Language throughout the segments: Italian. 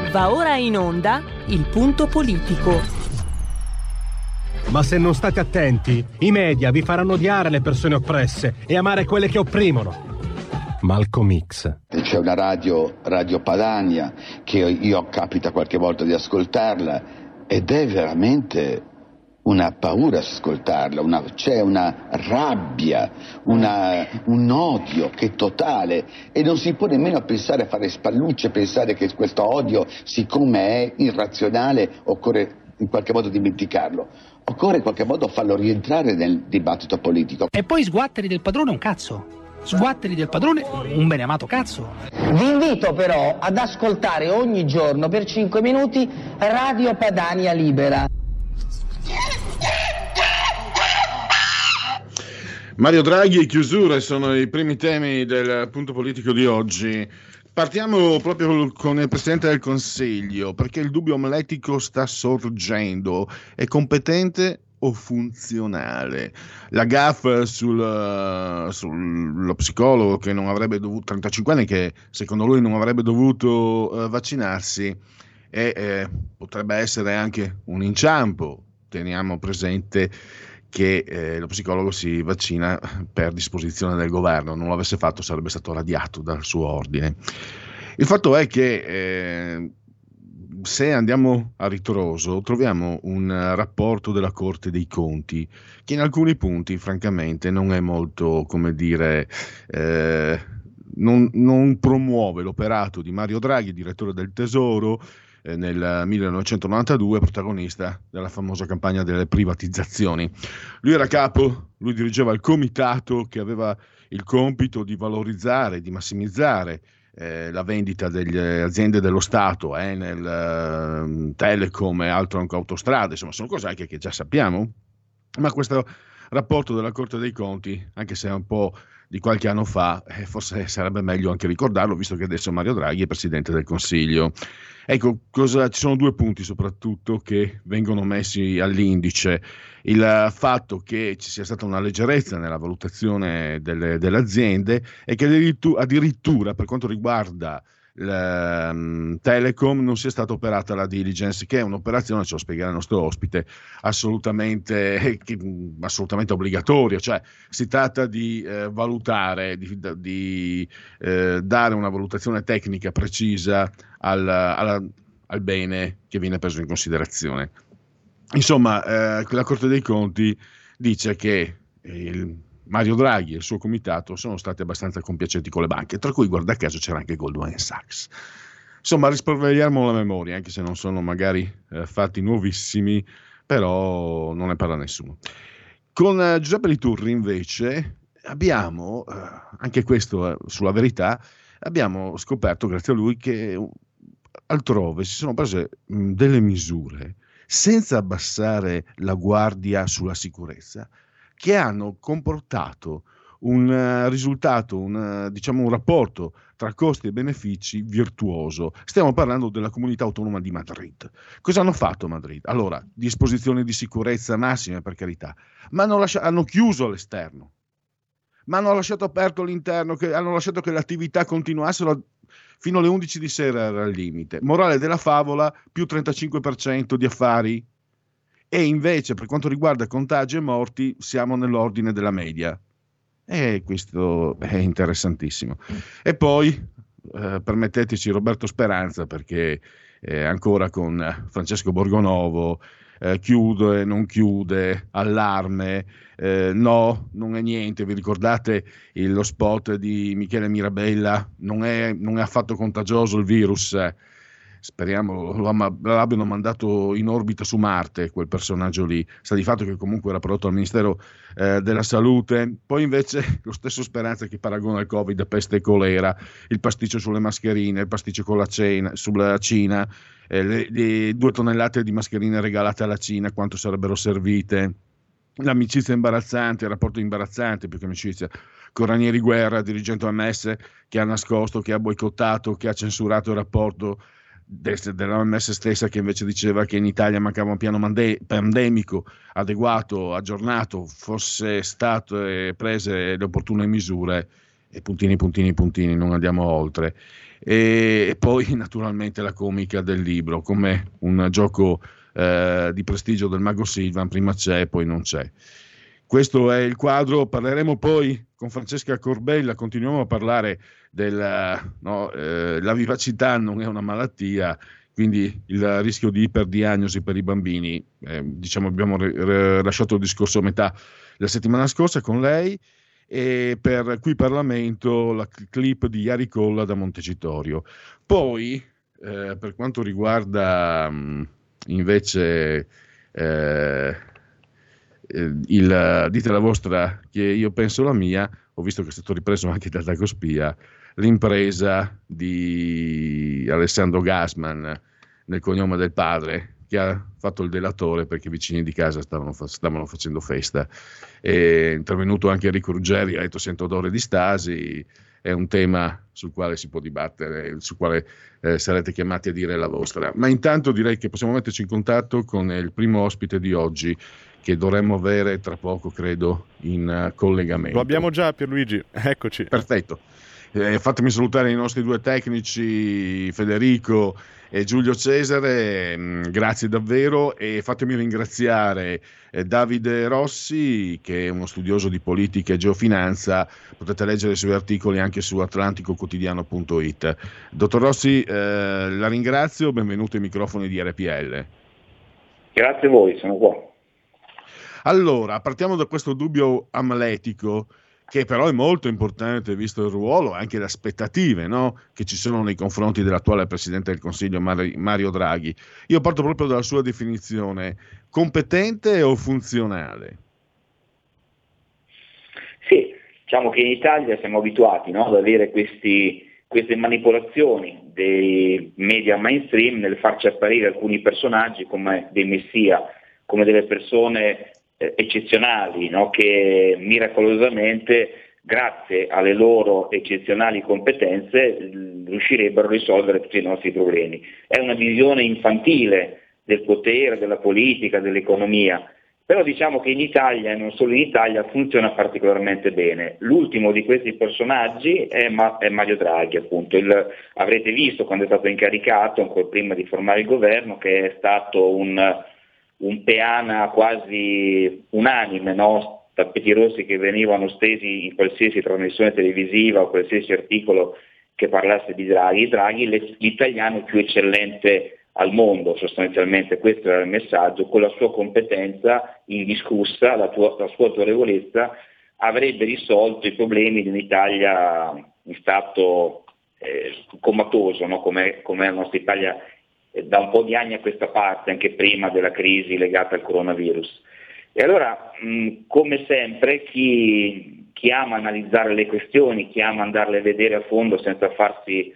Va ora in onda il punto politico. Ma se non state attenti, i media vi faranno odiare le persone oppresse e amare quelle che opprimono. Malcolm X. C'è una Radio Padania che io capita qualche volta di ascoltarla ed è veramente una paura ascoltarla, c'è una rabbia, un odio che è totale e non si può nemmeno pensare a fare spallucce, pensare che questo odio, siccome è irrazionale, occorre in qualche modo dimenticarlo, occorre in qualche modo farlo rientrare nel dibattito politico. E poi sguatteri del padrone un cazzo, sguatteri del padrone un beneamato cazzo. Vi invito però ad ascoltare ogni giorno per 5 minuti Radio Padania Libera. Mario Draghi e chiusure sono i primi temi del punto politico di oggi. Partiamo proprio con il Presidente del Consiglio, perché il dubbio omletico sta sorgendo. È competente o funzionale? La gaffe sullo psicologo che non avrebbe dovuto, 35 anni, che secondo lui non avrebbe dovuto vaccinarsi, e potrebbe essere anche un inciampo. Teniamo presente che lo psicologo si vaccina per disposizione del governo, non l'avesse fatto sarebbe stato radiato dal suo ordine. Il fatto è che se andiamo a ritroso troviamo un rapporto della Corte dei Conti che in alcuni punti francamente non è molto, come dire, non promuove l'operato di Mario Draghi, direttore del Tesoro, nel 1992, protagonista della famosa campagna delle privatizzazioni. Lui era capo, lui dirigeva il comitato che aveva il compito di valorizzare, di massimizzare la vendita delle aziende dello Stato, nel Telecom e altro, anche autostrade, insomma sono cose anche che già sappiamo, ma questo rapporto della Corte dei Conti, anche se è un po' di qualche anno fa, forse sarebbe meglio anche ricordarlo, visto che adesso Mario Draghi è Presidente del Consiglio. Ecco, ci sono due punti soprattutto che vengono messi all'indice. Il fatto che ci sia stata una leggerezza nella valutazione delle aziende e che addirittura per quanto riguarda Telecom non sia stata operata la diligence, che è un'operazione, ce lo spiegherà il nostro ospite, assolutamente obbligatoria. Cioè si tratta di valutare, di dare una valutazione tecnica precisa al bene che viene preso in considerazione. Insomma, la Corte dei Conti dice che Mario Draghi e il suo comitato sono stati abbastanza compiacenti con le banche, tra cui guarda caso c'era anche Goldman Sachs. Insomma, risparmiamo la memoria, anche se non sono magari fatti nuovissimi, però non ne parla nessuno. Con Giuseppe Liturri invece abbiamo, anche questo sulla Verità, abbiamo scoperto grazie a lui che altrove si sono prese delle misure senza abbassare la guardia sulla sicurezza, che hanno comportato un risultato, un rapporto tra costi e benefici virtuoso. Stiamo parlando della Comunità Autonoma di Madrid. Cosa hanno fatto a Madrid? Allora, disposizioni di sicurezza massime, per carità, ma hanno chiuso l'esterno, ma hanno lasciato aperto l'interno, hanno lasciato che le attività continuassero fino alle 11 di sera, era il limite. Morale della favola, più 35% di affari. E invece per quanto riguarda contagi e morti siamo nell'ordine della media, e questo è interessantissimo. E poi permetteteci Roberto Speranza, perché ancora con Francesco Borgonovo chiude, non chiude, allarme, no, non è niente. Vi ricordate lo spot di Michele Mirabella? Non è affatto contagioso il virus. Speriamo l'abbiano mandato in orbita su Marte, quel personaggio lì. Sta di fatto che comunque era prodotto al Ministero della Salute. Poi invece lo stesso Speranza che paragona il Covid a peste e colera, il pasticcio sulle mascherine, il pasticcio con sulla Cina, le 2 tonnellate di mascherine regalate alla Cina, quanto sarebbero servite. L'amicizia imbarazzante, il rapporto imbarazzante, più che amicizia, con Ranieri Guerra, dirigente OMS, che ha nascosto, che ha boicottato, che ha censurato il rapporto dell'OMS stessa, che invece diceva che in Italia mancava un piano pandemico adeguato, aggiornato, fosse state prese le opportune misure. e puntini, non andiamo oltre. E poi naturalmente la comica del libro, come un gioco di prestigio del Mago Silvan, prima c'è e poi non c'è. Questo è il quadro. Parleremo poi con Francesca Corbella, continuiamo a parlare la vivacità non è una malattia, quindi il rischio di iperdiagnosi per i bambini, abbiamo lasciato il discorso a metà la settimana scorsa con lei, e per Qui Parlamento la clip di Iari Colla da Montecitorio. Poi per quanto riguarda invece dite la vostra che io penso la mia, ho visto che è stato ripreso anche da Dagospia, l'impresa di Alessandro Gassman nel cognome del padre, che ha fatto il delatore perché i vicini di casa stavano facendo festa. È intervenuto anche Enrico Ruggeri, ha detto 100 ore di stasi, è un tema sul quale si può dibattere, sul quale sarete chiamati a dire la vostra. Ma intanto direi che possiamo metterci in contatto con il primo ospite di oggi, che dovremmo avere tra poco, credo, in collegamento. Lo abbiamo già, Pierluigi, eccoci. Perfetto. Fatemi salutare i nostri due tecnici, Federico e Giulio Cesare, grazie davvero, e fatemi ringraziare Davide Rossi, che è uno studioso di politica e geofinanza. Potete leggere i suoi articoli anche su atlanticoquotidiano.it. Dottor Rossi, la ringrazio, benvenuto ai microfoni di RPL. Grazie a voi, sono qua. Allora, partiamo da questo dubbio amletico, che però è molto importante visto il ruolo e anche le aspettative, no? Che ci sono nei confronti dell'attuale Presidente del Consiglio Mario Draghi. Io parto proprio dalla sua definizione: competente o funzionale? Sì, diciamo che in Italia siamo abituati, no, ad avere queste manipolazioni dei media mainstream nel farci apparire alcuni personaggi come dei messia, come delle persone eccezionali, no? Che miracolosamente, grazie alle loro eccezionali competenze, riuscirebbero a risolvere tutti i nostri problemi. È una visione infantile del potere, della politica, dell'economia, però diciamo che in Italia, e non solo in Italia, funziona particolarmente bene. L'ultimo di questi personaggi è Mario Draghi, appunto. Avrete visto quando è stato incaricato, ancora prima di formare il governo, che è stato un peana quasi unanime, no? Tappeti rossi che venivano stesi in qualsiasi trasmissione televisiva o qualsiasi articolo che parlasse di Draghi. Draghi, l'italiano più eccellente al mondo, sostanzialmente questo era il messaggio. Con la sua competenza indiscussa, la sua autorevolezza, avrebbe risolto i problemi di un'Italia in stato comatoso, no? Come la nostra Italia da un po' di anni a questa parte, anche prima della crisi legata al coronavirus. E allora, come sempre, chi ama analizzare le questioni, chi ama andarle a vedere a fondo senza farsi,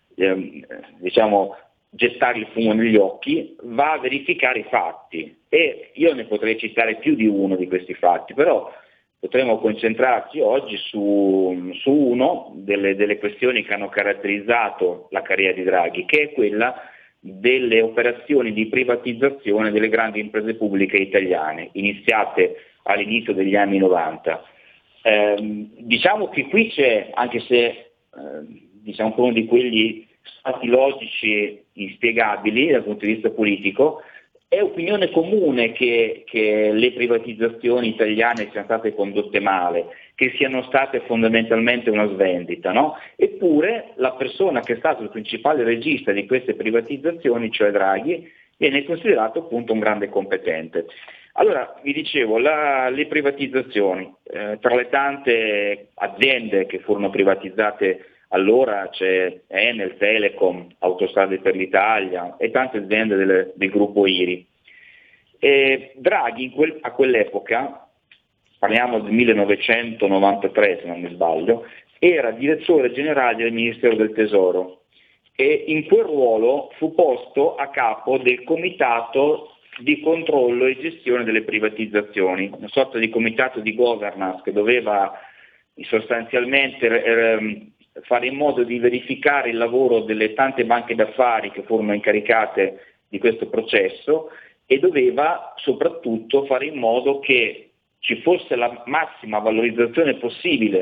gettare il fumo negli occhi, va a verificare i fatti. E io ne potrei citare più di uno di questi fatti, però potremmo concentrarci oggi su uno delle questioni che hanno caratterizzato la carriera di Draghi, che è quella delle operazioni di privatizzazione delle grandi imprese pubbliche italiane, iniziate all'inizio degli anni 90. Diciamo che qui c'è, anche se uno di quegli stati logici inspiegabili dal punto di vista politico, è opinione comune che le privatizzazioni italiane siano state condotte male, che siano state fondamentalmente una svendita, no? Eppure la persona che è stato il principale regista di queste privatizzazioni, cioè Draghi, viene considerato appunto un grande competente. Allora, vi dicevo, le privatizzazioni, tra le tante aziende che furono privatizzate allora c'è Enel, Telecom, Autostrade per l'Italia e tante aziende del gruppo IRI. E Draghi a quell'epoca, parliamo del 1993 se non mi sbaglio, era direttore generale del Ministero del Tesoro e in quel ruolo fu posto a capo del comitato di controllo e gestione delle privatizzazioni, una sorta di comitato di governance che doveva sostanzialmente fare in modo di verificare il lavoro delle tante banche d'affari che furono incaricate di questo processo e doveva soprattutto fare in modo che ci fosse la massima valorizzazione possibile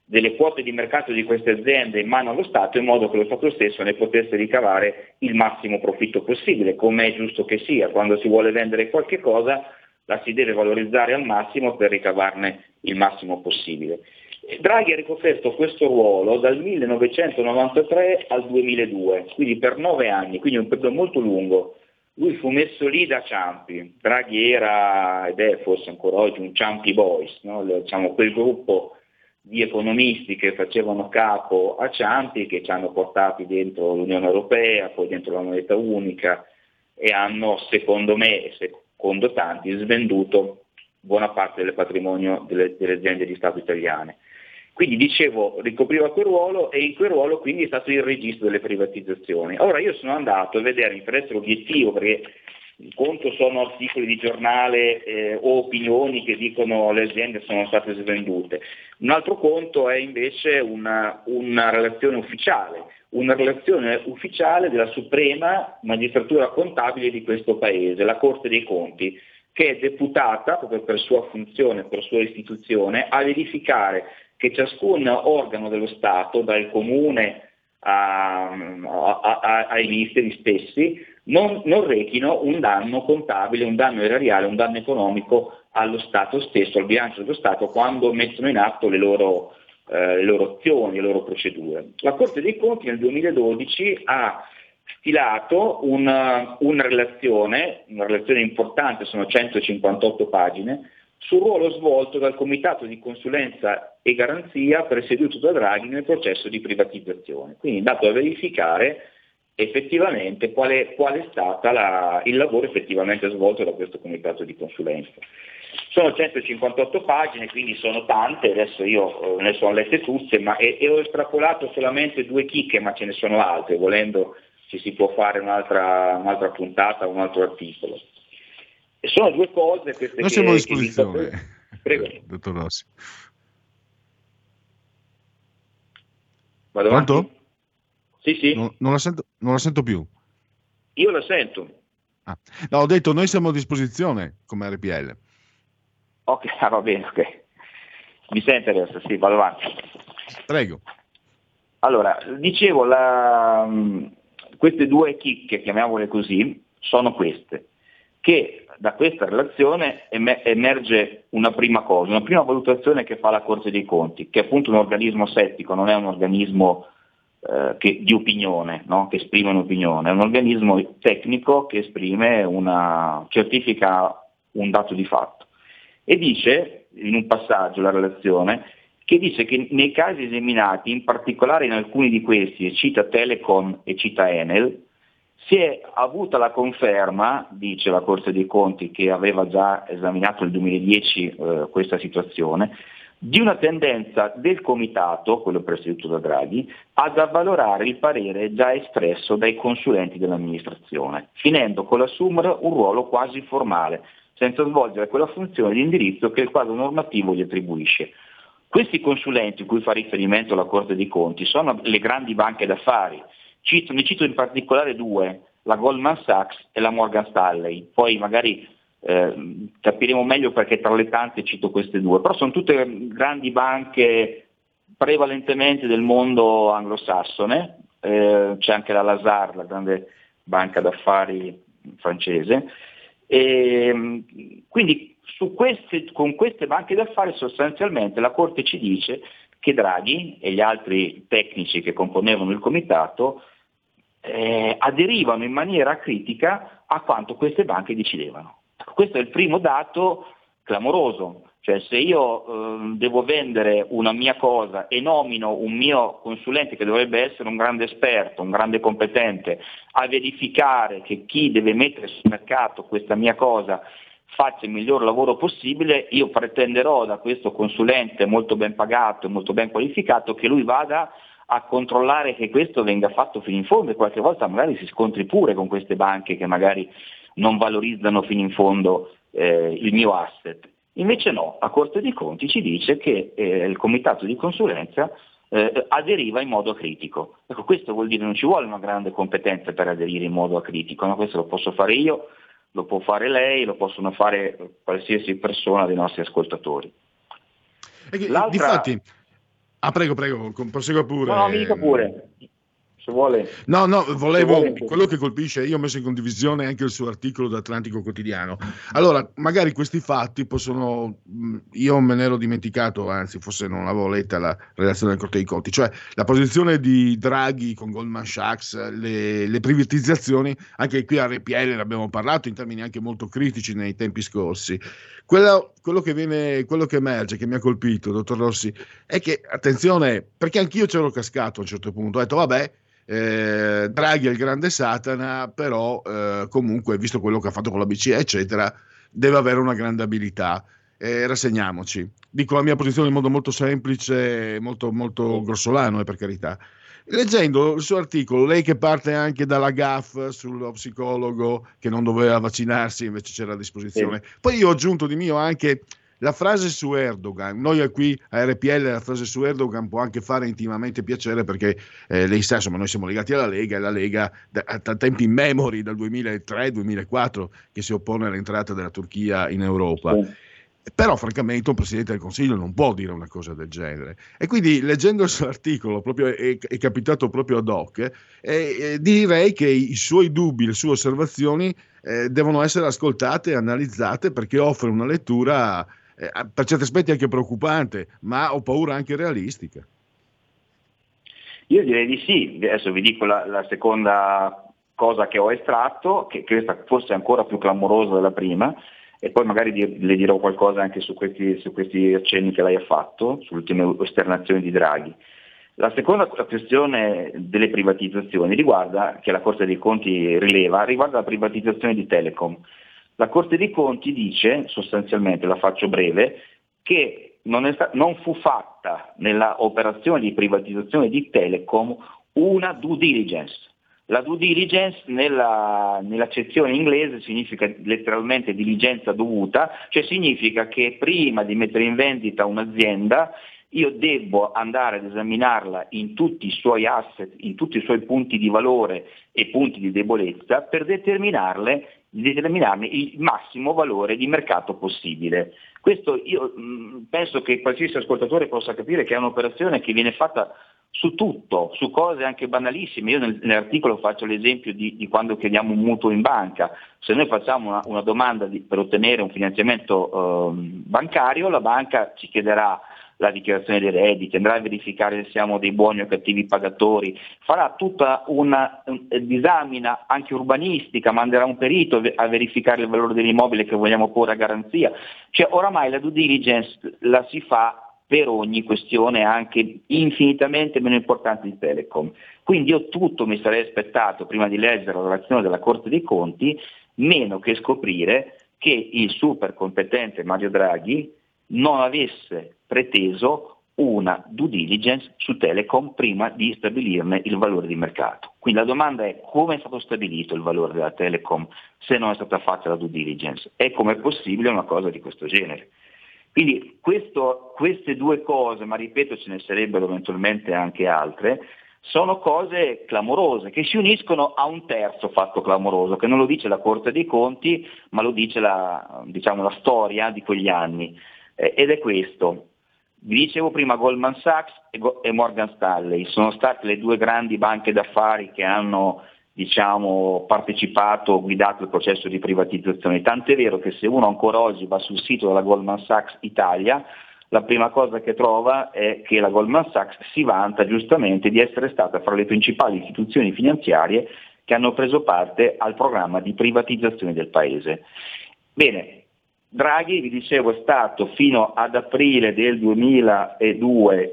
delle quote di mercato di queste aziende in mano allo Stato, in modo che lo Stato stesso ne potesse ricavare il massimo profitto possibile, come è giusto che sia. Quando si vuole vendere qualche cosa la si deve valorizzare al massimo per ricavarne il massimo possibile. Draghi ha ricoperto questo ruolo dal 1993 al 2002, quindi per 9 anni, quindi un periodo molto lungo. Lui fu messo lì da Ciampi. Draghi era, ed è forse ancora oggi, un Ciampi Boys, no? Diciamo, quel gruppo di economisti che facevano capo a Ciampi, che ci hanno portati dentro l'Unione Europea, poi dentro la moneta unica, e hanno, secondo me e secondo tanti, svenduto buona parte del patrimonio delle aziende di Stato italiane. Quindi dicevo, ricopriva quel ruolo, e in quel ruolo quindi è stato il registro delle privatizzazioni. Ora io sono andato a vedere, mi interessa l'obiettivo, perché il conto sono articoli di giornale o opinioni che dicono le aziende sono state svendute. Un altro conto è invece una relazione ufficiale della Suprema Magistratura Contabile di questo Paese, la Corte dei Conti, che è deputata, proprio per sua funzione, per sua istituzione, a verificare che ciascun organo dello Stato, dal comune ai ministeri stessi, non rechino un danno contabile, un danno erariale, un danno economico allo Stato stesso, al bilancio dello Stato, quando mettono in atto le loro azioni, le loro procedure. La Corte dei Conti nel 2012 ha stilato una relazione importante, sono 158 pagine, sul ruolo svolto dal Comitato di Consulenza e Garanzia presieduto da Draghi nel processo di privatizzazione. Quindi è andato a verificare effettivamente qual è stato il lavoro effettivamente svolto da questo Comitato di Consulenza. Sono 158 pagine, quindi sono tante, adesso io ne sono lette tutte, e ho estrapolato solamente 2 chicche, ma ce ne sono altre, volendo ci si può fare un'altra puntata, un altro articolo. E sono 2 cose queste. Noi siamo a disposizione. Prego. Dottor Rossi. Vado Pronto? avanti? Sì. Non la sento più. Io la sento. No, ho detto noi siamo a disposizione come RPL. Ok, va bene, ok. Mi sente adesso? Sì, vado avanti. Prego. Allora, dicevo, queste 2 chicche, chiamiamole così, sono queste, che da questa relazione emerge una prima cosa, una prima valutazione che fa la Corte dei Conti, che è appunto un organismo settico, non è un organismo di opinione, no? Che esprime un'opinione, è un organismo tecnico che certifica un dato di fatto. E dice, in un passaggio la relazione, che dice che nei casi esaminati, in particolare in alcuni di questi, e cita Telecom e cita Enel, si è avuta la conferma, dice la Corte dei Conti, che aveva già esaminato nel 2010 questa situazione, di una tendenza del Comitato, quello presieduto da Draghi, ad avvalorare il parere già espresso dai consulenti dell'amministrazione, finendo con l'assumere un ruolo quasi formale, senza svolgere quella funzione di indirizzo che il quadro normativo gli attribuisce. Questi consulenti a cui fa riferimento la Corte dei Conti sono le grandi banche d'affari. Ne cito in particolare 2, la Goldman Sachs e la Morgan Stanley, poi magari capiremo meglio perché tra le tante cito queste 2, però sono tutte grandi banche prevalentemente del mondo anglosassone, c'è anche la Lazard, la grande banca d'affari francese, e quindi con queste banche d'affari sostanzialmente la Corte ci dice che Draghi e gli altri tecnici che componevano il comitato aderivano in maniera critica a quanto queste banche decidevano. Questo è il primo dato clamoroso, cioè se io devo vendere una mia cosa e nomino un mio consulente che dovrebbe essere un grande esperto, un grande competente, a verificare che chi deve mettere sul mercato questa mia cosa faccia il miglior lavoro possibile, io pretenderò da questo consulente molto ben pagato e molto ben qualificato che lui vada a controllare che questo venga fatto fino in fondo, e qualche volta magari si scontri pure con queste banche che magari non valorizzano fino in fondo il mio asset. Invece no, la Corte dei Conti ci dice che il comitato di consulenza aderiva in modo acritico. Ecco, questo vuol dire che non ci vuole una grande competenza per aderire in modo acritico, no? Questo lo posso fare io, lo può fare lei, lo possono fare qualsiasi persona dei nostri ascoltatori. Difatti, Prego, prosegua pure. No, mi dica pure. Se vuole. No, volevo, quello che colpisce, io ho messo in condivisione anche il suo articolo da Atlantico Quotidiano. Allora, magari questi fatti io me ne ero dimenticato, anzi forse non avevo letta la relazione del Corte dei Conti, cioè la posizione di Draghi con Goldman Sachs, le privatizzazioni, anche qui a RPL ne abbiamo parlato in termini anche molto critici nei tempi scorsi. Quello che emerge, che mi ha colpito, dottor Rossi, è che, attenzione, perché anch'io c'ero cascato a un certo punto, ho detto vabbè, Draghi è il grande Satana, però comunque, visto quello che ha fatto con la BCE eccetera, deve avere una grande abilità, rassegniamoci. Dico la mia posizione in modo molto semplice, molto, molto grossolano, per carità. Leggendo il suo articolo, lei che parte anche dalla gaffe sullo psicologo che non doveva vaccinarsi, invece c'era a disposizione, poi io ho aggiunto di mio anche la frase su Erdogan. Noi qui a RPL la frase su Erdogan può anche fare intimamente piacere, perché lei sa, insomma, noi siamo legati alla Lega, e la Lega da tempi immemori, dal 2003-2004, che si oppone all'entrata della Turchia in Europa. Però francamente un Presidente del Consiglio non può dire una cosa del genere, e quindi leggendo il suo articolo proprio è capitato proprio ad hoc, direi che i suoi dubbi, le sue osservazioni devono essere ascoltate e analizzate, perché offre una lettura per certi aspetti anche preoccupante, ma ho paura anche realistica. Io direi di sì. Adesso vi dico la seconda cosa che ho estratto, che questa forse è ancora più clamorosa della prima, e poi magari le dirò qualcosa anche su questi accenni che lei ha fatto, sulle ultime esternazioni di Draghi. La seconda questione delle privatizzazioni riguarda la Corte dei Conti riguarda la privatizzazione di Telecom. La Corte dei Conti dice, sostanzialmente, la faccio breve, che non fu fatta nella operazione di privatizzazione di Telecom una due diligence. La due diligence nell'accezione inglese significa letteralmente diligenza dovuta, cioè significa che prima di mettere in vendita un'azienda io devo andare ad esaminarla in tutti i suoi asset, in tutti i suoi punti di valore e punti di debolezza, per determinarne il massimo valore di mercato possibile. Questo io penso che qualsiasi ascoltatore possa capire che è un'operazione che viene fatta su tutto, su cose anche banalissime. Io nell'articolo faccio l'esempio di quando chiediamo un mutuo in banca. Se noi facciamo una domanda per ottenere un finanziamento bancario, la banca ci chiederà la dichiarazione dei redditi, andrà a verificare se siamo dei buoni o cattivi pagatori, farà tutta una disamina anche urbanistica, manderà un perito a verificare il valore dell'immobile che vogliamo porre a garanzia. Cioè oramai la due diligence la si fa per ogni questione anche infinitamente meno importante di Telecom. Quindi io tutto mi sarei aspettato prima di leggere la relazione della Corte dei Conti, meno che scoprire che il super competente Mario Draghi non avesse preteso una due diligence su Telecom prima di stabilirne il valore di mercato. Quindi la domanda è: come è stato stabilito il valore della Telecom se non è stata fatta la due diligence? E com'è possibile una cosa di questo genere? Quindi queste due cose, ma ripeto ce ne sarebbero eventualmente anche altre, sono cose clamorose che si uniscono a un terzo fatto clamoroso, che non lo dice la Corte dei Conti, ma lo dice la storia di quegli anni. Ed è questo. Vi dicevo prima, Goldman Sachs e Morgan Stanley sono state le due grandi banche d'affari che hanno partecipato, guidato il processo di privatizzazione. Tant'è vero che se uno ancora oggi va sul sito della Goldman Sachs Italia, la prima cosa che trova è che la Goldman Sachs si vanta giustamente di essere stata fra le principali istituzioni finanziarie che hanno preso parte al programma di privatizzazione del paese. Bene, Draghi, vi dicevo, è stato fino ad aprile del 2002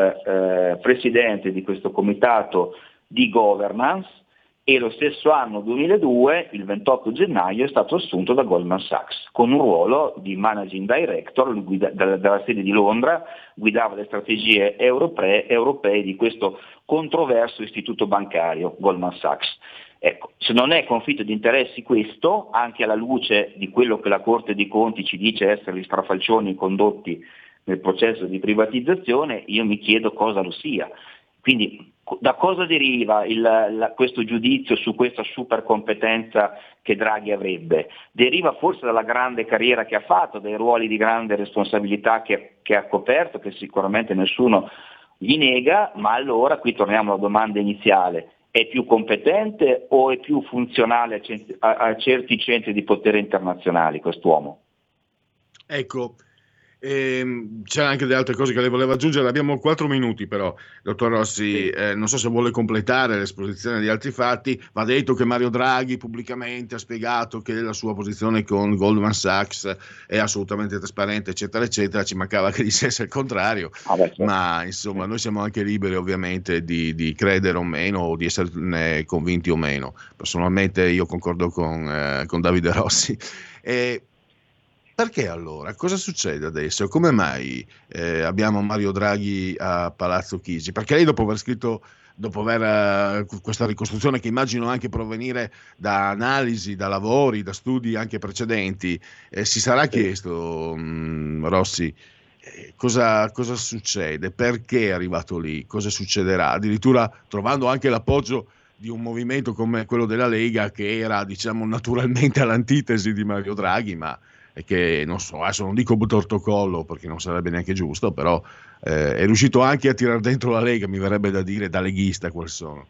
il presidente di questo comitato di governance, e lo stesso anno 2002, il 28 gennaio, è stato assunto da Goldman Sachs con un ruolo di managing director dalla sede di Londra, guidava le strategie europee di questo controverso istituto bancario Goldman Sachs. Ecco, se non è conflitto di interessi questo, anche alla luce di quello che la Corte dei Conti ci dice essere gli strafalcioni condotti nel processo di privatizzazione, io mi chiedo cosa lo sia. Quindi da cosa deriva questo giudizio su questa super competenza che Draghi avrebbe? Deriva forse dalla grande carriera che ha fatto, dai ruoli di grande responsabilità che ha coperto, che sicuramente nessuno gli nega, ma allora qui torniamo alla domanda iniziale: è più competente o è più funzionale a certi centri di potere internazionali quest'uomo? Ecco, c'è anche delle altre cose che lei voleva aggiungere. Abbiamo 4 minuti però, dottor Rossi, non so se vuole completare l'esposizione di altri fatti. Va detto che Mario Draghi pubblicamente ha spiegato che la sua posizione con Goldman Sachs è assolutamente trasparente, eccetera eccetera, ci mancava che dicesse il contrario, ma insomma noi siamo anche liberi ovviamente di credere o meno, o di esserne convinti o meno. Personalmente io concordo con Davide Rossi. Perché allora? Cosa succede adesso? Come mai abbiamo Mario Draghi a Palazzo Chigi? Perché lei dopo aver questa ricostruzione, che immagino anche provenire da analisi, da lavori, da studi anche precedenti, si sarà chiesto, Rossi, cosa succede? Perché è arrivato lì? Cosa succederà? Addirittura trovando anche l'appoggio di un movimento come quello della Lega, che era, diciamo, naturalmente all'antitesi di Mario Draghi, ma che non so, adesso non dico tortocollo perché non sarebbe neanche giusto, però è riuscito anche a tirar dentro la Lega, mi verrebbe da dire, da leghista quel sono.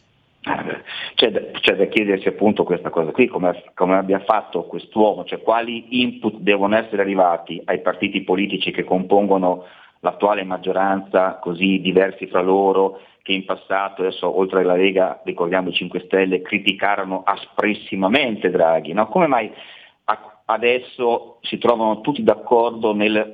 C'è da chiedersi appunto questa cosa qui, come abbia fatto quest'uomo, cioè quali input devono essere arrivati ai partiti politici che compongono l'attuale maggioranza, così diversi fra loro, che in passato, adesso oltre alla Lega, ricordiamo i 5 Stelle, criticarono aspressimamente Draghi, no? Come mai adesso si trovano tutti d'accordo nel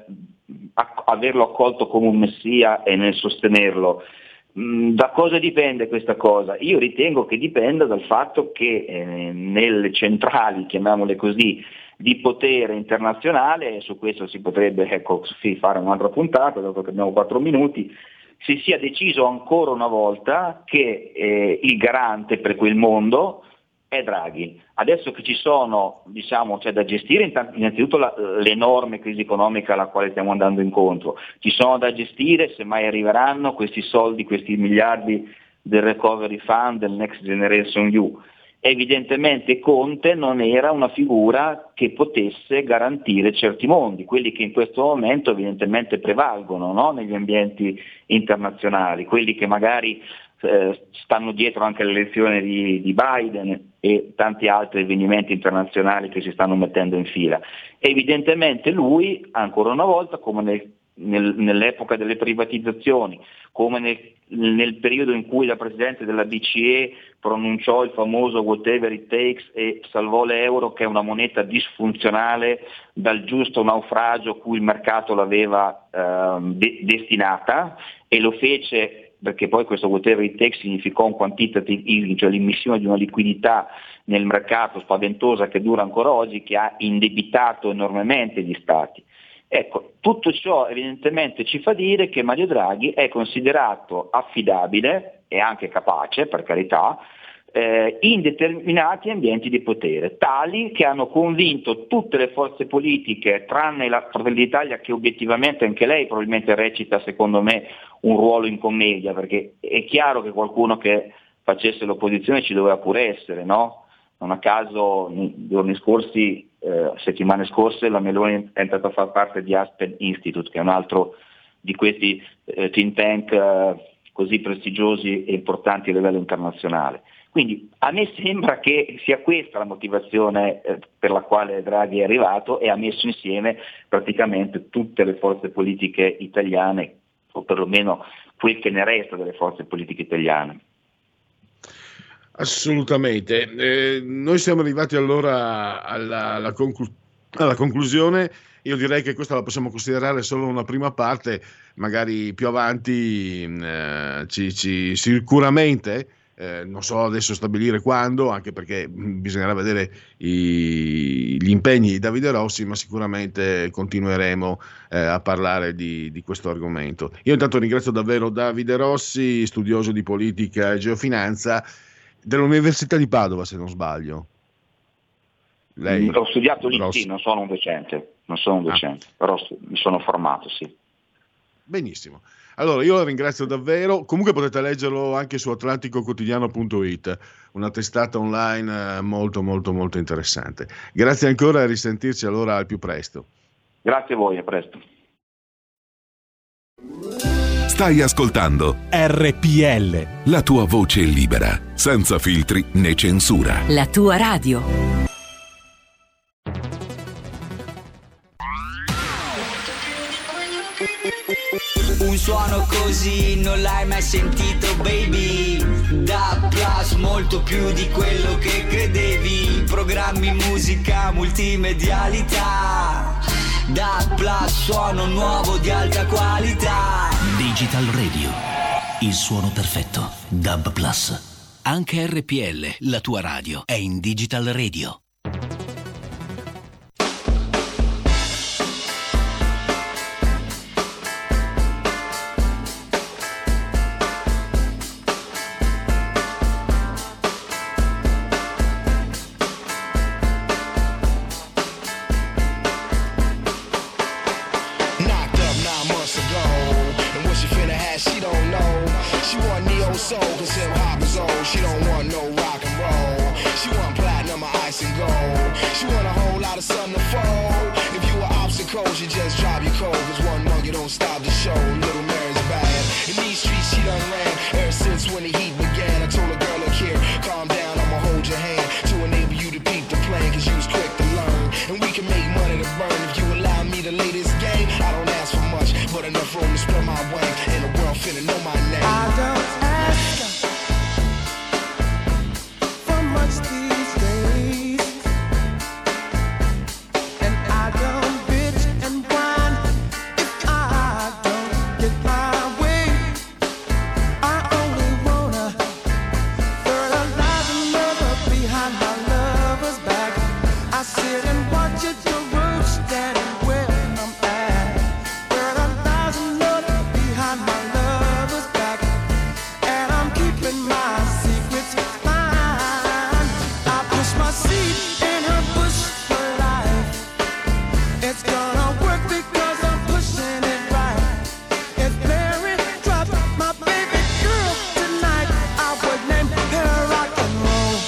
averlo accolto come un messia e nel sostenerlo? Da cosa dipende questa cosa? Io ritengo che dipenda dal fatto che nelle centrali, chiamiamole così, di potere internazionale, su questo si potrebbe fare un'altra puntata, dopo che abbiamo 4 minuti, si sia deciso ancora una volta che il garante per quel mondo è Draghi. Adesso che ci sono, c'è da gestire innanzitutto l'enorme crisi economica alla quale stiamo andando incontro, ci sono da gestire, se mai arriveranno, questi soldi, questi miliardi del Recovery Fund, del Next Generation EU. Evidentemente Conte non era una figura che potesse garantire certi mondi, quelli che in questo momento evidentemente prevalgono, no? Negli ambienti internazionali, quelli che magari stanno dietro anche all'elezione di Biden e tanti altri avvenimenti internazionali che si stanno mettendo in fila. Evidentemente lui, ancora una volta, come nell'epoca delle privatizzazioni, come nel periodo in cui la Presidente della BCE pronunciò il famoso whatever it takes e salvò l'euro, che è una moneta disfunzionale dal giusto naufragio cui il mercato l'aveva destinata, e lo fece perché poi questo whatever it takes significò un quantitative easing, cioè l'immissione di una liquidità nel mercato spaventosa che dura ancora oggi, che ha indebitato enormemente gli stati. Ecco, tutto ciò evidentemente ci fa dire che Mario Draghi è considerato affidabile e anche capace, per carità, in determinati ambienti di potere, tali che hanno convinto tutte le forze politiche, tranne la Fratelli d'Italia, che obiettivamente anche lei probabilmente recita, secondo me, un ruolo in commedia, perché è chiaro che qualcuno che facesse l'opposizione ci doveva pure essere, no? Non a caso giorni scorsi, settimane scorse, la Meloni è entrata a far parte di Aspen Institute, che è un altro di questi think tank così prestigiosi e importanti a livello internazionale. Quindi a me sembra che sia questa la motivazione per la quale Draghi è arrivato e ha messo insieme praticamente tutte le forze politiche italiane, o perlomeno quel che ne resta delle forze politiche italiane. Assolutamente. Noi siamo arrivati allora alla conclusione. Io direi che questa la possiamo considerare solo una prima parte, magari più avanti sicuramente, non so adesso stabilire quando, anche perché bisognerà vedere gli impegni di Davide Rossi, ma sicuramente continueremo a parlare di questo argomento. Io intanto ringrazio davvero Davide Rossi, studioso di politica e geofinanza dell'Università di Padova, se non sbaglio. Lei? Ho studiato lì, sì, non sono un docente, però mi sono formato, sì. Benissimo. Allora, io la ringrazio davvero. Comunque potete leggerlo anche su atlanticoquotidiano.it, una testata online molto molto molto interessante. Grazie ancora, a risentirci allora al più presto. Grazie a voi, a presto. Stai ascoltando RPL. la tua voce libera, senza filtri né censura. La tua radio. Un suono così non l'hai mai sentito, baby. Da Plus, molto più di quello che credevi. Programmi, musica, multimedialità. Da Plus, suono nuovo di alta qualità. Digital Radio, il suono perfetto. DAB Plus. Anche RPL, la tua radio, è in Digital Radio. soul, cause hip hop is old. She don't want no rock and roll. She want platinum or ice and gold. She want a whole lot of sun to fold. If you were obstacles, you just drop your cold. Cause one monkey don't stop the show. Little Mary's bad. In these streets she done ran ever since when the heat began. I told a girl, look here, calm down, I'ma hold your hand to enable you to peep the plan. Cause you was quick to learn. And we can make money to burn. If you allow me to lay this game, I don't ask for much, but enough room to spread my wing. And the world finna know my name. I don't ask for much these days, and I don't bitch and whine if I don't get my way. I only wanna fertilize another behind my lover's back. I sit and watch it the road standing where I'm at. Fertilize another behind my lover's back, and I'm keeping my secrets fine. I push my seed in her bush for life. It's gonna work because I'm pushing it right. If Mary dropped my baby girl tonight, I would name her rock and roll.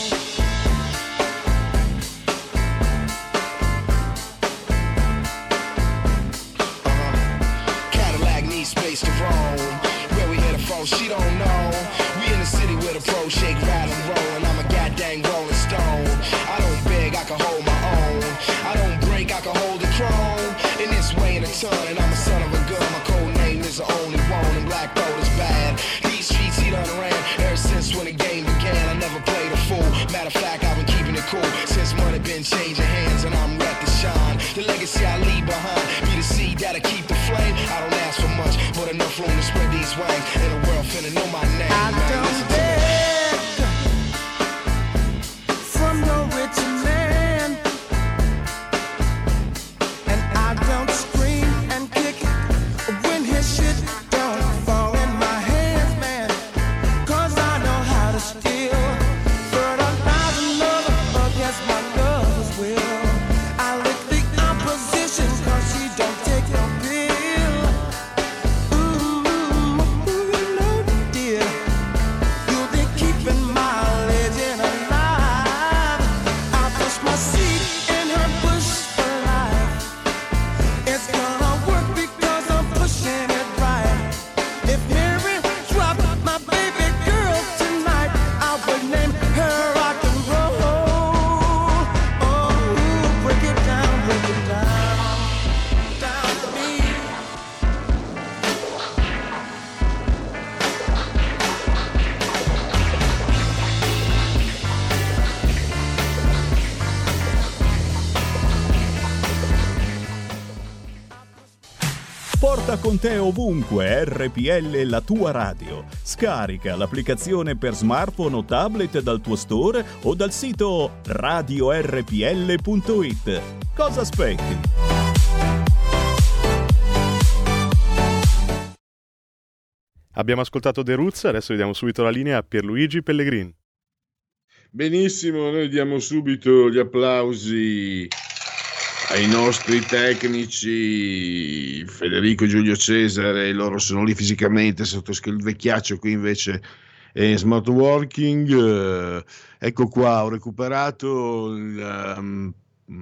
Cadillac needs space to roam. Where we headed from, she don't know. We in the city where the pros shake, rattle, and roll, and I'm a goddamn rolling stone. I don't beg, I can hold my own. I don't break, I can hold the chrome. In this way in a ton, and I'm a son of a gun. My code name is the only one, and black gold is bad. These streets he done ran ever since when the game began. I never played a fool. Matter of fact, I've been keeping it cool since money been changing hands, and I'm ready to shine. The legacy I leave behind be the seed that'll keep the flame. I don't ask for much, but enough room to spread these wings, and the world finna know my name. I don't beg from no rich man, and I don't scream and kick when his shit don't fall in my hands, man. Cause I know how to steal, fertilize another against my lover's will. I lick the opposition cause she don't take no pill. No dear, you'll be keeping my legend alive. I push my seed in her bush for life. It's gonna work because I'm pushing it right. If Mary dropped my baby girl tonight, I would name her rock and roll. Oh, break it down down to me. Porta con te ovunque RPL, la tua radio. Scarica l'applicazione per smartphone o tablet dal tuo store o dal sito radiorpl.it. Cosa aspetti? Abbiamo ascoltato The Roots, adesso diamo subito la linea a Pierluigi Pellegrin. Benissimo, noi diamo subito gli applausi ai nostri tecnici Federico e Giulio Cesare. Loro sono lì fisicamente, sotto il vecchiaccio qui invece è in smart working. Ecco qua, ho recuperato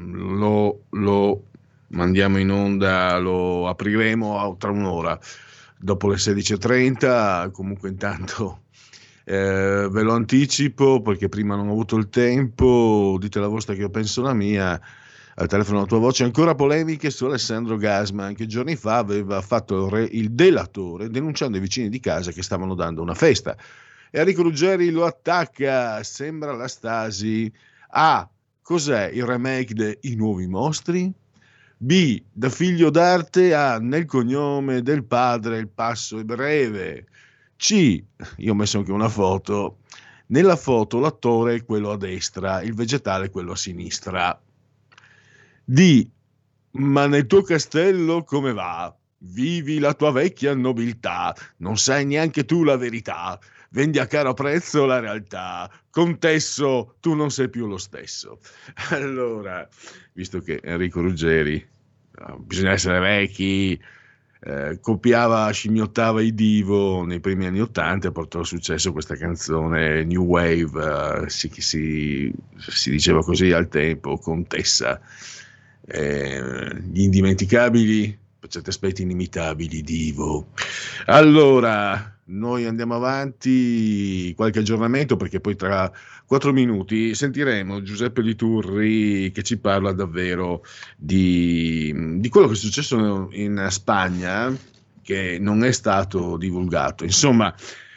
lo mandiamo in onda, lo apriremo tra un'ora. dopo le 16:30. Comunque intanto ve lo anticipo perché prima non ho avuto il tempo. Dite la vostra che io penso la mia. Al telefono la tua voce. Ancora polemiche su Alessandro Gasman, che giorni fa aveva fatto il delatore denunciando i vicini di casa che stavano dando una festa. E Enrico Ruggeri lo attacca, sembra la Stasi. A. Cos'è il remake de I Nuovi Mostri? B. Da figlio d'arte ha nel cognome del padre il passo è breve. C. Io ho messo anche una foto. Nella foto l'attore è quello a destra, il vegetale è quello a sinistra. D. Ma nel tuo castello come va? Vivi la tua vecchia nobiltà, non sai neanche tu la verità, vendi a caro prezzo la realtà, contesso tu non sei più lo stesso. Allora, visto che Enrico Ruggeri, bisogna essere vecchi, copiava, scimmiottava i Divo nei primi anni '80 e portò al successo questa canzone New Wave, si diceva così al tempo, Contessa. Gli indimenticabili, per certi aspetti inimitabili, Divo. Allora, noi andiamo avanti, qualche aggiornamento, perché poi tra 4 minuti sentiremo Giuseppe Liturri che ci parla davvero di quello che è successo in Spagna, che non è stato divulgato. Insomma,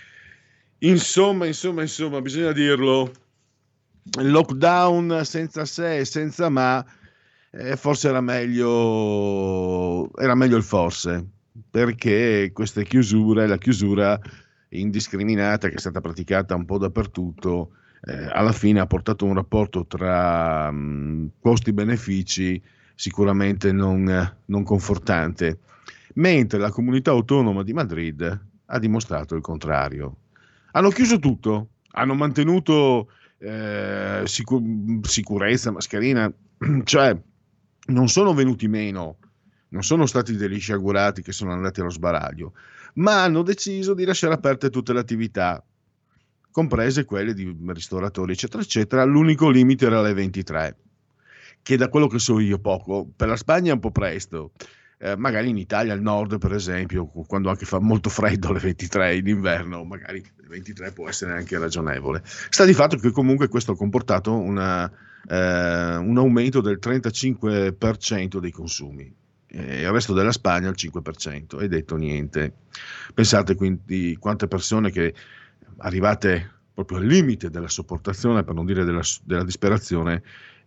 bisogna dirlo, il lockdown senza se e senza ma, forse era meglio il forse, perché queste chiusure, la chiusura indiscriminata che è stata praticata un po' dappertutto, alla fine ha portato un rapporto tra costi-benefici sicuramente non confortante, mentre la comunità autonoma di Madrid ha dimostrato il contrario. Hanno chiuso tutto, hanno mantenuto sicurezza, mascherina, cioè non sono venuti meno, non sono stati degli sciagurati che sono andati allo sbaraglio, ma hanno deciso di lasciare aperte tutte le attività, comprese quelle di ristoratori, eccetera, eccetera. L'unico limite era le 23, che da quello che so io poco, per la Spagna è un po' presto, magari in Italia, al nord per esempio, quando anche fa molto freddo alle 23 in inverno, magari le 23 può essere anche ragionevole. Sta di fatto che comunque questo ha comportato un aumento del 35% dei consumi, il resto della Spagna il 5%, e detto niente. Pensate quindi quante persone che arrivate proprio al limite della sopportazione, per non dire della disperazione,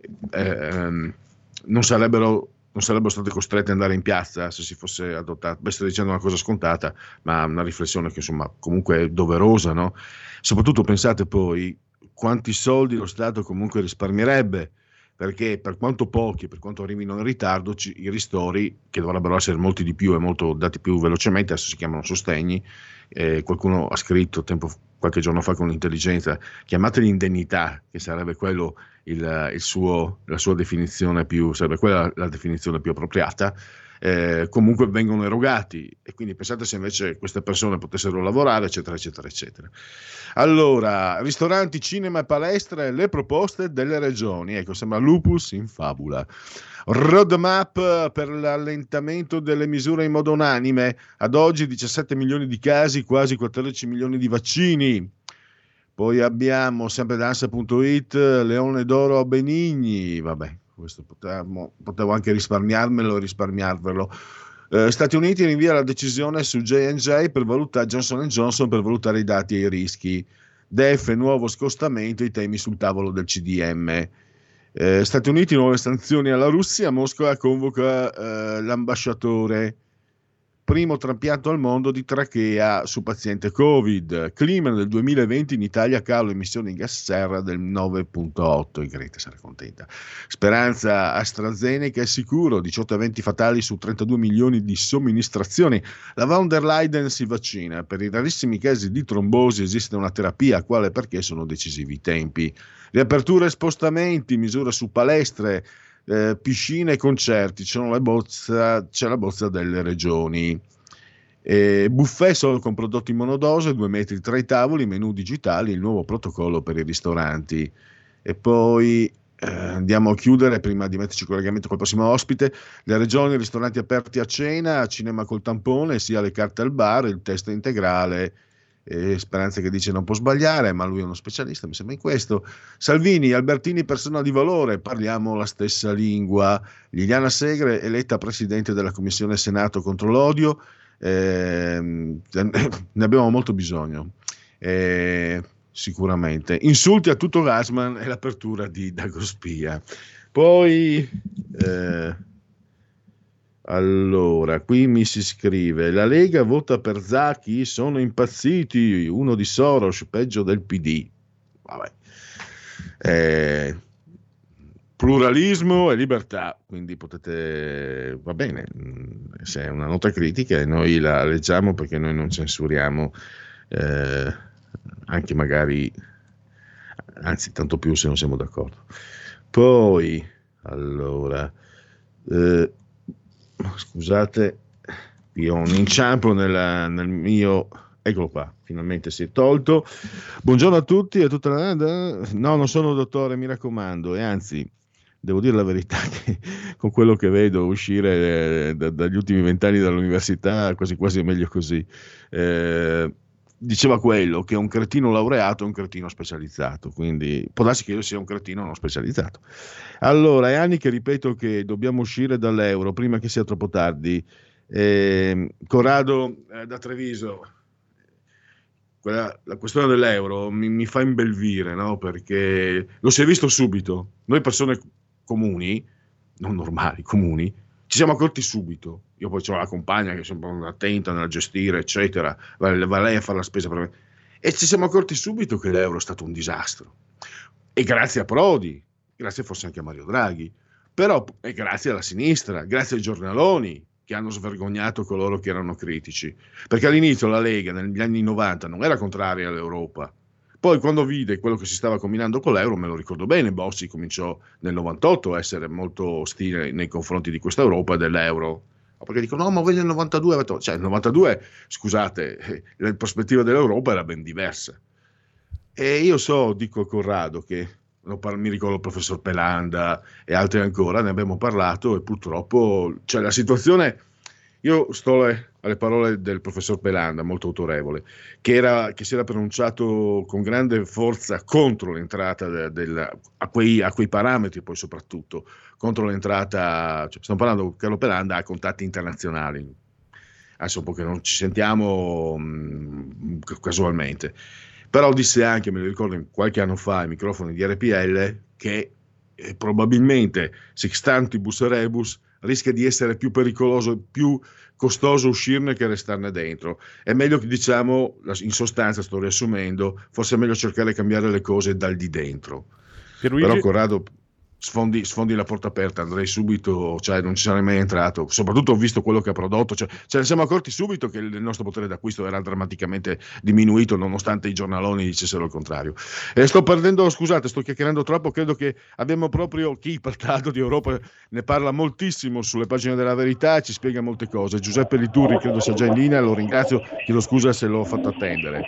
non sarebbero state costrette ad andare in piazza se si fosse adottata. Beh, sto dicendo una cosa scontata, ma una riflessione che insomma comunque è doverosa, no? Soprattutto pensate poi quanti soldi lo Stato comunque risparmierebbe, perché per quanto pochi, per quanto arrivino in ritardo, i ristori, che dovrebbero essere molti di più e molto dati più velocemente, adesso si chiamano sostegni, qualcuno ha scritto qualche giorno fa con l'intelligenza, chiamateli indennità, che sarebbe quello la sua definizione sarebbe quella la definizione più appropriata. Comunque vengono erogati, e quindi pensate se invece queste persone potessero lavorare, eccetera eccetera eccetera. Allora, ristoranti, cinema e palestre, le proposte delle regioni, ecco, sembra lupus in fabula. Roadmap per l'allentamento delle misure in modo unanime, ad oggi 17 milioni di casi, quasi 14 milioni di vaccini. Poi abbiamo sempre da Ansa.it, Leone d'Oro a Benigni, vabbè, questo potevo anche risparmiarvelo. Stati Uniti rinvia la decisione su J&J per valutare Johnson & Johnson per valutare i dati e i rischi. DEF, nuovo scostamento, i temi sul tavolo del CDM. Stati Uniti, nuove sanzioni alla Russia, Mosca convoca l'ambasciatore. Primo trapianto al mondo di trachea su paziente Covid. Clima del 2020 in Italia, calo emissioni in gas serra del 9,8. In Greta sarà contenta. Speranza AstraZeneca è sicuro, 18 eventi fatali su 32 milioni di somministrazioni. La von der Leyen si vaccina. Per i rarissimi casi di trombosi esiste una terapia, quale perché sono decisivi i tempi. Riaperture e spostamenti, misure su palestre, piscine e concerti, c'è la bozza delle regioni. Buffet solo con prodotti monodose, 2 metri tra i tavoli, menù digitali, il nuovo protocollo per i ristoranti. E poi Andiamo a chiudere prima di metterci in collegamento col prossimo ospite. Le regioni, ristoranti aperti a cena, cinema col tampone, sia le carte al bar, il testo integrale. Speranza che dice non può sbagliare, ma lui è uno specialista, mi sembra in questo. Salvini, Albertini, persona di valore, parliamo la stessa lingua. Liliana Segre, eletta presidente della Commissione Senato contro l'odio, ne abbiamo molto bisogno. Sicuramente. Insulti a tutto Gassman e l'apertura di Dagospia. Poi allora, qui mi si scrive: la Lega vota per Zaki, sono impazziti, uno di Soros, peggio del PD. Vabbè. Pluralismo e libertà, quindi potete, va bene, se è una nota critica e noi la leggiamo perché noi non censuriamo, anche magari, anzi tanto più se non siamo d'accordo. Poi allora scusate, io ho un inciampo nel mio, eccolo qua, finalmente si è tolto. Buongiorno a tutti e a tutta la... No, non sono dottore, mi raccomando, e anzi devo dire la verità che con quello che vedo uscire dagli ultimi 20 anni dall'università quasi quasi è meglio così. Diceva quello che un cretino laureato è un cretino specializzato, quindi può darsi che io sia un cretino non specializzato. Allora, è anni che ripeto che dobbiamo uscire dall'euro prima che sia troppo tardi. Corrado da Treviso, la questione dell'euro mi fa imbelvire, no? Perché lo si è visto subito. Noi persone comuni, non normali, comuni, ci siamo accorti subito. Io poi ho la compagna che è sempre attenta nel gestire, eccetera, va lei a fare la spesa per me. E ci siamo accorti subito che l'euro è stato un disastro. E grazie a Prodi, grazie forse anche a Mario Draghi, però è grazie alla sinistra, grazie ai giornaloni che hanno svergognato coloro che erano critici. Perché all'inizio la Lega, negli anni 90, non era contraria all'Europa. Poi quando vide quello che si stava combinando con l'euro, me lo ricordo bene, Bossi cominciò nel 98 a essere molto ostile nei confronti di questa Europa e dell'euro. Perché dicono, no, ma voi nel 92, cioè nel 92, scusate, la prospettiva dell'Europa era ben diversa. E io dico a Corrado che, mi ricordo il professor Pelanda e altri ancora, ne abbiamo parlato e purtroppo, cioè la situazione, io sto alle parole del professor Pelanda, molto autorevole, che si era pronunciato con grande forza contro l'entrata a quei parametri, poi soprattutto contro l'entrata, cioè, stiamo parlando, Carlo Pelanda ha contatti internazionali, adesso un po' che non ci sentiamo casualmente, però disse anche, me lo ricordo qualche anno fa ai microfoni di RPL, che probabilmente sextantibus rebus rischia di essere più pericoloso, più costoso uscirne che restarne dentro. È meglio che, diciamo, in sostanza, sto riassumendo, forse è meglio cercare di cambiare le cose dal di dentro. Pierluigi? Però Corrado, sfondi la porta aperta, andrei subito, cioè non ci sarei mai entrato, soprattutto ho visto quello che ha prodotto, cioè ce ne siamo accorti subito che il nostro potere d'acquisto era drammaticamente diminuito nonostante i giornaloni dicessero il contrario. Sto chiacchierando troppo, credo che abbiamo proprio chi parlando di Europa ne parla moltissimo sulle pagine della Verità e ci spiega molte cose. Giuseppe Liturri credo sia già in linea, lo ringrazio, chiedo scusa se l'ho fatto attendere.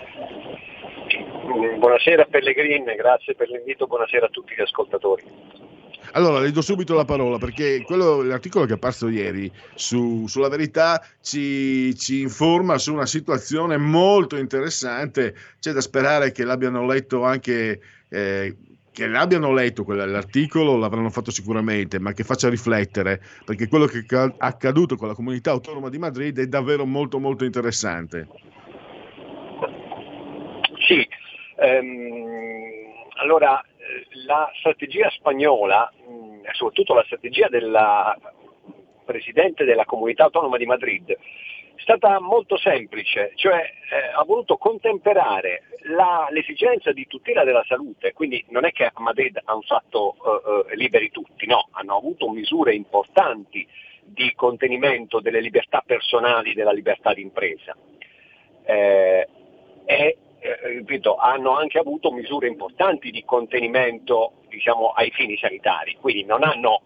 Buonasera Pellegrin, grazie per l'invito, buonasera a tutti gli ascoltatori. Allora, le do subito la parola perché l'articolo che è apparso ieri sulla Verità ci informa su una situazione molto interessante. C'è da sperare che l'abbiano letto anche, che l'abbiano letto l'articolo, l'avranno fatto sicuramente, ma che faccia riflettere, perché quello che è accaduto con la Comunità Autonoma di Madrid è davvero molto molto interessante. Sì, allora la strategia spagnola, soprattutto la strategia della Presidente della Comunità Autonoma di Madrid, è stata molto semplice, cioè ha voluto contemperare l'esigenza di tutela della salute, quindi non è che a Madrid hanno fatto liberi tutti, no, hanno avuto misure importanti di contenimento delle libertà personali, della libertà di impresa. Ripeto, hanno anche avuto misure importanti di contenimento, diciamo, ai fini sanitari, quindi non hanno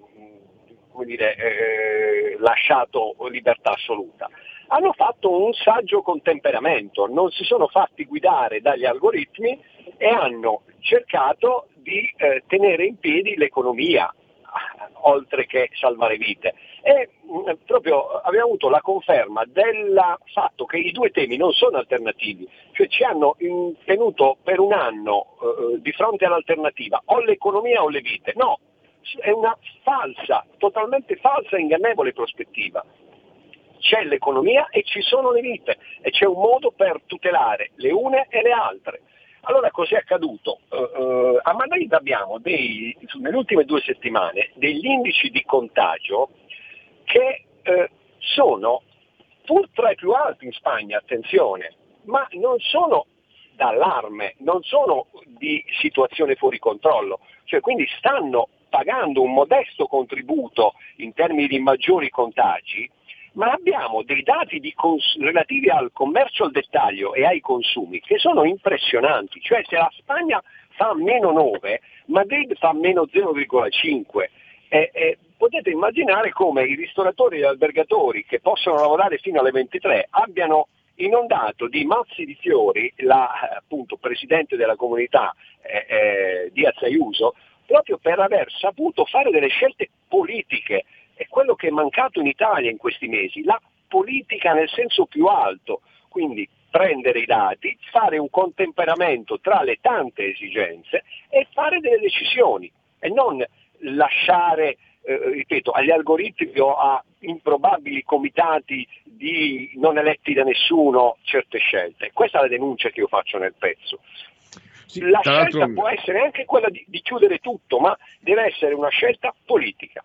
lasciato libertà assoluta. Hanno fatto un saggio contemperamento, non si sono fatti guidare dagli algoritmi e hanno cercato di tenere in piedi l'economia, oltre che salvare vite. E proprio abbiamo avuto la conferma del fatto che i due temi non sono alternativi, cioè ci hanno tenuto per un anno di fronte all'alternativa, o l'economia o le vite. No, è una falsa, totalmente falsa e ingannevole prospettiva. C'è l'economia e ci sono le vite, e c'è un modo per tutelare le une e le altre. Allora cos'è accaduto? A Madrid abbiamo nelle ultime 2 settimane degli indici di contagio che sono pur tra i più alti in Spagna, attenzione, ma non sono d'allarme, non sono di situazione fuori controllo, cioè quindi stanno pagando un modesto contributo in termini di maggiori contagi, ma abbiamo dei dati relativi al commercio al dettaglio e ai consumi che sono impressionanti, cioè se la Spagna fa -9, Madrid fa -0,5. Potete immaginare come i ristoratori e gli albergatori che possono lavorare fino alle 23 abbiano inondato di mazzi di fiori appunto presidente della comunità Díaz Ayuso, proprio per aver saputo fare delle scelte politiche. È quello che è mancato in Italia in questi mesi, la politica nel senso più alto, quindi prendere i dati, fare un contemperamento tra le tante esigenze e fare delle decisioni e non lasciare, ripeto, agli algoritmi o a improbabili comitati di non eletti da nessuno certe scelte. Questa è la denuncia che io faccio nel pezzo. Sì, la scelta può essere anche quella di chiudere tutto, ma deve essere una scelta politica.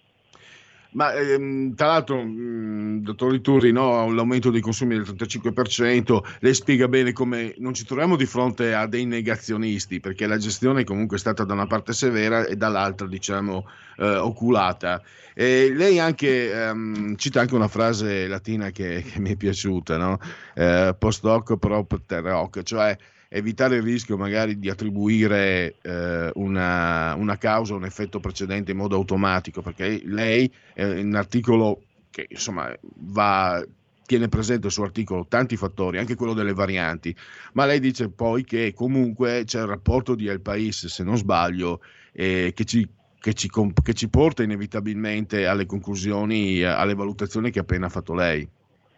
Ma tra l'altro, dottor Liturri, no, l'aumento dei consumi del 35%, lei spiega bene come non ci troviamo di fronte a dei negazionisti, perché la gestione comunque è stata da una parte severa e dall'altra, diciamo, oculata. E lei anche cita anche una frase latina che mi è piaciuta, no? Post hoc propter hoc, cioè evitare il rischio magari di attribuire una causa, un effetto precedente in modo automatico, perché lei in un articolo che insomma tiene presente il suo articolo tanti fattori, anche quello delle varianti, ma lei dice poi che comunque c'è il rapporto di El País, se non sbaglio, che ci porta inevitabilmente alle conclusioni, alle valutazioni che ha appena fatto lei.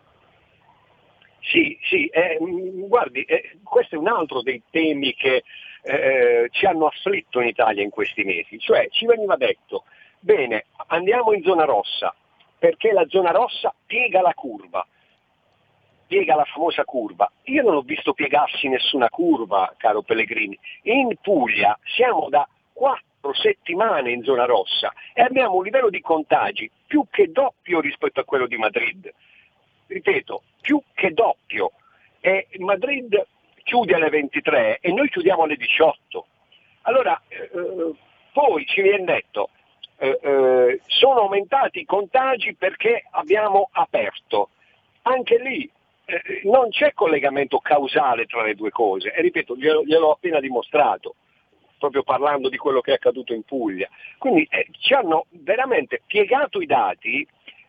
Sì, guardi, questo è un altro dei temi che ci hanno afflitto in Italia in questi mesi, cioè ci veniva detto, bene, andiamo in zona rossa, perché la zona rossa piega la curva, piega la famosa curva. Io non ho visto piegarsi nessuna curva, caro Pellegrini. In Puglia siamo da 4 settimane in zona rossa e abbiamo un livello di contagi più che doppio rispetto a quello di Madrid. Ripeto, più che doppio. E Madrid chiude alle 23 e noi chiudiamo alle 18. Allora, poi ci viene detto, sono aumentati i contagi perché abbiamo aperto. Anche lì non c'è collegamento causale tra le due cose, e ripeto, gliel'ho appena dimostrato, proprio parlando di quello che è accaduto in Puglia. Quindi ci hanno veramente piegato i dati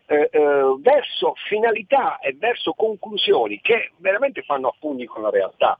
verso finalità e verso conclusioni che veramente fanno a pugni con la realtà.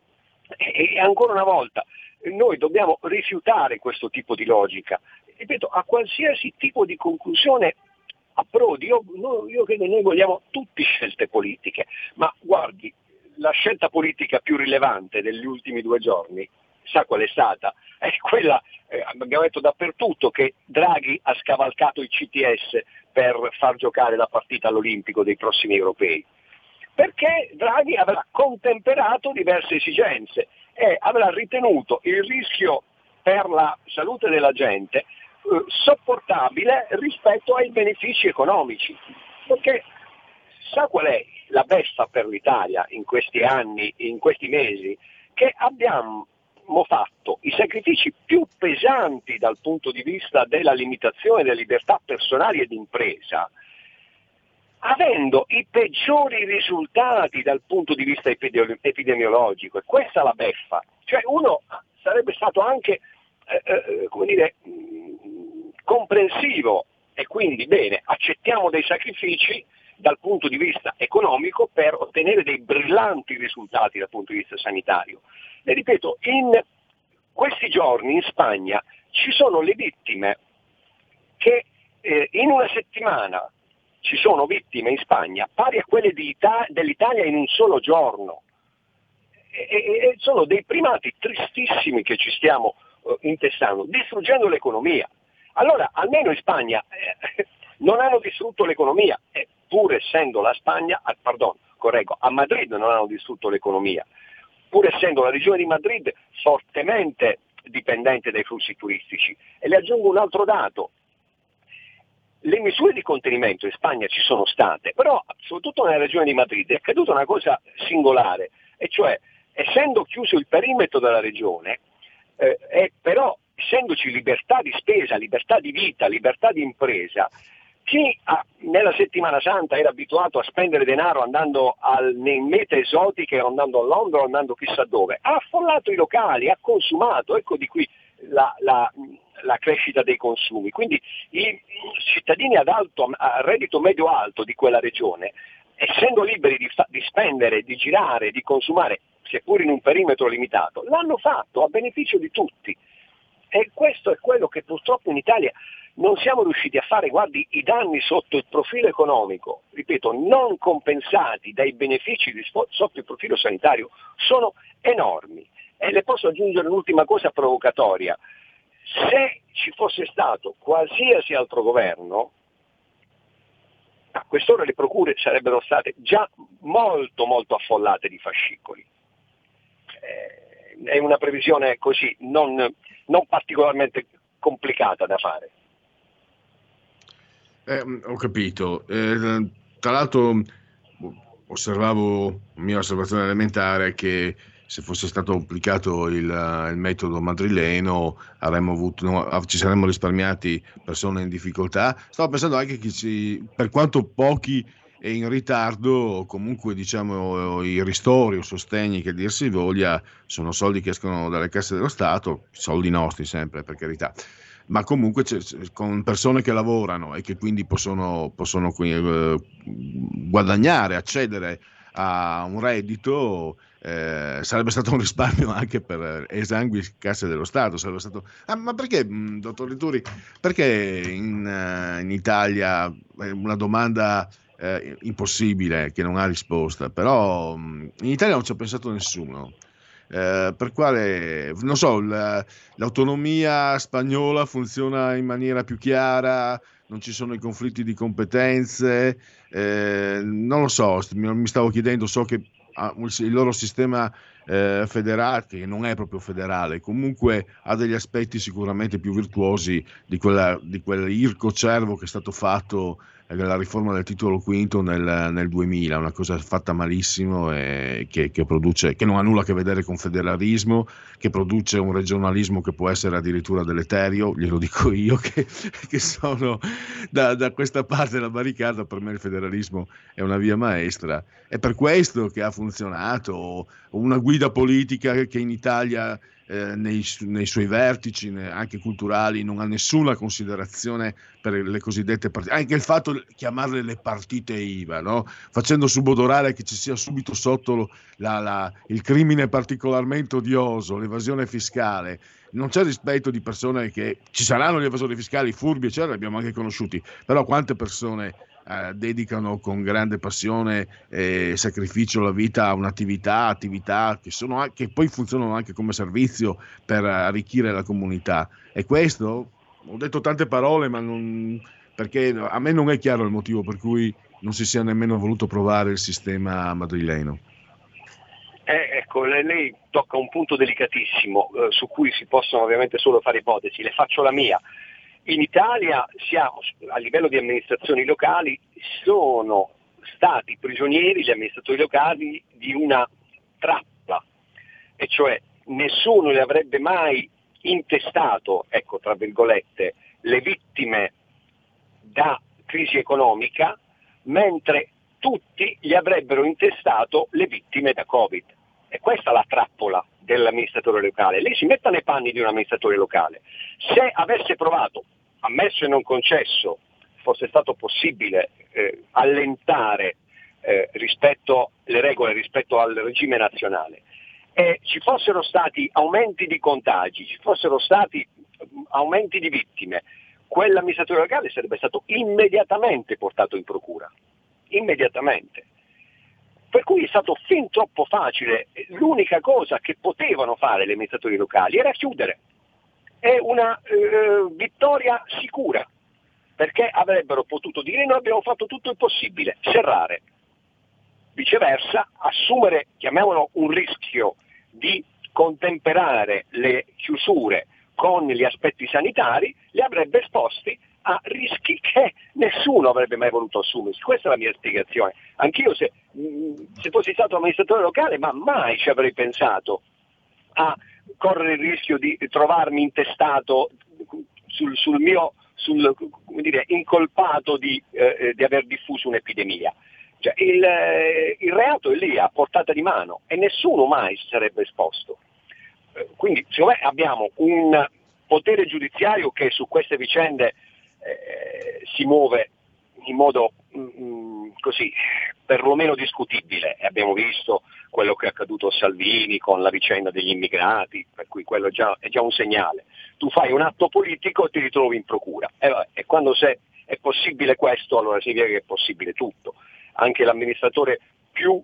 E ancora una volta noi dobbiamo rifiutare questo tipo di logica. Ripeto, a qualsiasi tipo di conclusione approdi, io credo che noi vogliamo tutti scelte politiche, ma guardi, la scelta politica più rilevante degli ultimi 2 giorni, sa qual è stata? È quella, abbiamo detto dappertutto, che Draghi ha scavalcato il CTS per far giocare la partita all'Olimpico dei prossimi europei. Perché Draghi avrà contemperato diverse esigenze e avrà ritenuto il rischio per la salute della gente sopportabile rispetto ai benefici economici. Perché sa qual è la beffa per l'Italia in questi anni, in questi mesi? Che abbiamo fatto i sacrifici più pesanti dal punto di vista della limitazione delle libertà personali ed impresa, avendo i peggiori risultati dal punto di vista epidemiologico, e questa è la beffa. Cioè uno sarebbe stato anche comprensivo, e quindi bene, accettiamo dei sacrifici dal punto di vista economico per ottenere dei brillanti risultati dal punto di vista sanitario. E ripeto, in questi giorni in Spagna ci sono le vittime che in una settimana ci sono vittime in Spagna pari a quelle dell'Italia in un solo giorno. E sono dei primati tristissimi che ci stiamo intestando, distruggendo l'economia. Allora, almeno in Spagna non hanno distrutto l'economia, pur essendo la Spagna, a Madrid non hanno distrutto l'economia, pur essendo la regione di Madrid fortemente dipendente dai flussi turistici. E le aggiungo un altro dato. Le misure di contenimento in Spagna ci sono state, però soprattutto nella regione di Madrid è accaduta una cosa singolare, e cioè, essendo chiuso il perimetro della regione, però essendoci libertà di spesa, libertà di vita, libertà di impresa, chi nella settimana santa era abituato a spendere denaro andando in mete esotiche, o andando a Londra o andando chissà dove, ha affollato i locali, ha consumato, ecco di qui la crescita dei consumi. Quindi i cittadini a reddito medio alto di quella regione, essendo liberi di spendere, di girare, di consumare, seppur in un perimetro limitato, l'hanno fatto a beneficio di tutti. E questo è quello che purtroppo in Italia non siamo riusciti a fare. Guardi, i danni sotto il profilo economico, ripeto, non compensati dai benefici sotto il profilo sanitario, sono enormi. E le posso aggiungere un'ultima cosa provocatoria. Se ci fosse stato qualsiasi altro governo, a quest'ora le procure sarebbero state già molto molto affollate di fascicoli. È una previsione così non particolarmente complicata da fare. Ho capito. Tra l'altro osservavo, mia osservazione elementare, che se fosse stato applicato il metodo madrileno ci saremmo risparmiati persone in difficoltà. Stavo pensando anche che per quanto pochi e in ritardo, comunque diciamo i ristori o sostegni che dir si voglia sono soldi che escono dalle casse dello Stato, soldi nostri sempre, per carità, ma comunque con persone che lavorano e che quindi possono guadagnare, accedere a un reddito. Sarebbe stato un risparmio anche per esangui casse dello Stato. Sarebbe stato... ma perché, dottor Litturi, perché in Italia è una domanda impossibile che non ha risposta, però in Italia non ci ha pensato nessuno. Per quale, non so, l'autonomia spagnola funziona in maniera più chiara, non ci sono i conflitti di competenze, non lo so, mi stavo chiedendo, so che il loro sistema federale, che non è proprio federale, comunque ha degli aspetti sicuramente più virtuosi di quell'ircocervo che è stato fatto nella riforma del titolo quinto nel 2000, una cosa fatta malissimo e che non ha nulla a che vedere con federalismo, che produce un regionalismo che può essere addirittura deleterio. Glielo dico io che sono da questa parte della barricata. Per me il federalismo è una via maestra, è per questo che ha funzionato una guida politica che in Italia nei suoi vertici anche culturali non ha nessuna considerazione per le cosiddette partite, anche il fatto di chiamarle le partite IVA, no? Facendo subodorare che ci sia subito sotto il crimine particolarmente odioso, l'evasione fiscale. Non c'è rispetto di persone che ci saranno gli evasori fiscali, furbi eccetera, li abbiamo anche conosciuti, però quante persone dedicano con grande passione e sacrificio la vita a un'attività che poi funzionano anche come servizio per arricchire la comunità. E questo, ho detto tante parole, ma perché a me non è chiaro il motivo per cui non si sia nemmeno voluto provare il sistema madrileno. Ecco, lei tocca un punto delicatissimo su cui si possono ovviamente solo fare ipotesi. Le faccio la mia. In Italia a livello di amministrazioni locali sono stati prigionieri gli amministratori locali di una trappola, e cioè nessuno le avrebbe mai intestato, ecco, tra virgolette, le vittime da crisi economica, mentre tutti gli avrebbero intestato le vittime da Covid. E questa è la trappola dell'amministratore locale. Lei si metta nei panni di un amministratore locale. Se avesse provato, ammesso e non concesso, fosse stato possibile allentare rispetto alle regole, rispetto al regime nazionale, e ci fossero stati aumenti di contagi, ci fossero stati aumenti di vittime, quell'amministratore locale sarebbe stato immediatamente portato in procura, immediatamente. Per cui è stato fin troppo facile. L'unica cosa che potevano fare gli amministratori locali era chiudere. È una vittoria sicura, perché avrebbero potuto dire noi abbiamo fatto tutto il possibile, serrare. Viceversa, assumere, chiamiamolo un rischio, di contemperare le chiusure con gli aspetti sanitari, li avrebbe esposti a rischi che nessuno avrebbe mai voluto assumersi. Questa è la mia spiegazione. Anch'io se fossi stato amministratore locale, ma mai ci avrei pensato a correre il rischio di trovarmi intestato come dire, incolpato di aver diffuso un'epidemia. Cioè, il reato è lì, a portata di mano, e nessuno mai si sarebbe esposto. Quindi, secondo me, abbiamo un potere giudiziario che su queste vicende si muove in modo così perlomeno discutibile. Abbiamo visto quello che è accaduto a Salvini con la vicenda degli immigrati, per cui quello è già un segnale. Tu fai un atto politico e ti ritrovi in procura, e quando è possibile questo, allora significa che è possibile tutto. Anche l'amministratore più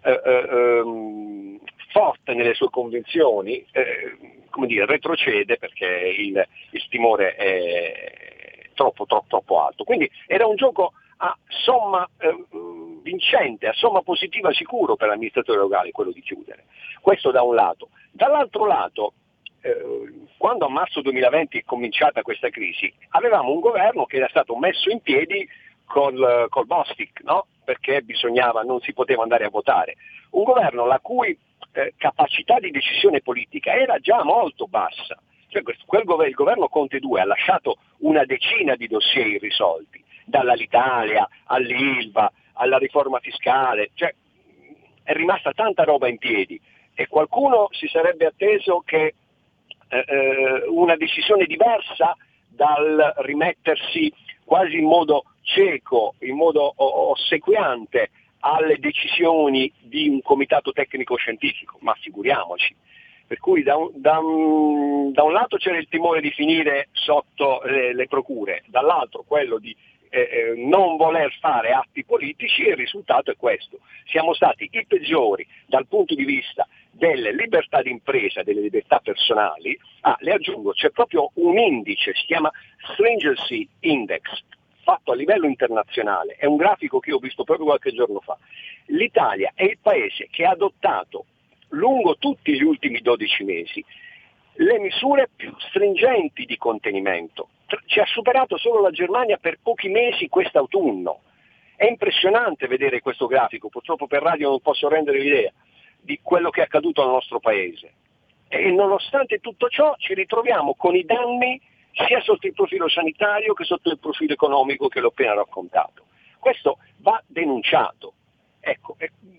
forte nelle sue convinzioni come dire, retrocede perché il timore è troppo alto. Quindi era un gioco a somma vincente, a somma positiva sicuro per l'amministratore locale quello di chiudere. Questo da un lato. Dall'altro lato, quando a marzo 2020 è cominciata questa crisi, avevamo un governo che era stato messo in piedi col Bostic, no? Perché non si poteva andare a votare. Un governo la cui capacità di decisione politica era già molto bassa. Cioè, il governo Conte 2 ha lasciato una decina di dossier irrisolti, dall'Alitalia all'Ilva, alla riforma fiscale, cioè è rimasta tanta roba in piedi e qualcuno si sarebbe atteso che una decisione diversa dal rimettersi quasi in modo cieco, in modo ossequiante alle decisioni di un comitato tecnico scientifico, ma figuriamoci. Per cui da un lato c'era il timore di finire sotto le procure, dall'altro quello di non voler fare atti politici, e il risultato è questo. Siamo stati i peggiori dal punto di vista delle libertà d'impresa, delle libertà personali. Le aggiungo, c'è proprio un indice, si chiama Stringency Index, fatto a livello internazionale, è un grafico che ho visto proprio qualche giorno fa. L'Italia è il paese che ha adottato lungo tutti gli ultimi 12 mesi le misure più stringenti di contenimento. Ci ha superato solo la Germania per pochi mesi quest'autunno. È impressionante vedere questo grafico, purtroppo per radio non posso rendere l'idea di quello che è accaduto al nostro paese. E nonostante tutto ciò ci ritroviamo con i danni sia sotto il profilo sanitario che sotto il profilo economico che l'ho appena raccontato. Questo va denunciato. Ecco,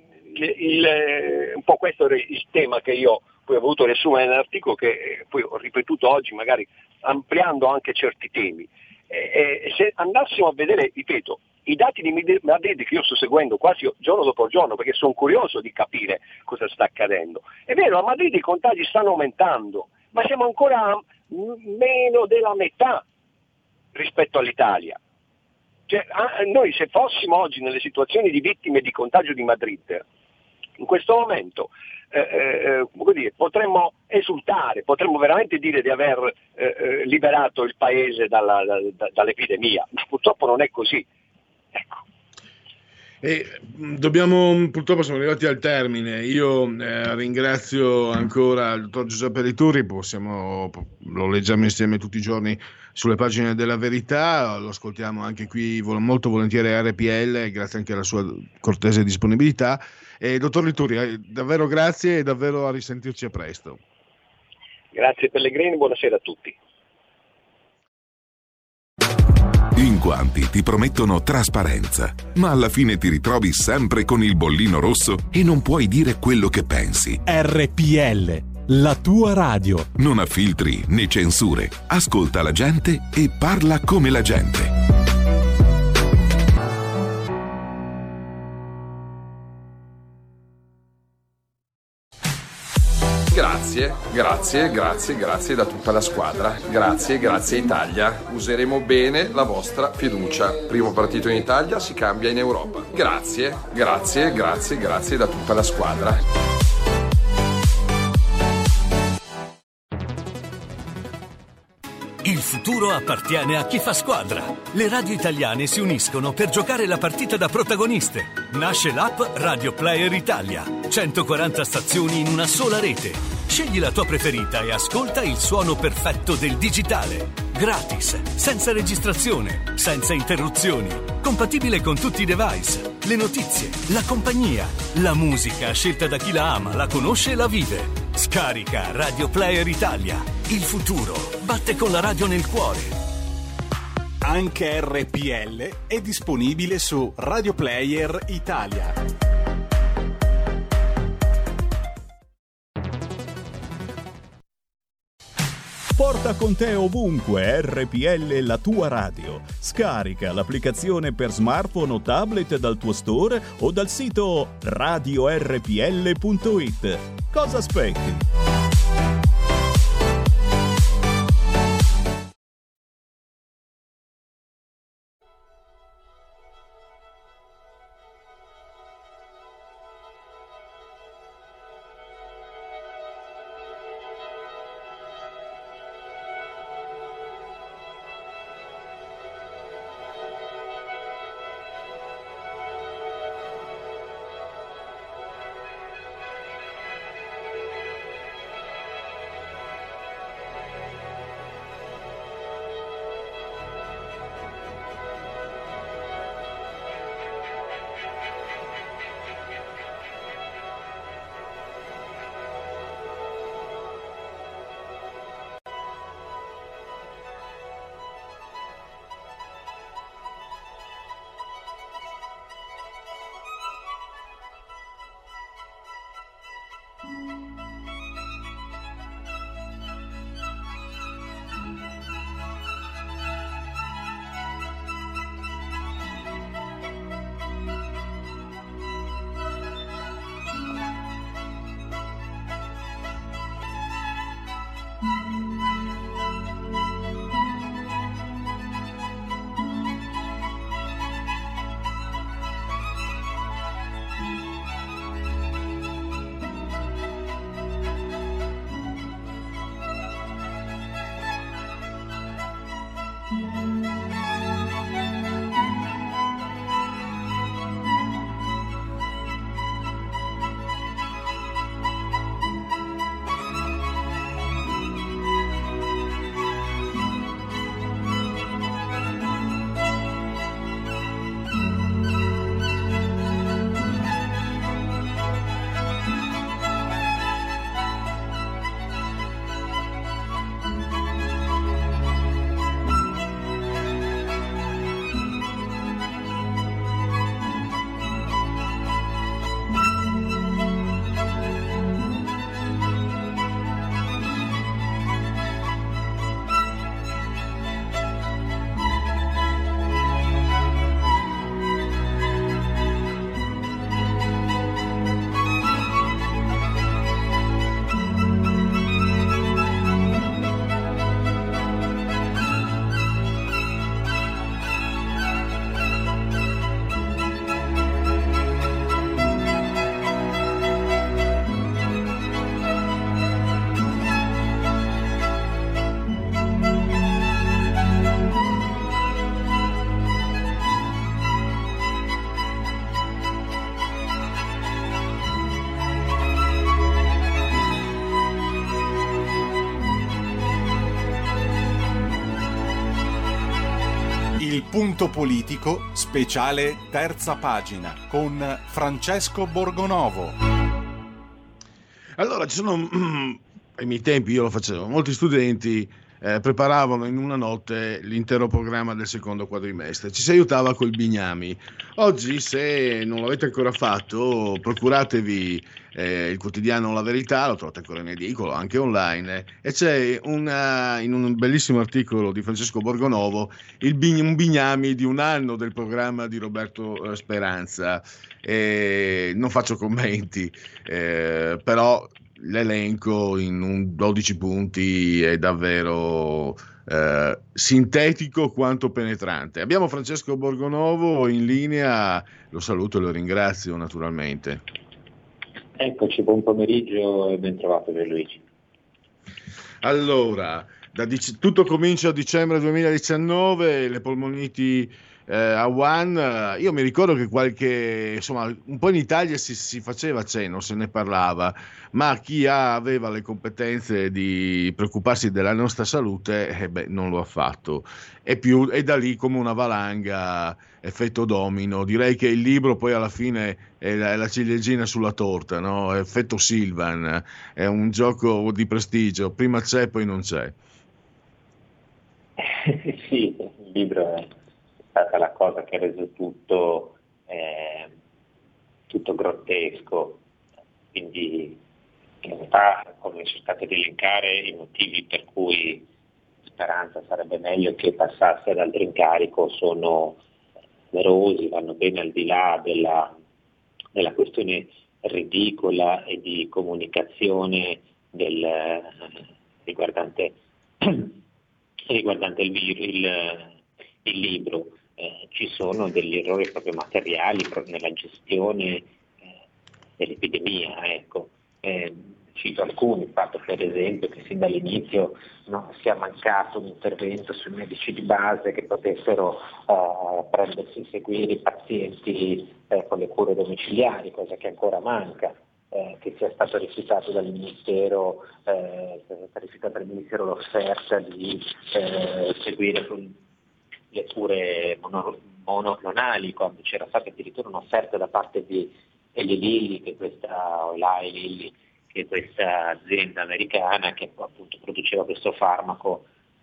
un po' questo era il tema che io poi ho voluto riassumere nell'articolo, che poi ho ripetuto oggi, magari ampliando anche certi temi. Se andassimo a vedere, ripeto, i dati di Madrid che io sto seguendo quasi giorno dopo giorno, perché sono curioso di capire cosa sta accadendo. È vero, a Madrid i contagi stanno aumentando, ma siamo ancora a meno della metà rispetto all'Italia. Cioè, noi se fossimo oggi nelle situazioni di vittime di contagio di Madrid, in questo momento potremmo esultare, potremmo veramente dire di aver liberato il paese dall'epidemia, ma purtroppo non è così. Ecco. Purtroppo siamo arrivati al termine. Io ringrazio ancora il dottor Giuseppe Liturri, lo leggiamo insieme tutti i giorni sulle pagine della Verità, lo ascoltiamo anche qui molto volentieri a RPL, grazie anche alla sua cortese disponibilità. Dottor Liturri, davvero grazie e davvero a risentirci a presto. Grazie Pellegrini, buonasera a tutti. In quanti ti promettono trasparenza, ma alla fine ti ritrovi sempre con il bollino rosso e non puoi dire quello che pensi. RPL, la tua radio. Non ha filtri né censure. Ascolta la gente e parla come la gente. Grazie da tutta la squadra. Grazie Italia. Useremo bene la vostra fiducia. Primo partito in Italia, si cambia in Europa. Grazie da tutta la squadra. Il futuro appartiene a chi fa squadra. Le radio italiane si uniscono per giocare la partita da protagoniste. Nasce l'app Radio Player Italia. 140 stazioni in una sola rete. Scegli la tua preferita e ascolta il suono perfetto del digitale. Gratis, senza registrazione, senza interruzioni. Compatibile con tutti i device. Le notizie, la compagnia, la musica scelta da chi la ama, la conosce e la vive. Scarica Radio Player Italia. Il futuro batte con la radio nel cuore. Anche RPL è disponibile su Radio Player Italia. Porta con te ovunque RPL la tua radio. Scarica l'applicazione per smartphone o tablet dal tuo store o dal sito radiorpl.it. Cosa aspetti? Il punto politico, speciale terza pagina, con Francesco Borgonovo. Allora, ci sono, ai miei tempi io lo facevo, molti studenti preparavano in una notte l'intero programma del secondo quadrimestre, ci si aiutava col Bignami. Oggi, se non l'avete ancora fatto, procuratevi il quotidiano La Verità, lo trovate ancora in edicola, anche online, e c'è in un bellissimo articolo di Francesco Borgonovo un Bignami di un anno del programma di Roberto Speranza. Non faccio commenti, però l'elenco in 12 punti è davvero sintetico quanto penetrante. Abbiamo Francesco Borgonovo in linea, lo saluto e lo ringrazio naturalmente. Eccoci, buon pomeriggio e ben trovato Pierluigi. Allora, tutto comincia a dicembre 2019, le polmoniti a Wuhan. Io mi ricordo che un po' in Italia si faceva cenno, se ne parlava, ma chi aveva le competenze di preoccuparsi della nostra salute, non lo ha fatto. È da lì come una valanga, effetto domino. Direi che il libro poi alla fine è la ciliegina sulla torta, no? È effetto Silvan, è un gioco di prestigio, prima c'è poi non c'è. Sì, il libro è stata la cosa che ha reso tutto grottesco, quindi in realtà, come ho cercato di elencare, i motivi per cui Speranza sarebbe meglio che passasse ad altro incarico sono numerosi, vanno bene al di là della questione ridicola e di comunicazione riguardante il libro. Ci sono degli errori proprio materiali nella gestione dell'epidemia, ecco. Cito alcuni, il fatto per esempio che sin dall'inizio non sia mancato un intervento sui medici di base che potessero seguire i pazienti con le cure domiciliari, cosa che ancora manca, che sia stato rifiutato dal Ministero, l'offerta di seguire le cure monoclonali, quando c'era stata addirittura un'offerta da parte di Eli Lilly, che è questa azienda americana che appunto produceva questo farmaco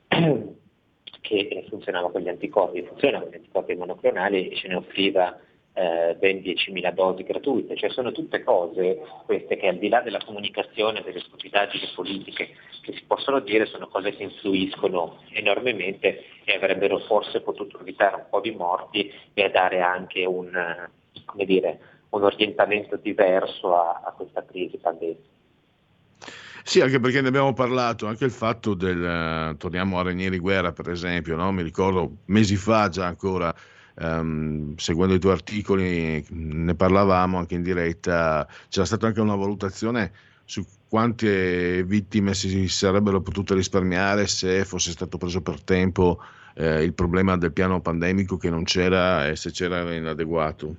che funziona con gli anticorpi monoclonali, e ce ne offriva ben 10.000 dosi gratuite. Cioè sono tutte cose queste che, al di là della comunicazione, delle stupidaggini politiche che si possono dire, sono cose che influiscono enormemente e avrebbero forse potuto evitare un po' di morti e dare anche un orientamento diverso a questa crisi pandemica. Sì, anche perché ne abbiamo parlato, anche il fatto torniamo a Ranieri Guerra per esempio, no? Mi ricordo mesi fa già ancora, seguendo i tuoi articoli, ne parlavamo anche in diretta, c'era stata anche una valutazione su quante vittime si sarebbero potute risparmiare se fosse stato preso per tempo il problema del piano pandemico, che non c'era, e se c'era era inadeguato.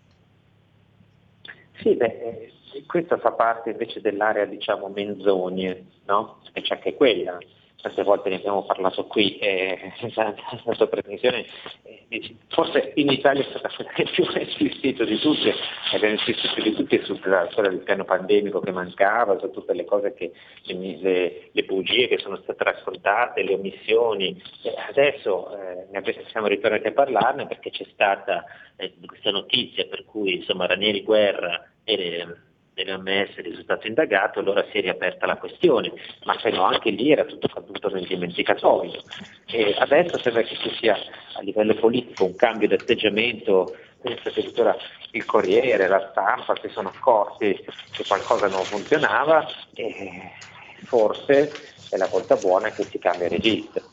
Sì, questo fa parte invece dell'area, menzogne, no? E c'è anche quella, tante volte ne abbiamo parlato qui, la sua pretensione, forse in Italia è stata quella che più ha insistito di tutte, abbiamo insistito di tutti sulla storia del piano pandemico che mancava, su tutte le cose le bugie che sono state raccontate, le omissioni. Adesso siamo ritornati a parlarne perché c'è stata questa notizia per cui Ranieri Guerra dell'OMS è risultato indagato, allora si è riaperta la questione, ma se no anche lì era tutto caduto nel dimenticatoio. E adesso sembra che ci sia a livello politico un cambio di atteggiamento, penso addirittura il Corriere, la Stampa si sono accorti che qualcosa non funzionava e forse è la volta buona che si cambia registro.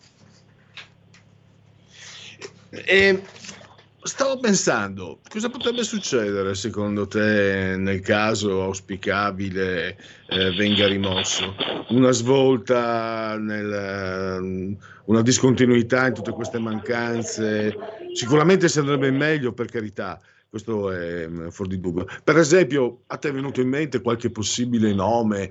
Stavo pensando, cosa potrebbe succedere secondo te nel caso auspicabile venga rimosso? Una svolta, una discontinuità in tutte queste mancanze? Sicuramente si andrebbe in meglio, per carità, questo è fuori di dubbio. Per esempio, a te è venuto in mente qualche possibile nome,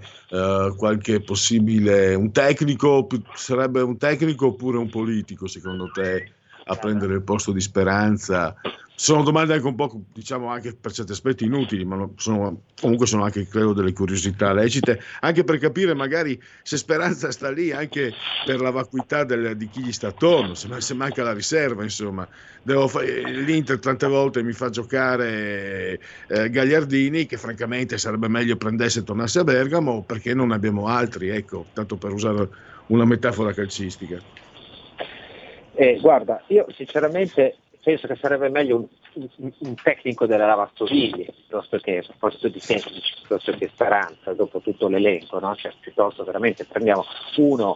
un tecnico, sarebbe un tecnico oppure un politico secondo te a prendere il posto di Speranza? Sono domande anche un po', anche per certi aspetti inutili, ma sono anche, credo, delle curiosità lecite, anche per capire magari se Speranza sta lì anche per la vacuità di chi gli sta attorno, se manca la riserva, insomma. L'Inter tante volte mi fa giocare Gagliardini, che francamente sarebbe meglio prendesse e tornasse a Bergamo, perché non abbiamo altri, ecco, tanto per usare una metafora calcistica. Guarda, io sinceramente penso che sarebbe meglio un tecnico della lavastoviglie piuttosto che, a proposito di tecnici, piuttosto che Speranza dopo tutto l'elenco, no? Cioè, piuttosto veramente prendiamo uno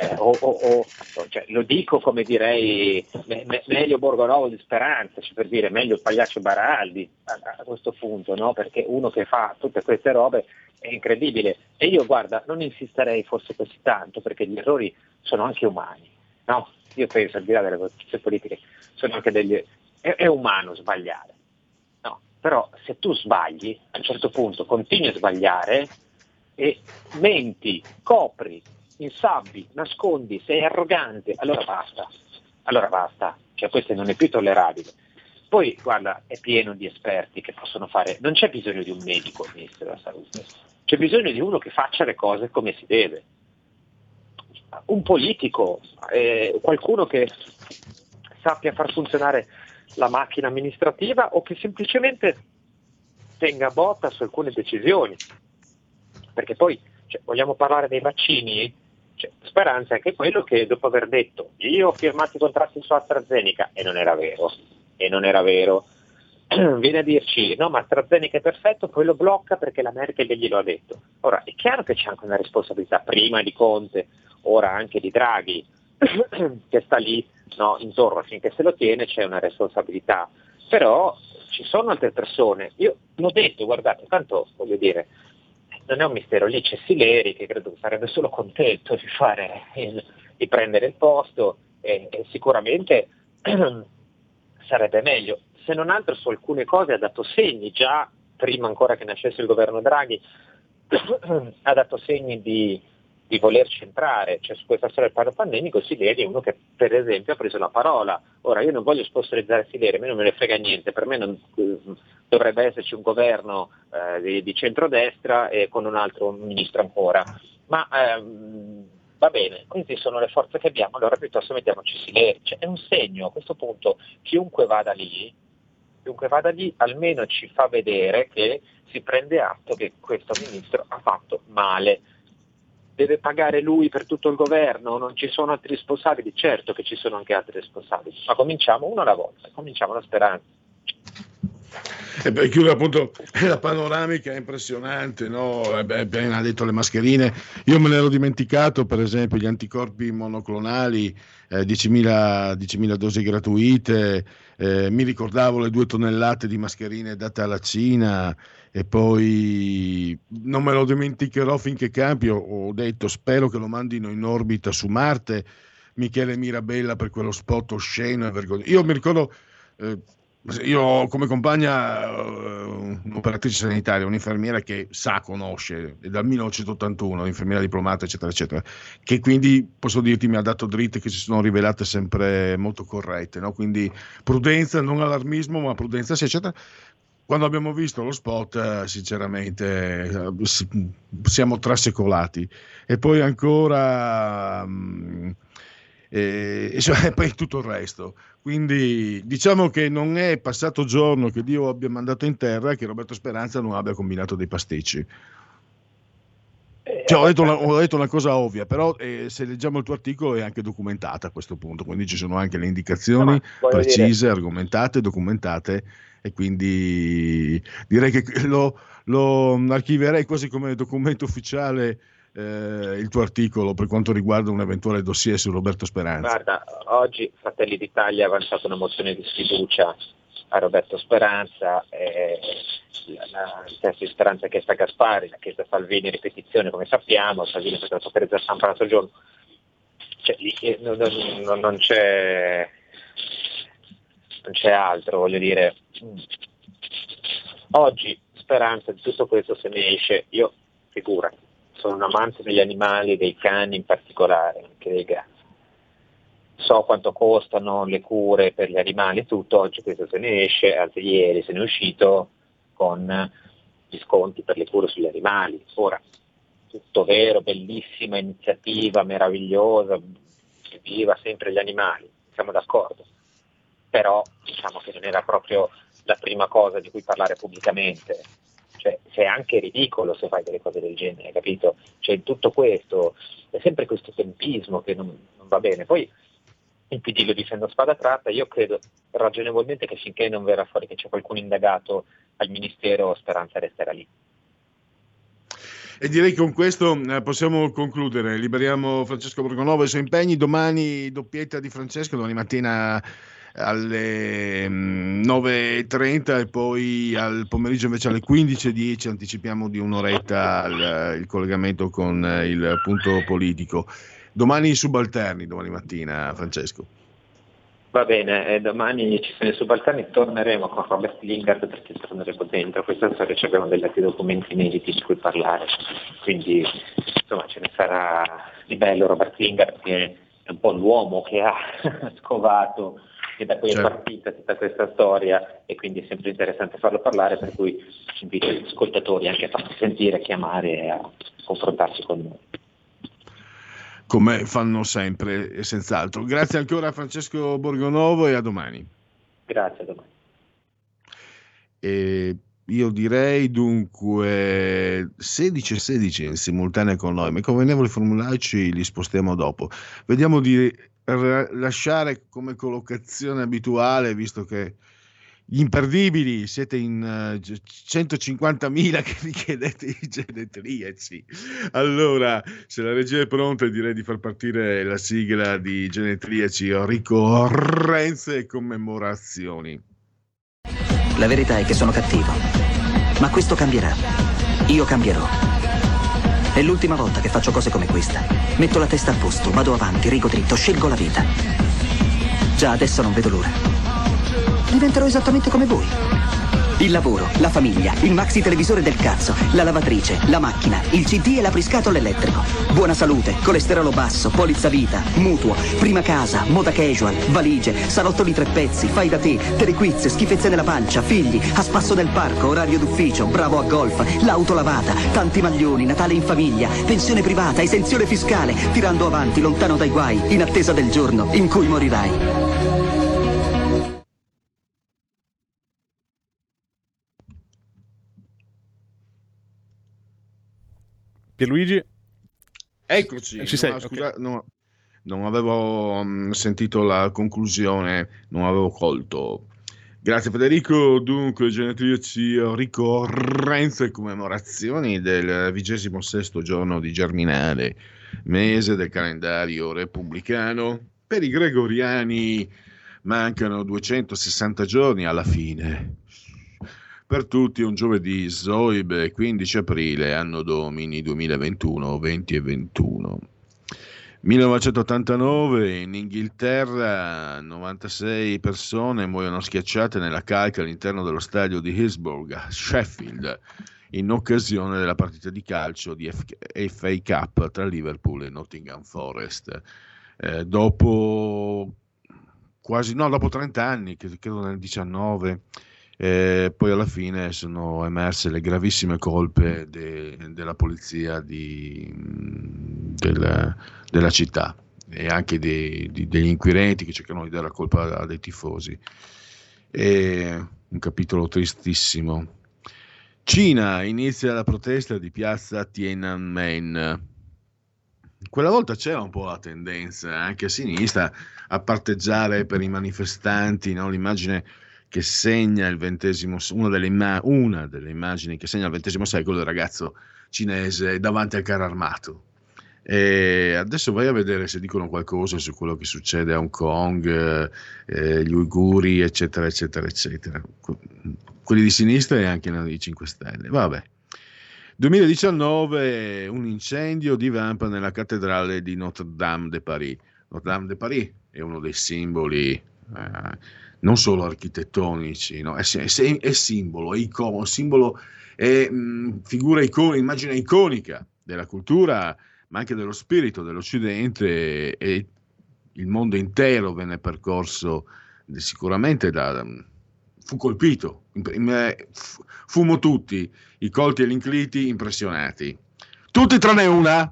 cioè, lo dico come direi meglio Borgonovo di Speranza, cioè, per dire meglio Pagliaccio Baraldi a questo punto, no? Perché uno che fa tutte queste robe è incredibile, e io guarda non insisterei forse così tanto, perché gli errori sono anche umani, no? Io penso, al di là delle posizioni politiche, sono anche è umano sbagliare, no? Però se tu sbagli, a un certo punto continui a sbagliare e menti, copri, insabbi, nascondi, sei arrogante, allora basta, cioè questo non è più tollerabile. Poi guarda, è pieno di esperti che possono fare, non c'è bisogno di un medico al Ministero della Salute, c'è bisogno di uno che faccia le cose come si deve. Un politico, qualcuno che sappia far funzionare la macchina amministrativa o che semplicemente tenga botta su alcune decisioni, perché poi vogliamo parlare dei vaccini, Speranza è anche quello che dopo aver detto io ho firmato i contratti su AstraZeneca e non era vero, viene a dirci no ma AstraZeneca è perfetto, poi lo blocca perché la Merkel glielo ha detto. Ora è chiaro che c'è anche una responsabilità prima di Conte, ora anche di Draghi che sta lì, no, intorno, finché se lo tiene c'è una responsabilità, però ci sono altre persone, io l'ho detto, guardate, tanto voglio dire non è un mistero, lì c'è Sileri che credo che sarebbe solo contento di prendere il posto e sicuramente sarebbe meglio, se non altro su alcune cose ha dato segni già prima ancora che nascesse il governo Draghi ha dato segni di voler centrare, cioè su questa storia del piano pandemico Sileri è uno che per esempio ha preso la parola. Ora io non voglio sponsorizzare Sileri, a me non me ne frega niente, per me non dovrebbe esserci un governo di centrodestra e con un altro ministro ancora, ma va bene, queste sono le forze che abbiamo, allora piuttosto mettiamoci Sileri, cioè, è un segno a questo punto, chiunque vada lì almeno ci fa vedere che si prende atto che questo ministro ha fatto male. Deve pagare lui per tutto il governo, non ci sono altri responsabili, certo che ci sono anche altri responsabili, ma cominciamo uno alla volta, cominciamo la Speranza. E per chiudere appunto la panoramica è impressionante, no? Appena detto le mascherine, io me ne ero dimenticato, per esempio gli anticorpi monoclonali, 10.000 dosi gratuite, mi ricordavo le 2 tonnellate di mascherine date alla Cina e poi non me lo dimenticherò finché campi, ho detto spero che lo mandino in orbita su Marte, Michele Mirabella per quello spot osceno e vergognoso. Io mi ricordo... io ho come compagna un'operatrice sanitaria, un'infermiera che conosce, è dal 1981, un'infermiera diplomata eccetera eccetera, che quindi posso dirti mi ha dato dritte che si sono rivelate sempre molto corrette, no? Quindi prudenza, non allarmismo ma prudenza eccetera. Quando abbiamo visto lo spot sinceramente siamo trasecolati e poi ancora e poi tutto il resto. Quindi diciamo che non è passato giorno che Dio abbia mandato in terra che Roberto Speranza non abbia combinato dei pasticci. Cioè, ho detto una cosa ovvia, però se leggiamo il tuo articolo è anche documentata a questo punto, quindi ci sono anche le indicazioni precise, argomentate, documentate, e quindi direi che lo archiverei quasi come documento ufficiale il tuo articolo per quanto riguarda un eventuale dossier su Roberto Speranza. Guarda, oggi Fratelli d'Italia ha avanzato una mozione di sfiducia a Roberto Speranza, la stessa di Speranza che sta Gasparri, l'ha chiesta Salvini ripetizione come sappiamo, Salvini è stato per la stampa l'altro giorno, cioè, non c'è altro, voglio dire, oggi Speranza di tutto questo se ne esce, io figurati, sono un amante degli animali, dei cani in particolare, anche dei gatti. So quanto costano le cure per gli animali e tutto, oggi questo se ne esce, anzi ieri se ne è uscito con gli sconti per le cure sugli animali. Ora, tutto vero, bellissima iniziativa, meravigliosa, viva sempre gli animali, siamo d'accordo, però diciamo che non era proprio la prima cosa di cui parlare pubblicamente. Cioè, sei anche ridicolo se fai delle cose del genere, capito? Cioè, in tutto questo è sempre questo tempismo che non va bene. Poi il PD lo difende a spada tratta. Io credo ragionevolmente che finché non verrà fuori che c'è qualcuno indagato al Ministero, Speranza resterà lì. E direi che con questo possiamo concludere. Liberiamo Francesco Borgonovo e i suoi impegni. Domani doppietta di Francesco, domani mattina alle 9:30 e poi al pomeriggio invece alle 15:10 anticipiamo di un'oretta il collegamento con il punto politico. Domani i subalterni, domani mattina, Francesco. Va bene, domani ci sono i subalterni, torneremo con Robert Lingard perché torneremo dentro questa storia, abbiamo degli altri documenti inediti su cui parlare, quindi insomma ce ne sarà di bello. Robert Lingard che è un po' l'uomo che ha scovato e da cui è partita tutta questa storia, e quindi è sempre interessante farlo parlare, per cui invito gli ascoltatori anche a farsi sentire, chiamare e a confrontarsi con noi. Come fanno sempre e senz'altro. Grazie ancora a Francesco Borgonovo e a domani. Grazie, a domani. E io direi dunque 16 in simultanea con noi, ma convenevoli formularci li spostiamo dopo. Vediamo di lasciare come collocazione abituale, visto che gli imperdibili siete in 150.000 che vi chiedete i genetriaci. Allora, se la regia è pronta, direi di far partire la sigla di genetriaci, ricorrenze e commemorazioni. La verità è che sono cattivo, ma questo cambierà. Io cambierò. È l'ultima volta che faccio cose come questa. Metto la testa a posto, vado avanti, rigo dritto, scelgo la vita. Già adesso non vedo l'ora. Diventerò esattamente come voi. Il lavoro, la famiglia, il maxi televisore del cazzo, la lavatrice, la macchina, il CD e l'apriscatole elettrico. Buona salute, colesterolo basso, polizza vita, mutuo, prima casa, moda casual, valigie, salottoli 3 pezzi, fai da te, telequiz, schifezze nella pancia, figli, a spasso nel parco, orario d'ufficio, bravo a golf, l'auto lavata, tanti maglioni, Natale in famiglia, pensione privata, esenzione fiscale, tirando avanti, lontano dai guai, in attesa del giorno in cui morirai. Pierluigi? Eccoci. Ci sei? Scusa, okay. Non avevo sentito la conclusione, non avevo colto. Grazie Federico. Dunque, genetriaci, ricorrenze e commemorazioni del 26° giorno di Germinale, mese del calendario repubblicano. Per i gregoriani mancano 260 giorni alla fine. Per tutti un giovedì, Zoibe, 15 aprile, anno domini 2021, 20 e 21. 1989, in Inghilterra, 96 persone muoiono schiacciate nella calca all'interno dello stadio di Hillsborough, a Sheffield, in occasione della partita di calcio di FA Cup tra Liverpool e Nottingham Forest. Dopo 30 anni, credo nel 19, poi alla fine sono emerse le gravissime colpe della polizia della città e anche degli inquirenti che cercano di dare la colpa dei tifosi. È un capitolo tristissimo. Cina, inizia la protesta di piazza Tiananmen. Quella volta c'era un po' la tendenza anche a sinistra a parteggiare per i manifestanti, no? L'immagine che segna il una delle immagini che segna il XX secolo del ragazzo cinese davanti al carro armato. E adesso vai a vedere se dicono qualcosa su quello che succede a Hong Kong, gli uiguri, eccetera, eccetera, eccetera. Quelli di sinistra e anche i 5 Stelle. Vabbè. 2019, un incendio divampa nella cattedrale di Notre-Dame de Paris. Notre-Dame de Paris è uno dei simboli non solo architettonici, no? È simbolo, è icono, simbolo, è figura iconica, immagine iconica della cultura, ma anche dello spirito dell'Occidente, e il mondo intero venne percorso sicuramente fu colpito, fummo tutti, i colti e gli incliti, impressionati. Tutti tranne una?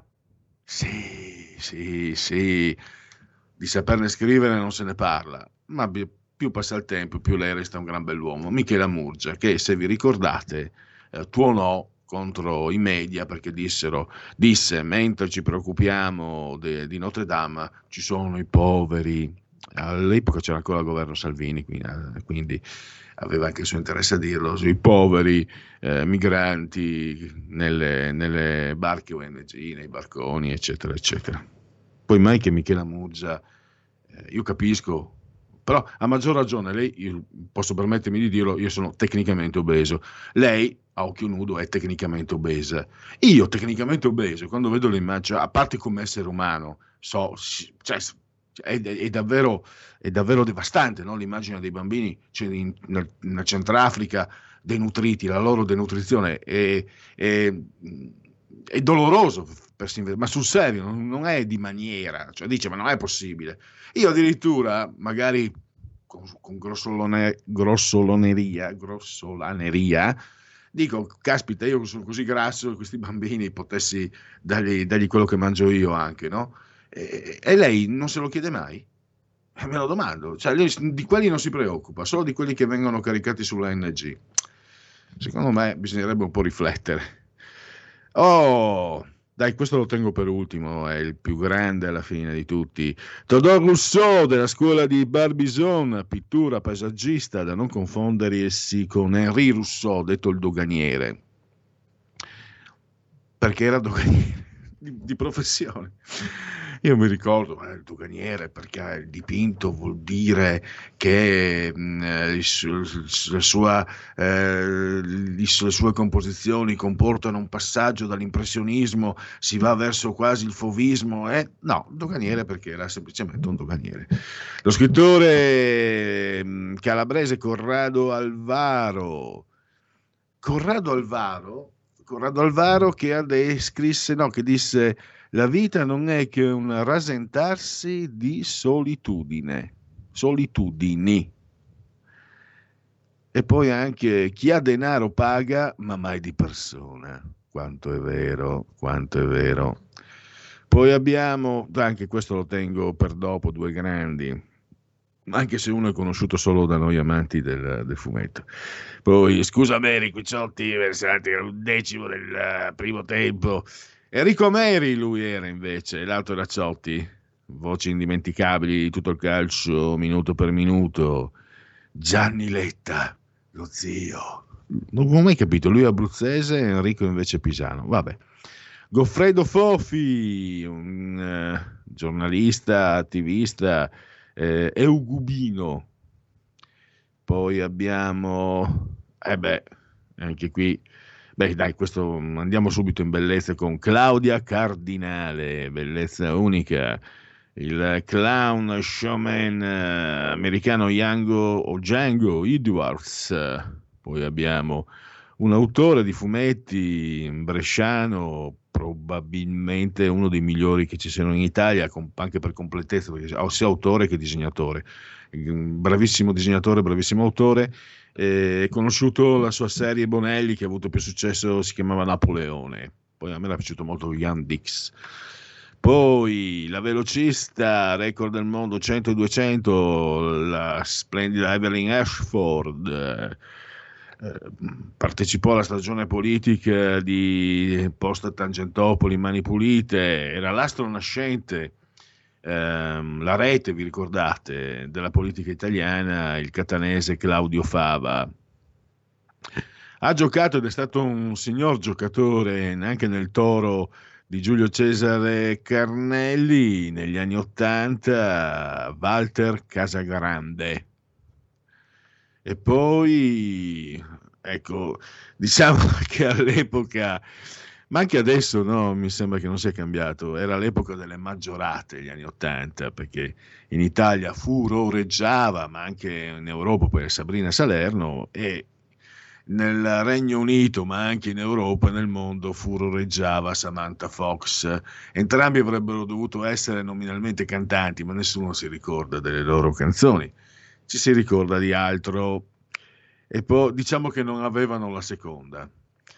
Sì, di saperne scrivere non se ne parla, ma più passa il tempo, più lei resta un gran bell'uomo. Michela Murgia, che se vi ricordate tuonò contro i media perché disse mentre ci preoccupiamo di Notre Dame ci sono i poveri all'epoca c'era ancora il governo Salvini, quindi aveva anche il suo interesse a dirlo, sui poveri migranti nelle barche ONG, nei barconi, eccetera, eccetera. Poi mai che Michela Murgia, io capisco, però a maggior ragione lei, io posso permettermi di dirlo, io sono tecnicamente obeso, lei a occhio nudo è tecnicamente obesa, io tecnicamente obeso, quando vedo l'immagine, a parte come essere umano, cioè, è davvero devastante, no? L'immagine dei bambini nel Centrafrica denutriti, la loro denutrizione è doloroso, ma sul serio, non è di maniera, cioè dice, ma non è possibile. Io addirittura, magari con grossolaneria, dico, caspita, io sono così grasso, questi bambini potessi dargli quello che mangio io anche, no? E lei non se lo chiede mai? Me lo domando, cioè lei di quelli non si preoccupa, solo di quelli che vengono caricati sulla NG. Secondo me bisognerebbe un po' riflettere. Dai, questo lo tengo per ultimo, è il più grande alla fine di tutti. Théodore Rousseau, della scuola di Barbizon, pittura paesaggista, da non confondersi con Henri Rousseau, detto il doganiere, perché era doganiere di professione. Io mi ricordo il doganiere, perché il dipinto vuol dire che le sue composizioni comportano un passaggio dall'impressionismo, si va verso quasi il fauvismo. No, doganiere perché era semplicemente un doganiere. Lo scrittore calabrese Corrado Alvaro che disse: la vita non è che un rasentarsi di solitudini. E poi anche chi ha denaro paga, ma mai di persona. Quanto è vero. Poi abbiamo, anche questo lo tengo per dopo, due grandi, anche se uno è conosciuto solo da noi amanti del fumetto. Poi, scusa me, Riquiciotti, versati all'11° del primo tempo. Enrico Meri, lui era invece, l'altro era Ciotti, voci indimenticabili di tutto il calcio, minuto per minuto. Gianni Letta, lo zio. Non ho mai capito, lui è abruzzese, Enrico invece pisano. Vabbè. Goffredo Fofi, un giornalista, attivista, eugubino. Poi abbiamo, anche qui, dai, questo andiamo subito in bellezza con Claudia Cardinale, bellezza unica, il clown showman americano Django Edwards. Poi abbiamo un autore di fumetti bresciano, probabilmente uno dei migliori che ci siano in Italia, anche per completezza, perché ha sia autore che disegnatore. Bravissimo disegnatore, bravissimo autore. Conosciuto la sua serie Bonelli, che ha avuto più successo, si chiamava Napoleone. Poi a me era piaciuto molto Jan Dix. Poi la velocista, record del mondo 100 e 200, la splendida Evelyn Ashford. Partecipò alla stagione politica di Post Tangentopoli, Mani Pulite, era l'astro nascente, la rete, vi ricordate, della politica italiana, il catanese Claudio Fava. Ha giocato ed è stato un signor giocatore anche nel Toro di Giulio Cesare Carnelli negli anni '80, Walter Casagrande. E poi, ecco, diciamo che all'epoca, ma anche adesso no, mi sembra che non sia cambiato, era l'epoca delle maggiorate, gli anni '80, perché in Italia furoreggiava, ma anche in Europa, per Sabrina Salerno, e nel Regno Unito, ma anche in Europa e nel mondo, furoreggiava Samantha Fox. Entrambi avrebbero dovuto essere nominalmente cantanti, ma nessuno si ricorda delle loro canzoni. Ci si ricorda di altro, e poi diciamo che non avevano la seconda.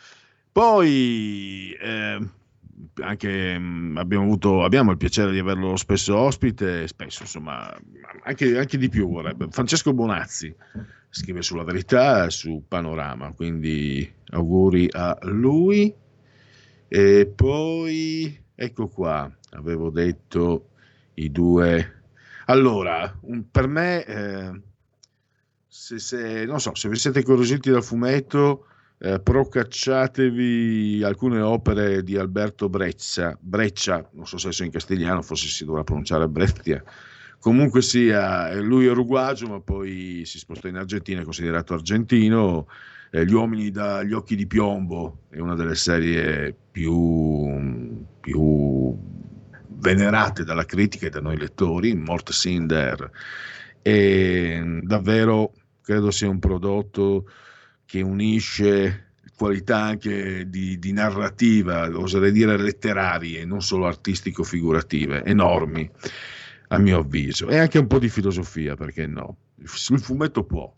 Poi anche abbiamo il piacere di averlo spesso ospite, spesso insomma, anche di più vorrebbe. Francesco Bonazzi scrive sulla Verità, su Panorama, quindi auguri a lui. E poi ecco qua, avevo detto i due. Allora, per me, non so, se vi siete incuriositi dal fumetto, procacciatevi alcune opere di Alberto Breccia, non so se è in castigliano, forse si dovrà pronunciare Breccia. Comunque sia, lui è uruguagio, ma poi si spostò in Argentina, è considerato argentino. Gli uomini dagli occhi di piombo è una delle serie più venerate dalla critica e da noi lettori, Mort Cinder, e davvero credo sia un prodotto che unisce qualità anche di narrativa, oserei dire letterarie, non solo artistico-figurative, enormi a mio avviso, e anche un po' di filosofia, perché no? Il fumetto può.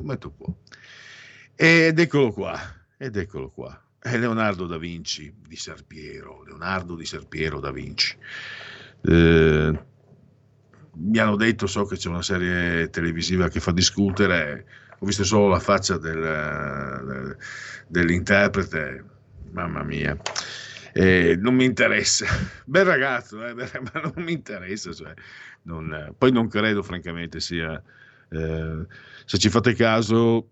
Ed eccolo qua, è Leonardo da Vinci di Serpiero, da Vinci. Mi hanno detto, so che c'è una serie televisiva che fa discutere, ho visto solo la faccia dell'interprete, mamma mia, non mi interessa, bel ragazzo, ma non mi interessa, cioè, poi non credo francamente sia, se ci fate caso,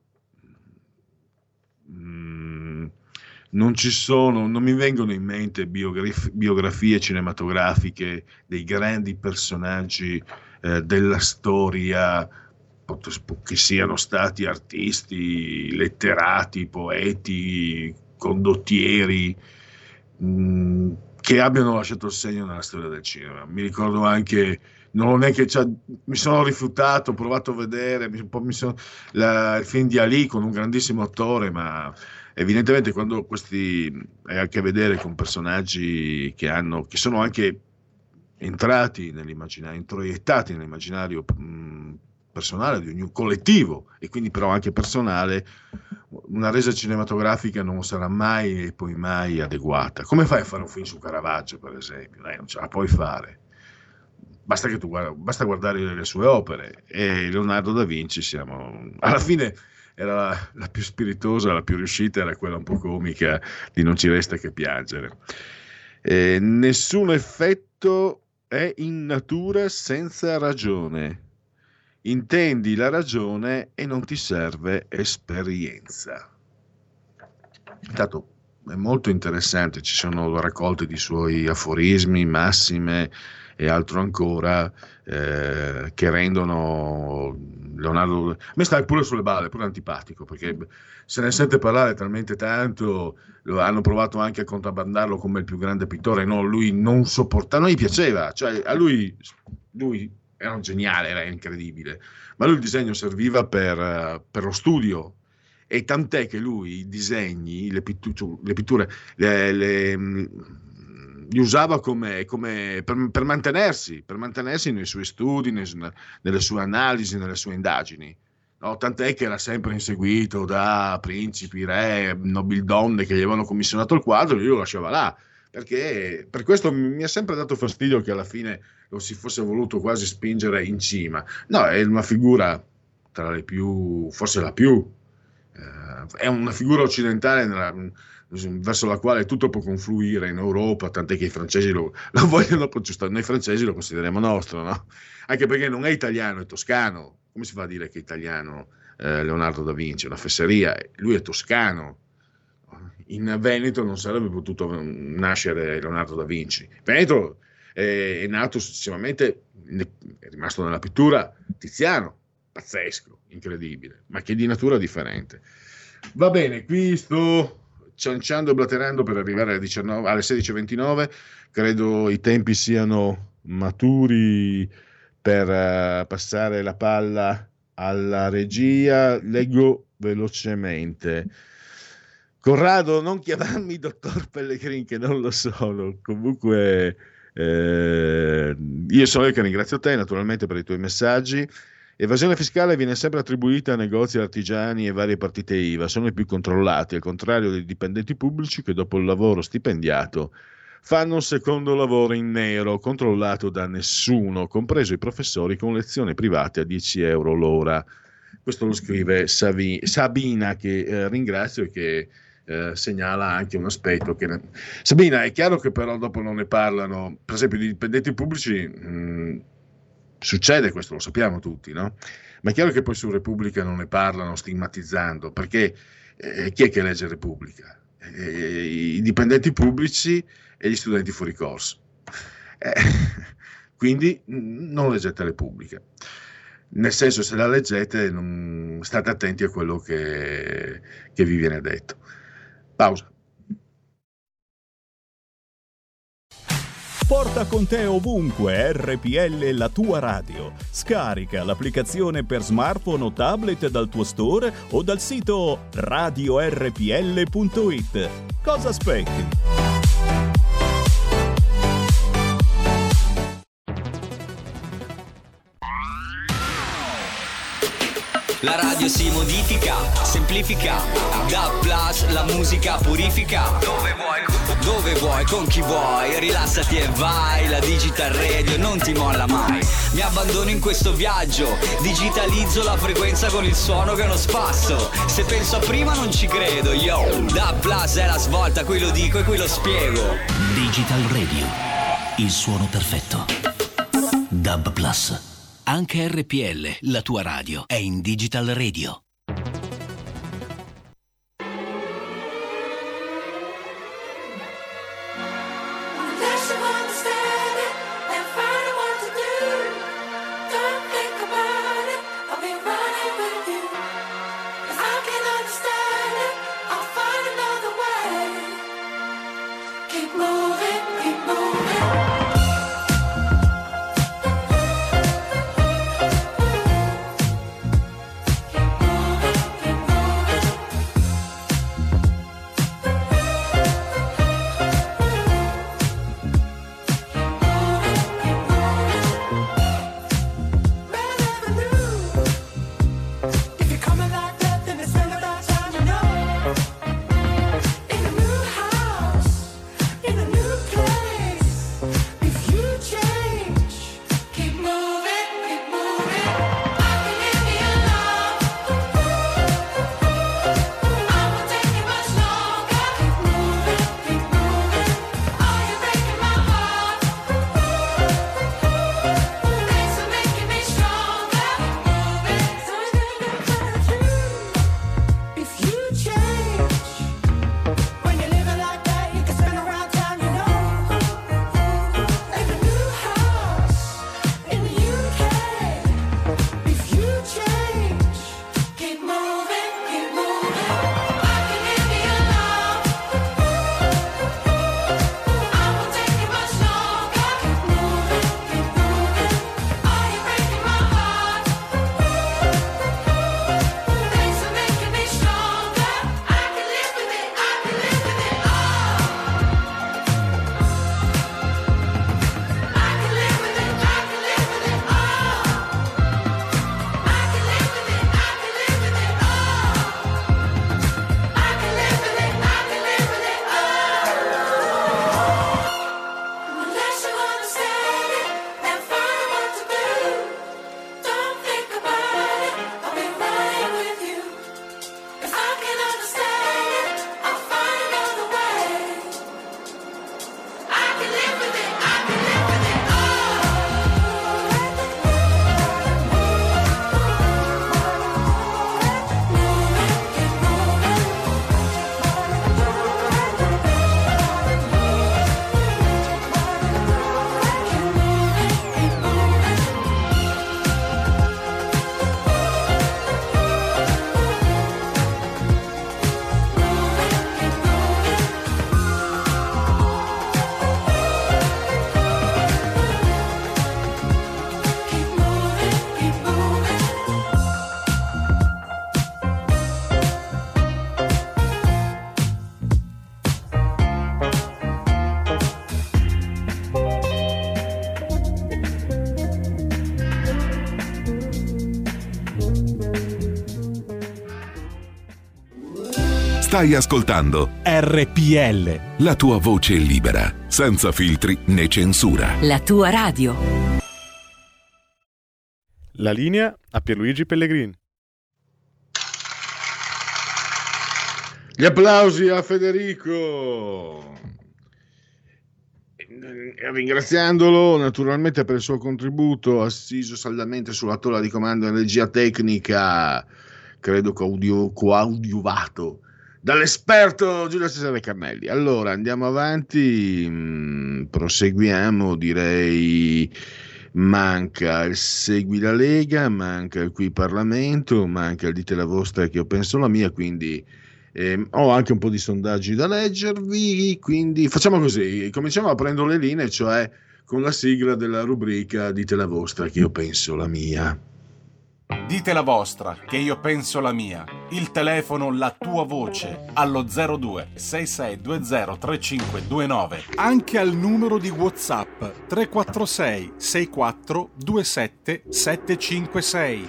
non mi vengono in mente biografie cinematografiche dei grandi personaggi della storia, che siano stati artisti, letterati, poeti, condottieri, che abbiano lasciato il segno nella storia del cinema. Mi ricordo anche, non è che mi sono rifiutato, ho provato a vedere il film di Ali con un grandissimo attore, ma evidentemente quando questi hai a che vedere con personaggi che sono anche entrati nell'immaginario, introiettati nell'immaginario personale di ogni collettivo, e quindi però anche personale, una resa cinematografica non sarà mai e poi mai adeguata. Come fai a fare un film su Caravaggio, per esempio? Non ce la puoi fare. Basta guardare le sue opere, e Leonardo da Vinci alla fine era la più spiritosa, la più riuscita, era quella un po' comica di Non ci resta che piangere. Nessun effetto è in natura senza ragione. Intendi la ragione e non ti serve esperienza. Intanto è molto interessante, ci sono raccolte di suoi aforismi, massime e altro ancora, che rendono Leonardo, a me sta pure sulle balle, pure antipatico, perché se ne sente parlare talmente tanto, hanno provato anche a contrabbandarlo come il più grande pittore, no, lui non sopportava, non gli piaceva, cioè a lui era un geniale, era incredibile, ma lui il disegno serviva per lo studio, e tant'è che lui i disegni, le pitture li usava per mantenersi nei suoi studi, nelle sue analisi, nelle sue indagini. No, tant'è che era sempre inseguito da principi, re, nobildonne che gli avevano commissionato il quadro, e lui lo lasciava là, perché per questo mi ha sempre dato fastidio che alla fine lo si fosse voluto quasi spingere in cima. No, è una figura tra le più, forse la più, è una figura occidentale verso la quale tutto può confluire in Europa, tant'è che i francesi lo vogliono, noi francesi lo consideriamo nostro, no? Anche perché non è italiano, è toscano. Come si fa a dire che è italiano Leonardo da Vinci? È una fesseria, lui è toscano. In Veneto non sarebbe potuto nascere Leonardo da Vinci. Veneto è nato successivamente, è rimasto nella pittura Tiziano, pazzesco, incredibile, ma che di natura differente. Va bene, qui sto cianciando e blaterando per arrivare alle 16:29, credo i tempi siano maturi per passare la palla alla regia. Leggo velocemente. Corrado, non chiamarmi dottor Pellegrin, che non lo sono. Comunque io sono io che ringrazio te naturalmente per i tuoi messaggi. Evasione fiscale viene sempre attribuita a negozi, artigiani e varie partite IVA, sono i più controllati, al contrario dei dipendenti pubblici che dopo il lavoro stipendiato fanno un secondo lavoro in nero, controllato da nessuno, compreso i professori con lezioni private a 10 euro l'ora. Questo lo scrive Sabina, che ringrazio e che segnala anche un aspetto che... Sabina, è chiaro che però dopo non ne parlano, per esempio i dipendenti pubblici... Succede questo, lo sappiamo tutti, no? Ma è chiaro che poi su Repubblica non ne parlano stigmatizzando, perché chi è che legge Repubblica? I dipendenti pubblici e gli studenti fuori corso. Quindi non leggete Repubblica. Nel senso, se la leggete, state attenti a quello che vi viene detto. Pausa. Porta con te ovunque RPL, la tua radio. Scarica l'applicazione per smartphone o tablet dal tuo store o dal sito radiorpl.it. Cosa aspetti? La radio si modifica, semplifica, da plus la musica purifica. Dove vuoi, con chi vuoi, rilassati e vai. La Digital Radio non ti molla mai. Mi abbandono in questo viaggio, digitalizzo la frequenza con il suono che è uno spasso. Se penso a prima non ci credo, yo. Da plus è la svolta, qui lo dico e qui lo spiego. Digital Radio, il suono perfetto. DAB Plus. Anche RPL, la tua radio, è in Digital Radio. Stai ascoltando RPL, la tua voce libera, senza filtri né censura. La tua radio. La linea a Pierluigi Pellegrini. Gli applausi a Federico. ringraziandolo naturalmente per il suo contributo, assiso saldamente sulla tolla di comando in regia tecnica, credo coadiuvato dall'esperto Giulio Cesare Carnelli. Allora andiamo avanti, proseguiamo, direi. Manca il Segui la Lega, manca il Qui Parlamento, manca il Dite la vostra che io penso la mia, quindi ho anche un po' di sondaggi da leggervi, quindi facciamo così, cominciamo a prendere le linee, cioè con la sigla della rubrica Dite la vostra che io penso la mia. Dite la vostra, che io penso la mia. Il telefono, la tua voce, allo 02 6620 3529. Anche al numero di WhatsApp 346 64 27 756.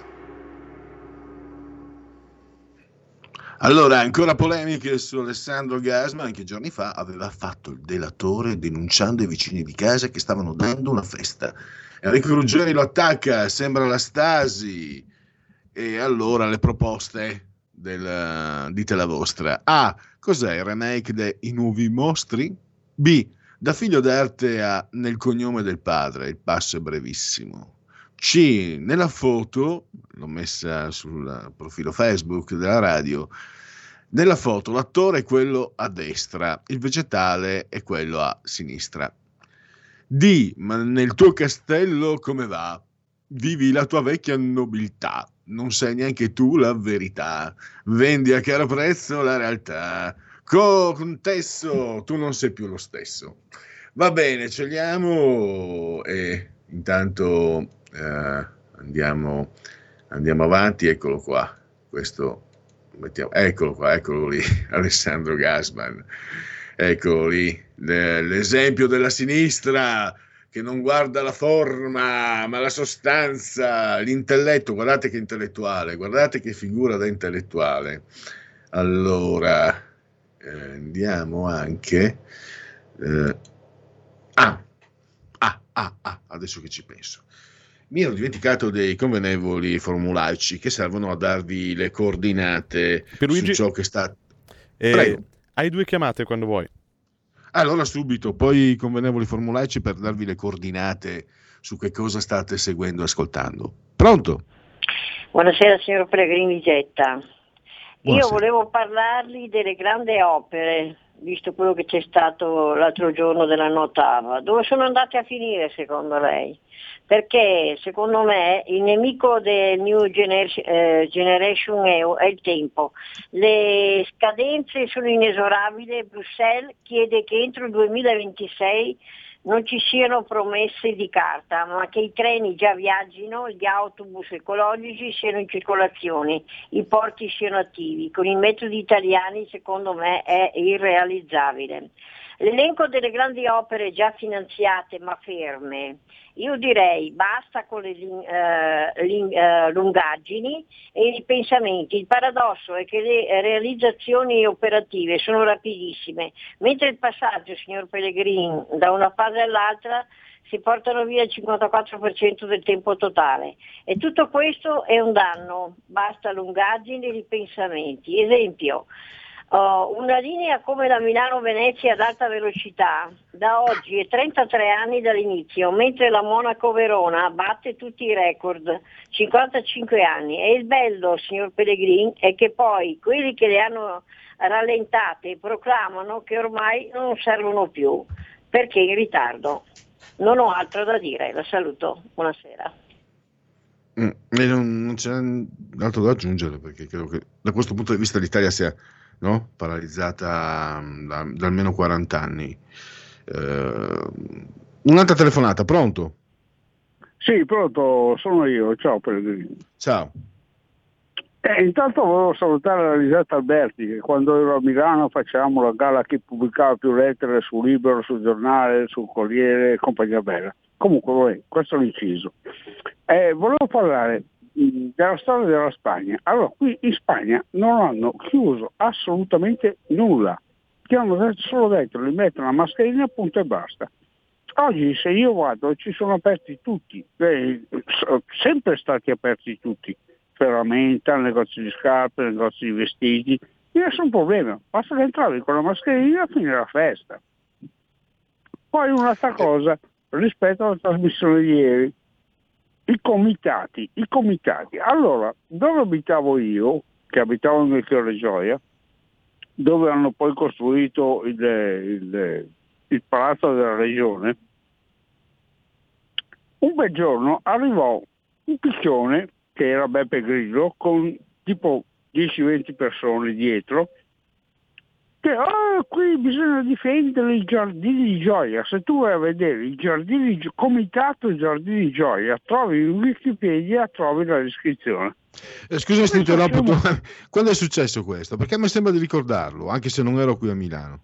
Allora, ancora polemiche su Alessandro Gasman, che giorni fa aveva fatto il delatore denunciando i vicini di casa che stavano dando una festa. Enrico Ruggeri lo attacca, sembra la Stasi. E allora le proposte del Dite la vostra. A. Cos'è il remake de I nuovi mostri? B. Da figlio d'arte a Nel cognome del padre, il passo è brevissimo. C. Nella foto, l'ho messa sul profilo Facebook della radio, nella foto l'attore è quello a destra, il vegetale è quello a sinistra. D. Ma nel tuo castello come va? Vivi la tua vecchia nobiltà, non sai neanche tu la verità, vendi a caro prezzo la realtà, contesso tu non sei più lo stesso. Va bene, scegliamo e intanto andiamo avanti. Eccolo qua, eccolo lì, Alessandro Gasman, eccolo lì, l'esempio della sinistra che non guarda la forma ma la sostanza, l'intelletto. Guardate che intellettuale, guardate che figura da intellettuale. Allora andiamo anche adesso che ci penso, mi ero dimenticato dei convenevoli formulaici che servono a darvi le coordinate Pierluigi, su ciò che sta. Hai 2 chiamate quando vuoi. Allora subito, poi i convenevoli formulaici per darvi le coordinate su che cosa state seguendo e ascoltando. Pronto? Buonasera signor Pellegrini Getta. Buonasera. Io volevo parlargli delle grandi opere, visto quello che c'è stato l'altro giorno della Notava. Dove sono andate a finire secondo lei? Perché secondo me il nemico del New Generation è il tempo. Le scadenze sono inesorabili. Bruxelles chiede che entro il 2026 non ci siano promesse di carta, ma che i treni già viaggino, gli autobus ecologici siano in circolazione, i porti siano attivi. Con i metodi italiani secondo me è irrealizzabile. L'elenco delle grandi opere già finanziate ma ferme, io direi basta con le lungaggini e i ripensamenti. Il paradosso è che le realizzazioni operative sono rapidissime, mentre il passaggio, signor Pellegrini, da una fase all'altra si portano via il 54% del tempo totale. E tutto questo è un danno, basta lungaggini e ripensamenti. Esempio, una linea come la Milano-Venezia ad alta velocità da oggi è 33 anni dall'inizio, mentre la Monaco-Verona batte tutti i record, 55 anni. E il bello, signor Pellegrini, è che poi quelli che le hanno rallentate proclamano che ormai non servono più, perché in ritardo. Non ho altro da dire, la saluto, buonasera. E non c'è altro da aggiungere, perché credo che da questo punto di vista l'Italia sia paralizzata da almeno 40 anni. Un'altra telefonata, pronto? Sì, pronto, sono io, ciao Pellegrini. Ciao. Intanto volevo salutare la Lisetta Alberti, che quando ero a Milano facevamo la gara chi pubblicava più lettere su Libero, sul giornale, sul Corriere e compagnia bella. Comunque, questo è l'inciso. Volevo parlare della storia della Spagna. Allora, qui in Spagna non hanno chiuso assolutamente nulla, ti hanno solo detto di mettere una mascherina, punto e basta. Oggi se io vado ci sono aperti tutti, sempre stati aperti tutti, ferramenta, negozi di scarpe, negozi di vestiti, nessun problema, basta che entravi con la mascherina a finire la festa. Poi un'altra cosa rispetto alla trasmissione di ieri, i comitati. Allora, dove abitavo io, che abitavo in Melchiorre Gioia, dove hanno poi costruito il palazzo della regione, un bel giorno arrivò un piccione che era Beppe Grillo con tipo 10-20 persone dietro, che qui bisogna difendere i giardini di Gioia. Se tu vai a vedere i giardini, comitato giardini di Gioia, trovi in Wikipedia, trovi la descrizione. Scusami se ti interrompo, quando è successo questo? Perché mi sembra di ricordarlo, anche se non ero qui a Milano.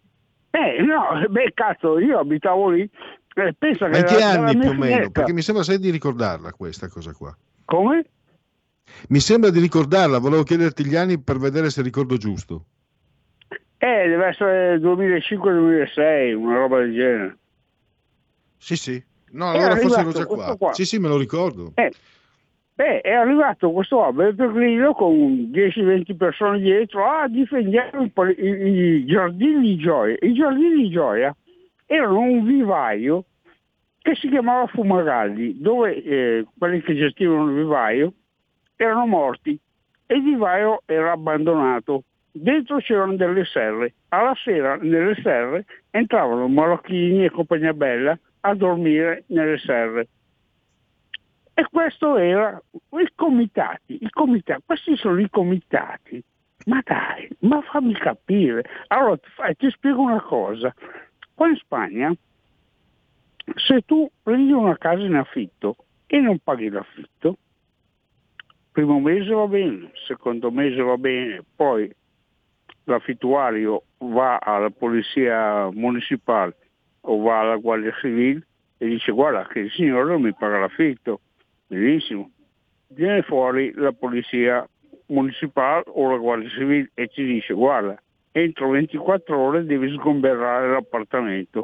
Cazzo, io abitavo lì. Pensa che in che anni più o meno? finestra. Perché mi sembra di ricordarla questa cosa qua. Come? Mi sembra di ricordarla, volevo chiederti gli anni per vedere se ricordo giusto. Deve essere 2005-2006, una roba del genere. Sì. No, allora forse ero già qua. Sì, me lo ricordo. È arrivato questo Beppe Grillo con 10-20 persone dietro, difendiamo i giardini di Gioia. I giardini di Gioia erano un vivaio che si chiamava Fumagalli, dove quelli che gestivano il vivaio erano morti e il vivaio era abbandonato. Dentro c'erano delle serre. Alla sera nelle serre entravano marocchini e compagnia bella a dormire nelle serre. E questo era i comitati. Questi sono i comitati. Ma dai, ma fammi capire. Allora ti spiego una cosa. Qua in Spagna, se tu prendi una casa in affitto e non paghi l'affitto, primo mese va bene, secondo mese va bene, poi l'affittuario va alla polizia municipale o va alla Guardia Civile e dice guarda che il signore non mi paga l'affitto. Benissimo, viene fuori la polizia municipale o la Guardia Civile e ci dice guarda, entro 24 ore devi sgomberare l'appartamento.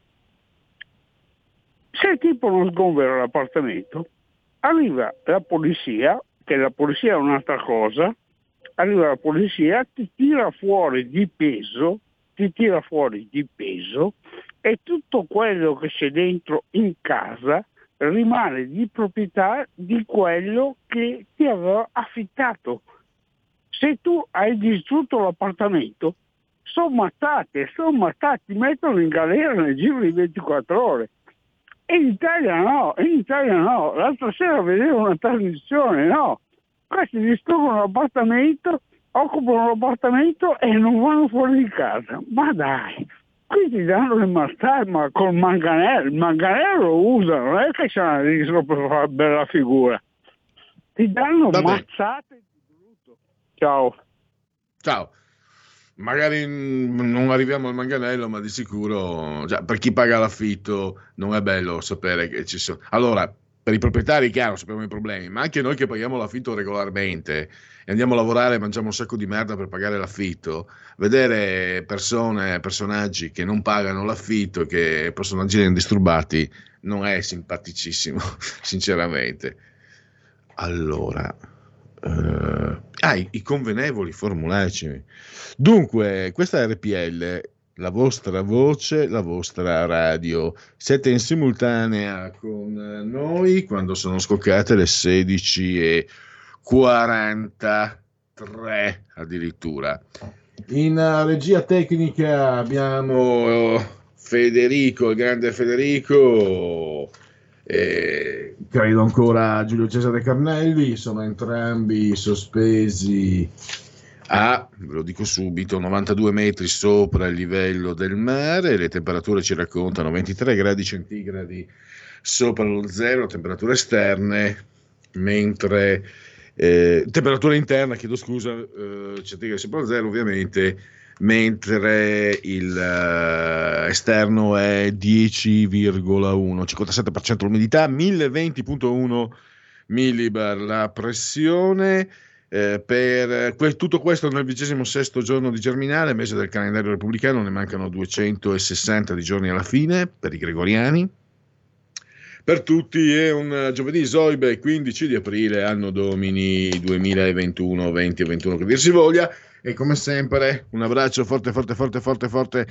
Se il tipo non sgombera l'appartamento, arriva la polizia, che la polizia è un'altra cosa, arriva la polizia, ti tira fuori di peso e tutto quello che c'è dentro in casa rimane di proprietà di quello che ti aveva affittato. Se tu hai distrutto l'appartamento, sono mattati, mettono in galera nel giro di 24 ore. E in Italia no. L'altra sera vedevo una trasmissione, questi distruggono l'appartamento, occupano l'appartamento e non vanno fuori di casa. Ma dai, qui ti danno le mazzate, ma col manganello, il manganello lo usano, non è che c'è una rischio per fare bella figura. Ti danno mazzate di brutto. Ciao. Magari non arriviamo al manganello, ma di sicuro per chi paga l'affitto non è bello sapere che ci sono. Allora, per i proprietari, chiaro, sappiamo i problemi, ma anche noi che paghiamo l'affitto regolarmente e andiamo a lavorare e mangiamo un sacco di merda per pagare l'affitto, vedere personaggi che non pagano l'affitto, che personaggi indisturbati, non è simpaticissimo, sinceramente. Allora, i convenevoli formularci. Dunque, questa è RPL, la vostra voce, la vostra radio. Siete in simultanea con noi quando sono scoccate le 16:43 addirittura. In regia tecnica abbiamo Federico, il grande Federico, credo ancora Giulio Cesare Carnelli, sono entrambi sospesi a, ve lo dico subito, 92 metri sopra il livello del mare. Le temperature ci raccontano 23 gradi centigradi sopra lo zero, temperature esterne, mentre temperatura interna, chiedo scusa, centigradi sopra lo zero ovviamente, mentre il esterno è 10,1, 57% l'umidità, 1020,1 millibar la pressione. Per tutto questo nel 26° giorno di Germinale, mese del calendario repubblicano, ne mancano 260 di giorni alla fine per i gregoriani. Per tutti è un giovedì Zoibe, 15 di aprile, anno domini 2021, 20 e 21 che dir si voglia. E come sempre un abbraccio forte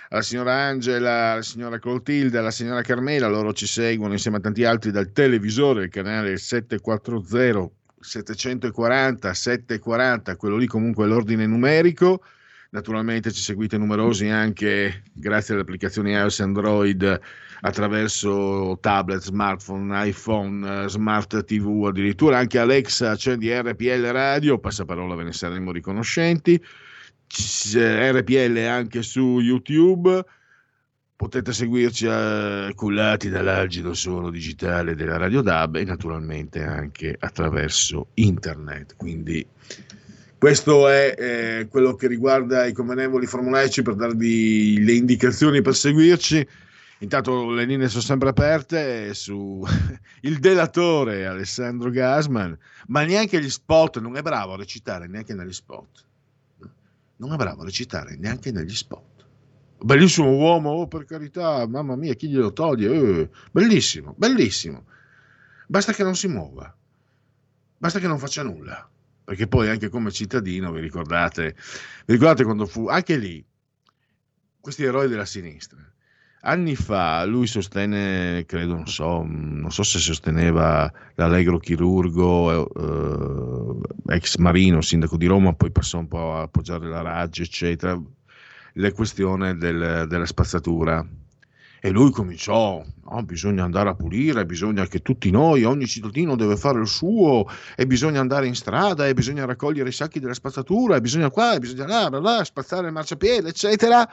alla signora Angela, alla signora Clotilde, alla signora Carmela, loro ci seguono insieme a tanti altri dal televisore, il canale 740 740 740, quello lì comunque è l'ordine numerico. Naturalmente ci seguite numerosi anche grazie alle applicazioni iOS e Android attraverso tablet, smartphone, iPhone, smart TV, addirittura anche Alexa, accendi RPL Radio, passaparola, ve ne saremo riconoscenti. RPL anche su YouTube, potete seguirci cullati dall'algido suono digitale della Radio DAB e naturalmente anche attraverso internet. Quindi questo è quello che riguarda i convenevoli formulaici per darvi le indicazioni per seguirci. Intanto le linee sono sempre aperte su il delatore Alessandro Gasman, ma neanche gli spot, non è bravo a recitare neanche negli spot. Non è bravo a recitare neanche negli spot. Bellissimo uomo, oh, per carità, mamma mia, chi glielo toglie? Bellissimo, bellissimo. Basta che non si muova, basta che non faccia nulla. Perché poi anche come cittadino vi ricordate quando fu anche lì questi eroi della sinistra. Anni fa lui sostenne, credo, non so se sosteneva l'allegro chirurgo, ex marino, sindaco di Roma, poi passò un po' a appoggiare la Raggi, eccetera, la questione della spazzatura. E lui cominciò, no, bisogna andare a pulire, bisogna che tutti noi, ogni cittadino deve fare il suo, e bisogna andare in strada, e bisogna raccogliere i sacchi della spazzatura, e bisogna qua, e bisogna là, spazzare il marciapiede, eccetera.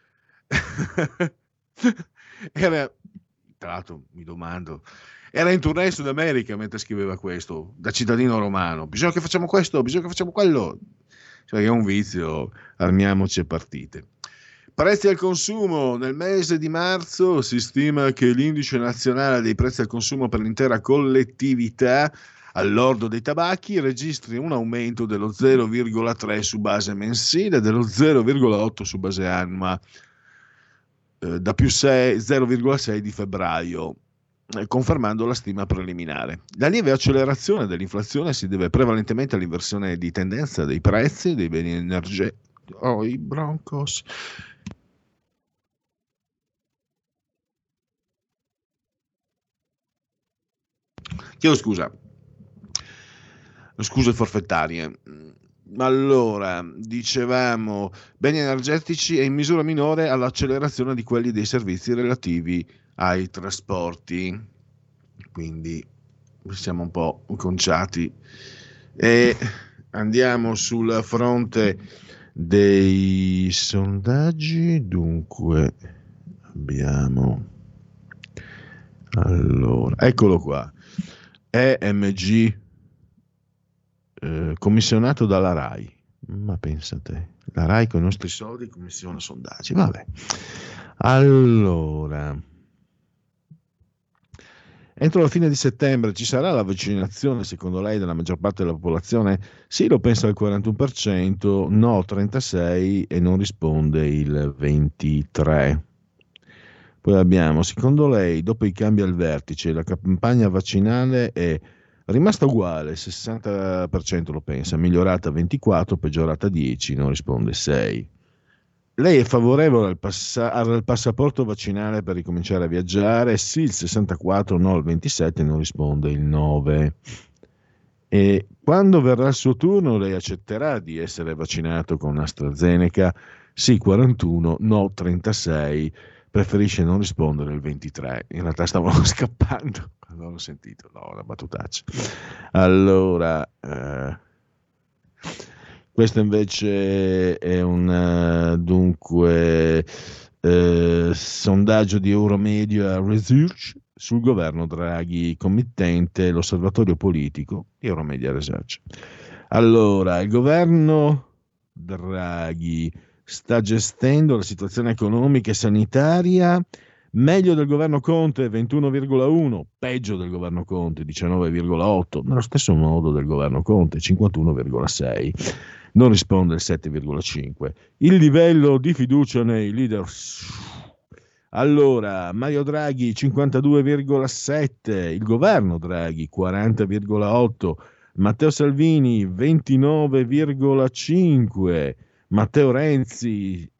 Tra l'altro mi domando, era in tournée in Sud America mentre scriveva questo, da cittadino romano, bisogna che facciamo questo, bisogna che facciamo quello, cioè che è un vizio, armiamoci e partite. Prezzi al consumo. Nel mese di marzo si stima che l'indice nazionale dei prezzi al consumo per l'intera collettività al lordo dei tabacchi registri un aumento dello 0,3 su base mensile e dello 0,8 su base annua, da più 0,6 di febbraio, confermando la stima preliminare. La lieve accelerazione dell'inflazione si deve prevalentemente all'inversione di tendenza dei prezzi dei beni energetici. Oh, i Broncos. Chiedo scusa. Scuse forfettarie. Allora, dicevamo, beni energetici e in misura minore all'accelerazione di quelli dei servizi relativi ai trasporti. Quindi siamo un po' conciati. E andiamo sul fronte dei sondaggi. Dunque, abbiamo... Allora, eccolo qua. EMG, commissionato dalla RAI, ma pensate, la RAI con i nostri soldi commissiona sondaggi, vabbè. Allora, entro la fine di settembre ci sarà la vaccinazione, secondo lei, della maggior parte della popolazione? Sì, lo pensa il 41%, no 36% e non risponde il 23%. Poi abbiamo, secondo lei, dopo i cambi al vertice, la campagna vaccinale è rimasta uguale, 60% lo pensa, migliorata 24%, peggiorata 10%, non risponde 6%. Lei è favorevole al passaporto vaccinale per ricominciare a viaggiare? Sì, il 64%, no il 27%, non risponde il 9%. E quando verrà il suo turno lei accetterà di essere vaccinato con AstraZeneca? Sì, 41%, no 36%. Preferisce non rispondere il 23%. In realtà stavano scappando quando l'ho sentito. No, una battutaccia. Allora, questo invece è un sondaggio di Euromedia Research sul governo Draghi, committente l'osservatorio politico di Euromedia Research. Allora, il governo Draghi sta gestendo la situazione economica e sanitaria meglio del governo Conte, 21,1%, peggio del governo Conte, 19,8%, nello stesso modo del governo Conte, 51,6%, non risponde il 7,5%. Il livello di fiducia nei leader. Allora, Mario Draghi 52,7%, il governo Draghi 40,8%, Matteo Salvini 29,5%, Matteo Renzi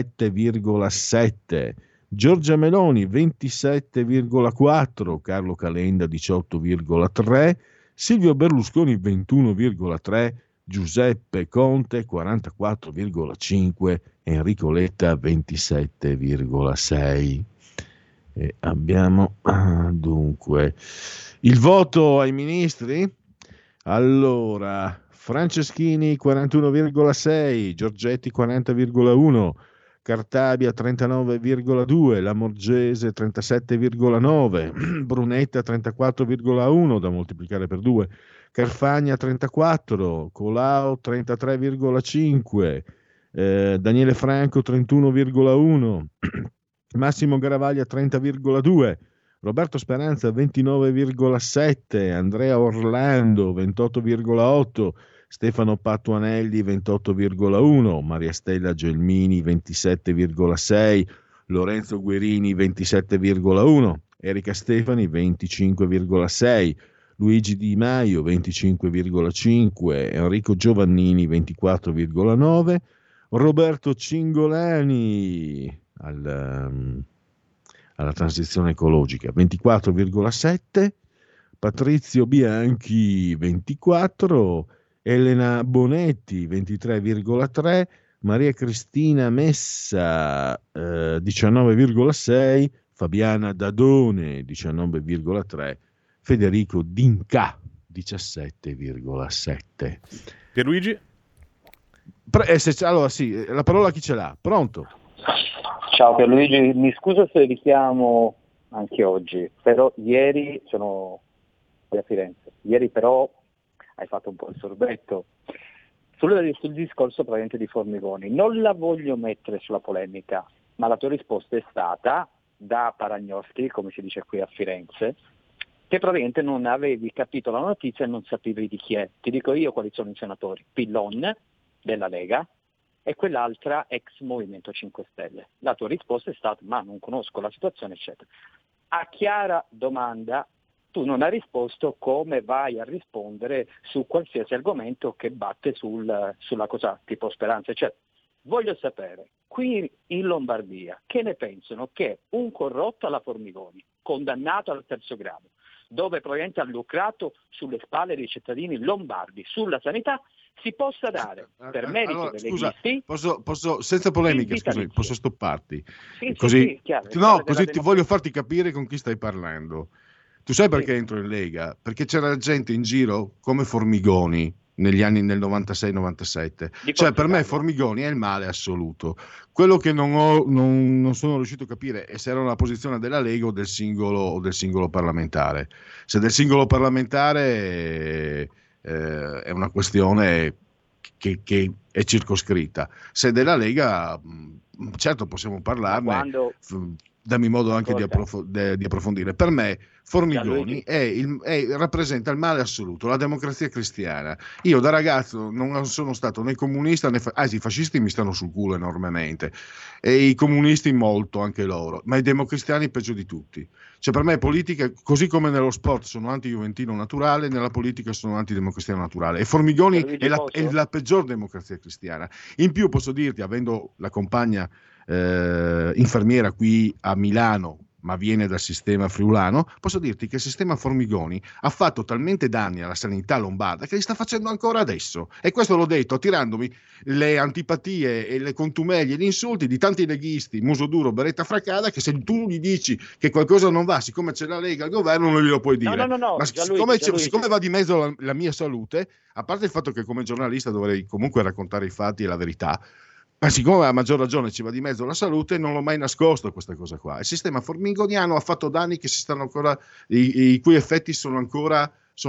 7,7, Giorgia Meloni 27,4, Carlo Calenda 18,3, Silvio Berlusconi 21,3, Giuseppe Conte 44,5, Enrico Letta 27,6. E abbiamo dunque il voto ai ministri. Allora, Franceschini 41,6, Giorgetti 40,1, Cartabia 39,2, Lamorgese 37,9, Brunetta 34,1 da moltiplicare per 2, Carfagna 34, Colao 33,5, Daniele Franco 31,1, Massimo Garavaglia 30,2, Roberto Speranza 29,7, Andrea Orlando 28,8, Stefano Patuanelli 28,1, Maria Stella Gelmini 27,6, Lorenzo Guerini 27,1, Erika Stefani 25,6, Luigi Di Maio 25,5, Enrico Giovannini 24,9, Roberto Cingolani alla transizione ecologica 24,7, Patrizio Bianchi 24, Elena Bonetti 23,3, Maria Cristina Messa 19,6, Fabiana Dadone 19,3, Federico D'Inca 17,7. Pierluigi? Allora sì, la parola chi ce l'ha? Pronto? Ciao Pierluigi, mi scuso se richiamo anche oggi, però ieri sono qui a Firenze, ieri però hai fatto un po' il sorbetto sul discorso praticamente di Formigoni. Non la voglio mettere sulla polemica, ma la tua risposta è stata da Paragnoschi, come si dice qui a Firenze, che praticamente non avevi capito la notizia e non sapevi di chi è. Ti dico io quali sono i senatori: Pillon della Lega e quell'altra ex Movimento 5 Stelle. La tua risposta è stata: ma non conosco la situazione, eccetera. A chiara domanda tu non hai risposto come vai a rispondere su qualsiasi argomento che batte sulla cosa tipo Speranza, eccetera. Voglio sapere, qui in Lombardia, che ne pensano che un corrotto alla Formigoni, condannato al 3° grado, dove probabilmente ha lucrato sulle spalle dei cittadini lombardi sulla sanità, si possa dare per merito allora, delle scusa, leghisti, posso senza polemiche, scusami, posso stopparti? Sì, Così, sì, chiaro, no, così ti voglio farti capire con chi stai parlando. Tu sai perché entro in Lega? Perché c'era gente in giro come Formigoni negli anni del 96-97. Cioè, per me Formigoni è il male assoluto. Quello che non sono riuscito a capire è se era una posizione della Lega o del singolo parlamentare. Se del singolo parlamentare è una questione che è circoscritta. Se della Lega, certo possiamo parlarne. Dammi modo anche di approfondire. Per me Formigoni rappresenta il male assoluto, la democrazia cristiana. Io da ragazzo non sono stato né comunista né anzi i fascisti mi stanno sul culo enormemente e i comunisti molto anche loro, ma i democristiani peggio di tutti. Cioè per me politica, così come nello sport sono anti-juventino naturale, nella politica sono anti-democristiano naturale e Formigoni è la peggior democrazia cristiana. In più posso dirti, avendo la compagna infermiera qui a Milano ma viene dal sistema friulano, posso dirti che il sistema Formigoni ha fatto talmente danni alla sanità lombarda che li sta facendo ancora adesso, e questo l'ho detto tirandomi le antipatie e le contumeglie e gli insulti di tanti leghisti muso duro beretta fracada, che se tu gli dici che qualcosa non va, siccome c'è la Lega al governo non glielo puoi dire. No, ma siccome va di mezzo la mia salute, a parte il fatto che come giornalista dovrei comunque raccontare i fatti e la verità, ma siccome a maggior ragione ci va di mezzo la salute, non l'ho mai nascosto questa cosa qua. Il sistema formigoniano ha fatto danni che si stanno ancora, i cui effetti sono ancora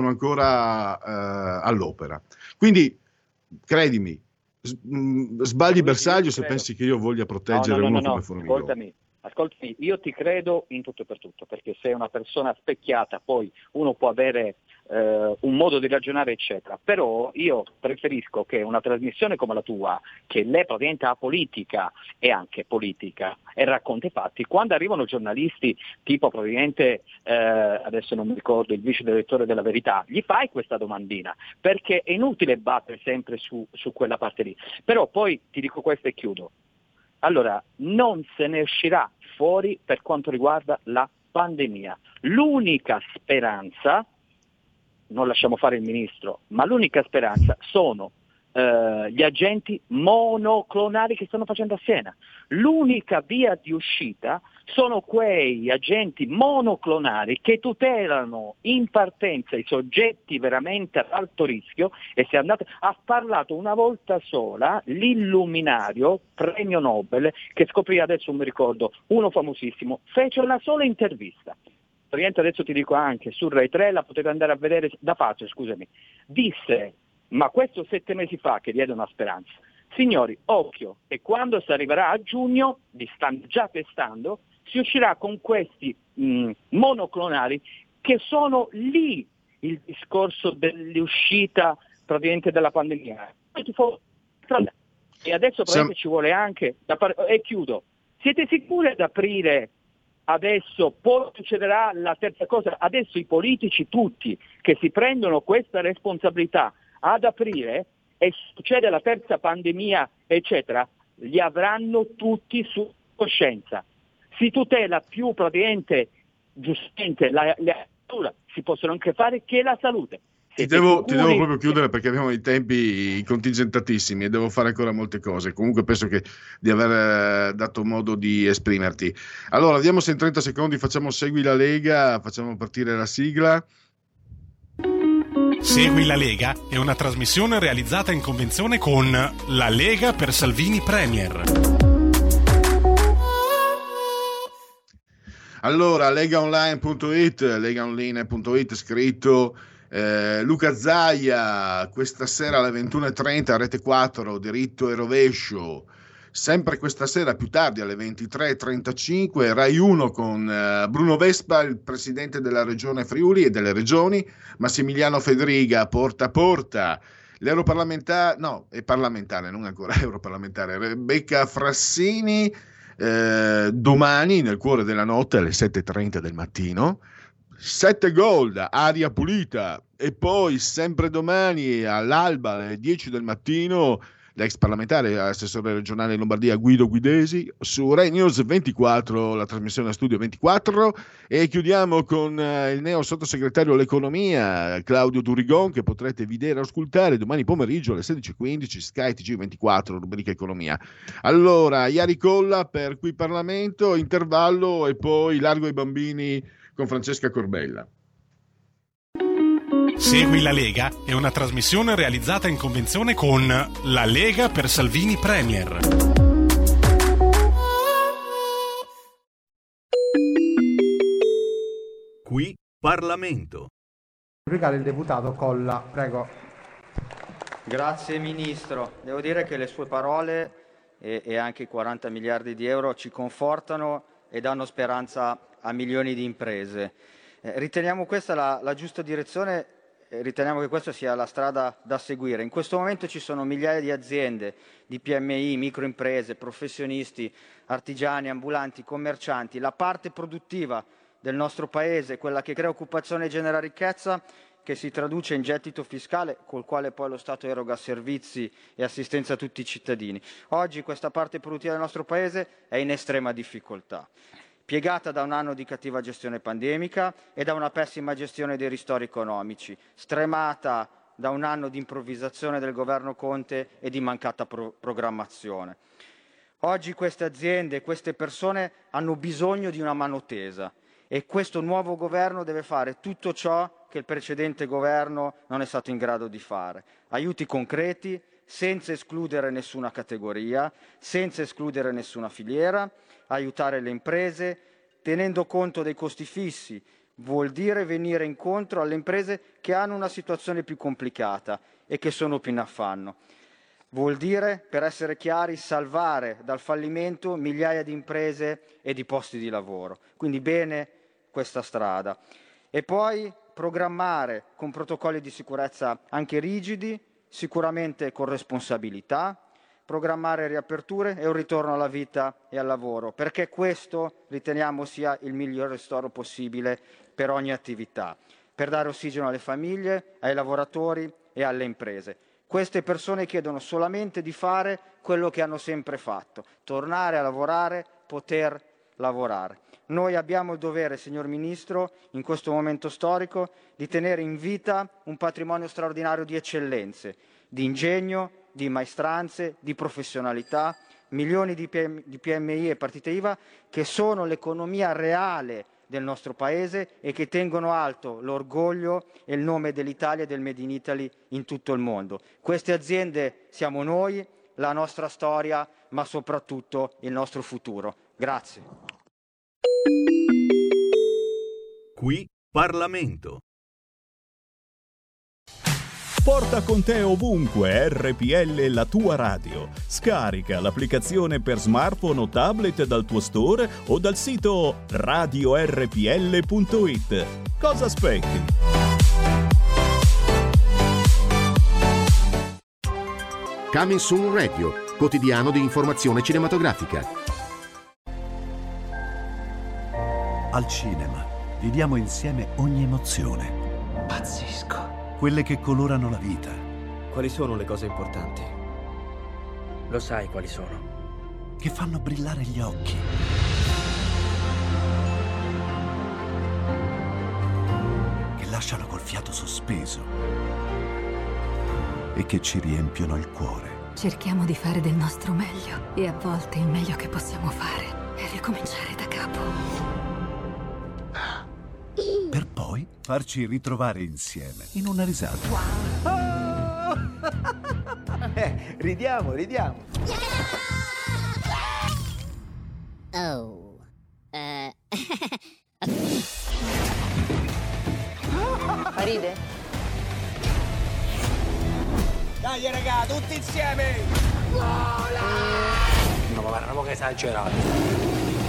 all'opera. Quindi, credimi, sbagli bersaglio se pensi che io voglia proteggere uno come Formigoni. Ascoltami, io ti credo in tutto e per tutto, perché sei una persona specchiata, poi uno può avere un modo di ragionare eccetera, però io preferisco che una trasmissione come la tua, che lei praticamente apolitica e anche politica e racconta i fatti, quando arrivano giornalisti tipo praticamente adesso non mi ricordo il vice direttore della Verità, gli fai questa domandina, perché è inutile battere sempre su quella parte lì. Però poi ti dico questo e chiudo. Allora, non se ne uscirà fuori per quanto riguarda la pandemia. L'unica speranza, non lasciamo fare il ministro, ma l'unica speranza sono gli agenti monoclonali che stanno facendo a Siena. L'unica via di uscita sono quei agenti monoclonali che tutelano in partenza i soggetti veramente ad alto rischio. E se andate, ha parlato una volta sola l'illuminario premio Nobel, che scoprì, adesso non mi ricordo, uno famosissimo, fece una sola intervista. Adesso ti dico anche su Rai 3, la potete andare a vedere da faccia, scusami, disse, ma questo 7 mesi fa, che diede una speranza, signori, occhio, e quando si arriverà a giugno, li stanno già testando, si uscirà con questi monoclonali, che sono lì il discorso dell'uscita praticamente della pandemia. E adesso praticamente ci vuole anche, e chiudo, siete sicuri ad aprire? Adesso poi succederà la terza cosa, adesso i politici tutti che si prendono questa responsabilità ad aprire e succede la terza pandemia eccetera, li avranno tutti su coscienza. Si tutela più praticamente giustamente la natura, si possono anche fare che la salute. Ti devo proprio chiudere perché abbiamo i tempi contingentatissimi e devo fare ancora molte cose. Comunque penso di aver dato modo di esprimerti. Allora, vediamo se in 30 secondi facciamo Segui la Lega, facciamo partire la sigla. Segui la Lega è una trasmissione realizzata in convenzione con La Lega per Salvini Premier. Allora, legaonline.it scritto Luca Zaia, questa sera alle 21:30 Rete 4, Diritto e Rovescio. Sempre questa sera, più tardi alle 23:35, Rai 1 con Bruno Vespa, il presidente della regione Friuli e delle regioni, Massimiliano Fedriga, porta a porta. L'europarlamentare, no, è parlamentare, non ancora europarlamentare, Rebecca Frassini, domani nel cuore della notte alle 7:30 del mattino. 7 Gold, aria pulita, e poi sempre domani all'alba alle 10 del mattino l'ex parlamentare, assessore regionale in Lombardia Guido Guidesi, su Rai News 24, la trasmissione Studio 24, e chiudiamo con il neo sottosegretario all'economia Claudio Durigon, che potrete vedere e ascoltare domani pomeriggio alle 16:15 Sky TG24, rubrica economia. Allora, Iari Colla per Qui Parlamento, intervallo e poi Largo ai bambini con Francesca Corbella. Segui la Lega è una trasmissione realizzata in convenzione con La Lega per Salvini Premier. Qui Parlamento. Il deputato Colla, prego. Grazie Ministro, devo dire che le sue parole e anche i 40 miliardi di euro ci confortano e danno speranza a milioni di imprese. Riteniamo questa la giusta direzione, riteniamo che questa sia la strada da seguire. In questo momento ci sono migliaia di aziende, di PMI, microimprese, professionisti, artigiani, ambulanti, commercianti, la parte produttiva del nostro Paese, quella che crea occupazione e genera ricchezza, che si traduce in gettito fiscale col quale poi lo Stato eroga servizi e assistenza a tutti i cittadini. Oggi questa parte produttiva del nostro Paese è in estrema difficoltà, piegata da un anno di cattiva gestione pandemica e da una pessima gestione dei ristori economici, stremata da un anno di improvvisazione del governo Conte e di mancata programmazione. Oggi queste aziende, queste persone hanno bisogno di una mano tesa e questo nuovo governo deve fare tutto ciò che il precedente governo non è stato in grado di fare. Aiuti concreti, senza escludere nessuna categoria, senza escludere nessuna filiera, aiutare le imprese, tenendo conto dei costi fissi, vuol dire venire incontro alle imprese che hanno una situazione più complicata e che sono più in affanno. Vuol dire, per essere chiari, salvare dal fallimento migliaia di imprese e di posti di lavoro. Quindi bene questa strada. E poi programmare con protocolli di sicurezza anche rigidi, sicuramente con responsabilità, programmare riaperture e un ritorno alla vita e al lavoro, perché questo riteniamo sia il miglior ristoro possibile per ogni attività, per dare ossigeno alle famiglie, ai lavoratori e alle imprese. Queste persone chiedono solamente di fare quello che hanno sempre fatto, tornare a lavorare, poter lavorare. Noi abbiamo il dovere, signor Ministro, in questo momento storico, di tenere in vita un patrimonio straordinario di eccellenze, di ingegno, di maestranze, di professionalità, milioni di PMI e partite IVA che sono l'economia reale del nostro Paese e che tengono alto l'orgoglio e il nome dell'Italia e del Made in Italy in tutto il mondo. Queste aziende siamo noi, la nostra storia, ma soprattutto il nostro futuro. Grazie. Qui Parlamento. Porta con te ovunque RPL la tua radio. Scarica l'applicazione per smartphone o tablet dal tuo store o dal sito radiorpl.it. Cosa aspetti? Coming Soon Radio, quotidiano di informazione cinematografica. Al cinema viviamo insieme ogni emozione. Pazzesco. Quelle che colorano la vita. Quali sono le cose importanti? Lo sai quali sono? Che fanno brillare gli occhi. Che lasciano col fiato sospeso. E che ci riempiono il cuore. Cerchiamo di fare del nostro meglio. E a volte il meglio che possiamo fare è ricominciare da capo. Per poi farci ritrovare insieme in una risata. Ridiamo. Oh. Ride? Dai raga, tutti insieme! Vola! No, ma guarda, che esagerato.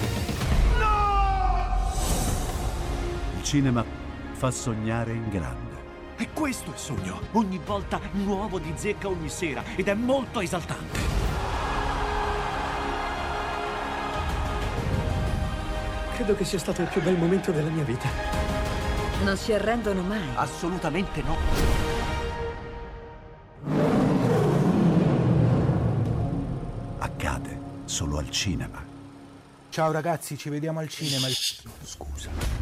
Il cinema fa sognare in grande. E questo è il sogno. Ogni volta nuovo di zecca ogni sera ed è molto esaltante. Credo che sia stato il più bel momento della mia vita. Non si arrendono mai. Assolutamente no. Accade solo al cinema. Ciao ragazzi, ci vediamo al cinema. Scusa.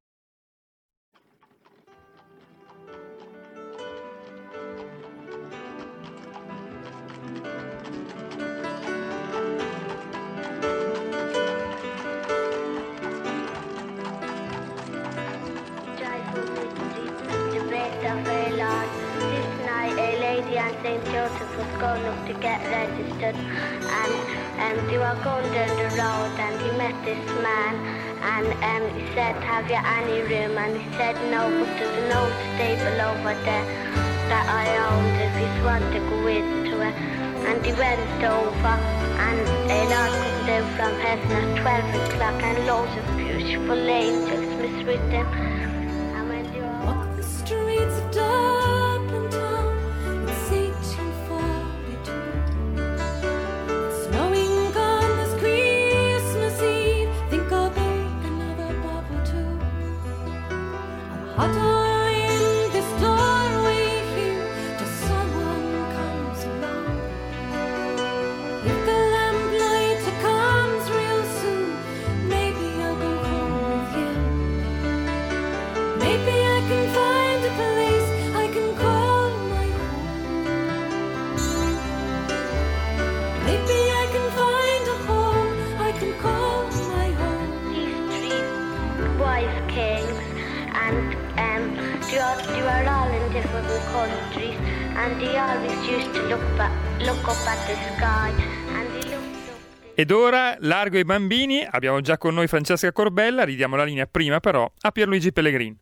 St. Joseph was going up to get registered, and they were going down the road, and he met this man, and he said, have you any room? And he said, no, but there's an old stable over there that I owned if you want to go into it. And he went over, and a Lord come down from heaven at 12 o'clock, and loads of beautiful angels was with them. And when they were walk the streets of Dublin town, it's 1842. It's snowing on this Christmas Eve. Think I'll bake another bubble too. I'm hotter in this doorway here till someone comes along. If the lamplighter comes real soon, maybe I'll go home with him. Maybe I can find a place I can call my home. Maybe I can find a home I can call my home. these three wise kings, and they were all in different countries, and they always used to look up at the sky, and they looked. Ed ora, largo ai bambini, abbiamo già con noi Francesca Corbella, ridiamo la linea prima però a Pierluigi Pellegrin.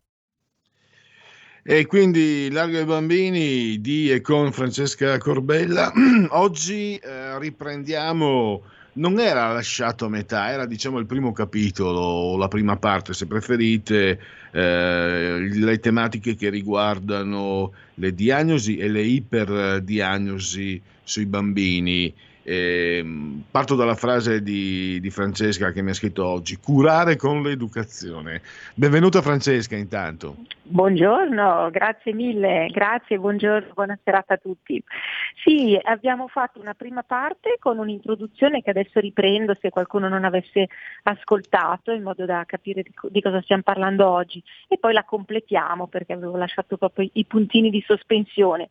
E quindi largo ai bambini di e con Francesca Corbella. Oggi riprendiamo non era lasciato a metà, era diciamo il primo capitolo, la prima parte se preferite, le tematiche che riguardano le diagnosi e le iperdiagnosi sui bambini. Parto dalla frase di Francesca che mi ha scritto oggi: curare con l'educazione. Benvenuta Francesca intanto. Buongiorno, grazie mille, grazie, buongiorno, buona serata a tutti. Sì, abbiamo fatto una prima parte con un'introduzione che adesso riprendo se qualcuno non avesse ascoltato, in modo da capire di cosa stiamo parlando oggi, e poi la completiamo perché avevo lasciato proprio i puntini di sospensione.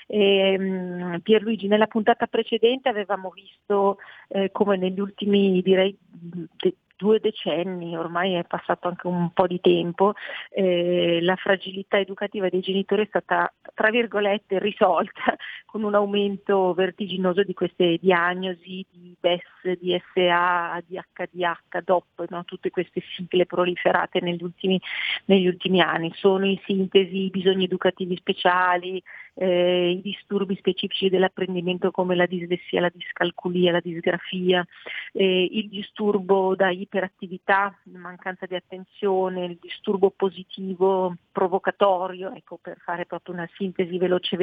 Pierluigi, nella puntata precedente avevamo visto come negli ultimi, direi, 2 decenni, ormai è passato anche un po' di tempo, la fragilità educativa dei genitori è stata, tra virgolette, risolta con un aumento vertiginoso di queste diagnosi di BES, DSA, DHDH, DOP, no? Tutte queste sigle proliferate negli ultimi anni. Sono in sintesi i bisogni educativi speciali, i disturbi specifici dell'apprendimento come la dislessia, la discalculia, la disgrafia, il disturbo da iperattività, mancanza di attenzione, il disturbo positivo provocatorio, ecco, per fare proprio una sintesi veloce.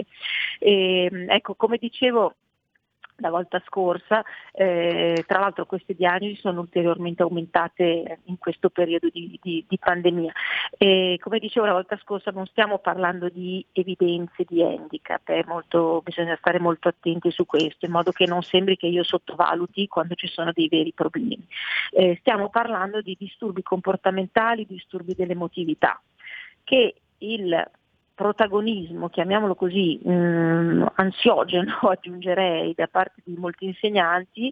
Ecco, come dicevo la volta scorsa, tra l'altro queste diagnosi sono ulteriormente aumentate in questo periodo di pandemia. Come dicevo la volta scorsa, non stiamo parlando di evidenze di handicap, bisogna stare molto attenti su questo, in modo che non sembri che io sottovaluti quando ci sono dei veri problemi. Stiamo parlando di disturbi comportamentali, disturbi dell'emotività, che il protagonismo, chiamiamolo così, ansiogeno aggiungerei, da parte di molti insegnanti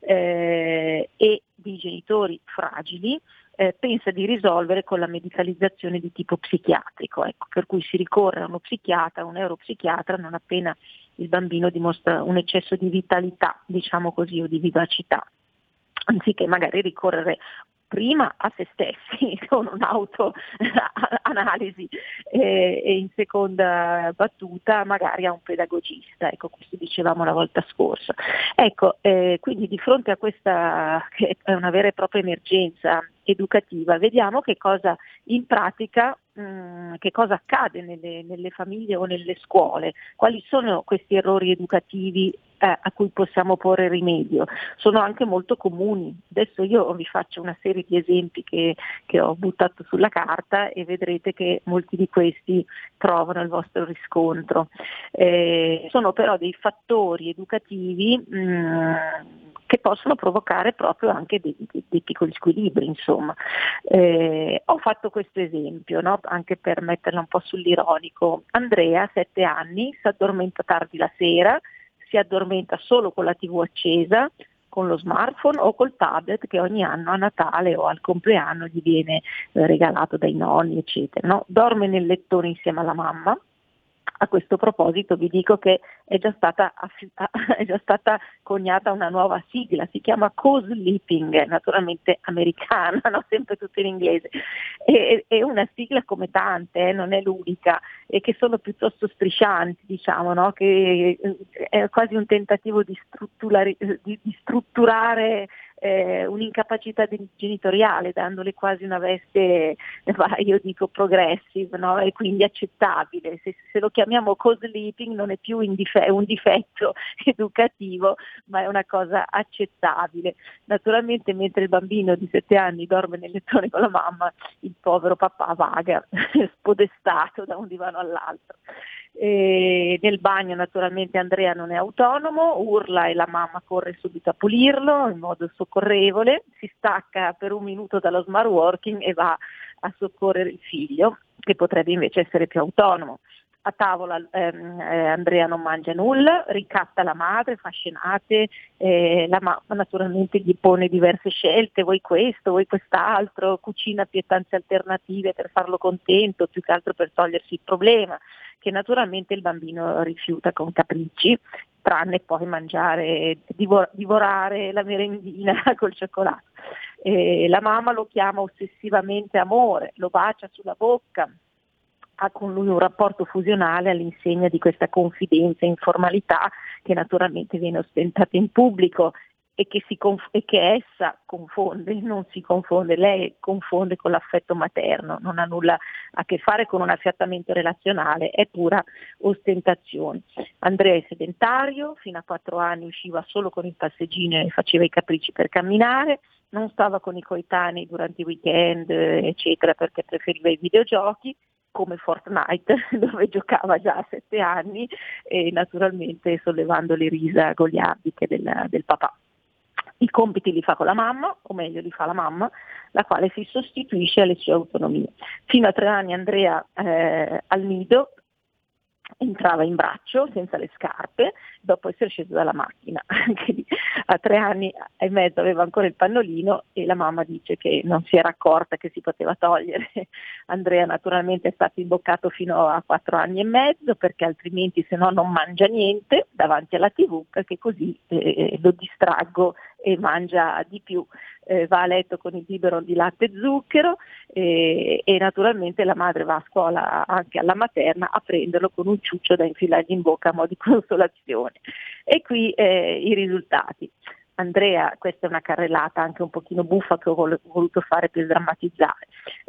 e di genitori fragili, pensa di risolvere con la medicalizzazione di tipo psichiatrico, ecco, per cui si ricorre a uno psichiatra, un neuropsichiatra, non appena il bambino dimostra un eccesso di vitalità, diciamo così, o di vivacità, anziché magari ricorrere prima a se stessi con un'autoanalisi e in seconda battuta magari a un pedagogista, ecco, questo dicevamo la volta scorsa. Ecco, quindi di fronte a questa che è una vera e propria emergenza educativa, vediamo che cosa in pratica, che cosa accade nelle famiglie o nelle scuole, quali sono questi errori educativi a cui possiamo porre rimedio. Sono anche molto comuni. Adesso io vi faccio una serie di esempi che ho buttato sulla carta e vedrete che molti di questi trovano il vostro riscontro. Sono però dei fattori educativi che possono provocare proprio anche dei piccoli squilibri, insomma. Ho fatto questo esempio, no? Anche per metterla un po' sull'ironico. Andrea, 7 anni, si addormenta tardi la sera, si addormenta solo con la TV accesa, con lo smartphone o col tablet che ogni anno a Natale o al compleanno gli viene regalato dai nonni, eccetera, no? Dorme nel lettone insieme alla mamma. A questo proposito vi dico che è già stata coniata una nuova sigla, si chiama co-sleeping, naturalmente americana, no? Sempre tutto in inglese, è una sigla come tante, non è l'unica, e che sono piuttosto striscianti, diciamo, no? Che è quasi un tentativo di strutturare un'incapacità genitoriale, dandole quasi una veste, io dico progressive, no? E quindi accettabile. Se lo chiamiamo co-sleeping non è più un difetto educativo, ma è una cosa accettabile. Naturalmente mentre il bambino di 7 anni dorme nel lettone con la mamma, il povero papà vaga spodestato da un divano all'altro. Nel bagno naturalmente Andrea non è autonomo, urla e la mamma corre subito a pulirlo in modo soccorrevole, si stacca per un minuto dallo smart working e va a soccorrere il figlio, che potrebbe invece essere più autonomo. A tavola Andrea non mangia nulla, ricatta la madre, fa scenate, la mamma naturalmente gli pone diverse scelte, vuoi questo, vuoi quest'altro, cucina pietanze alternative per farlo contento, più che altro per togliersi il problema, che naturalmente il bambino rifiuta con capricci, tranne poi mangiare, divorare la merendina col cioccolato. La mamma lo chiama ossessivamente amore, lo bacia sulla bocca, ha con lui un rapporto fusionale all'insegna di questa confidenza e informalità che naturalmente viene ostentata in pubblico, e che essa confonde, non si confonde, lei confonde con l'affetto materno, non ha nulla a che fare con un affiattamento relazionale, è pura ostentazione. Andrea è sedentario, fino a 4 anni usciva solo con il passeggino e faceva i capricci per camminare, non stava con i coetanei durante i weekend, eccetera, perché preferiva i videogiochi, come Fortnite, dove giocava già a 7 anni e naturalmente sollevando le risa goliardiche del papà. I compiti li fa con la mamma, o meglio li fa la mamma, la quale si sostituisce alle sue autonomie. Fino a 3 anni Andrea al nido entrava in braccio senza le scarpe, dopo essere sceso dalla macchina. Anche lì, a 3 anni e mezzo aveva ancora il pannolino e la mamma dice che non si era accorta che si poteva togliere. Andrea naturalmente è stato imboccato fino a 4 anni e mezzo, perché altrimenti se no non mangia niente davanti alla TV, perché così lo distraggo e mangia di più. Va a letto con il biberon di latte e zucchero e naturalmente la madre va a scuola anche alla materna a prenderlo con un ciuccio da infilargli in bocca a mo' di consolazione. E qui i risultati. Andrea, questa è una carrellata anche un pochino buffa che ho voluto fare per drammatizzare.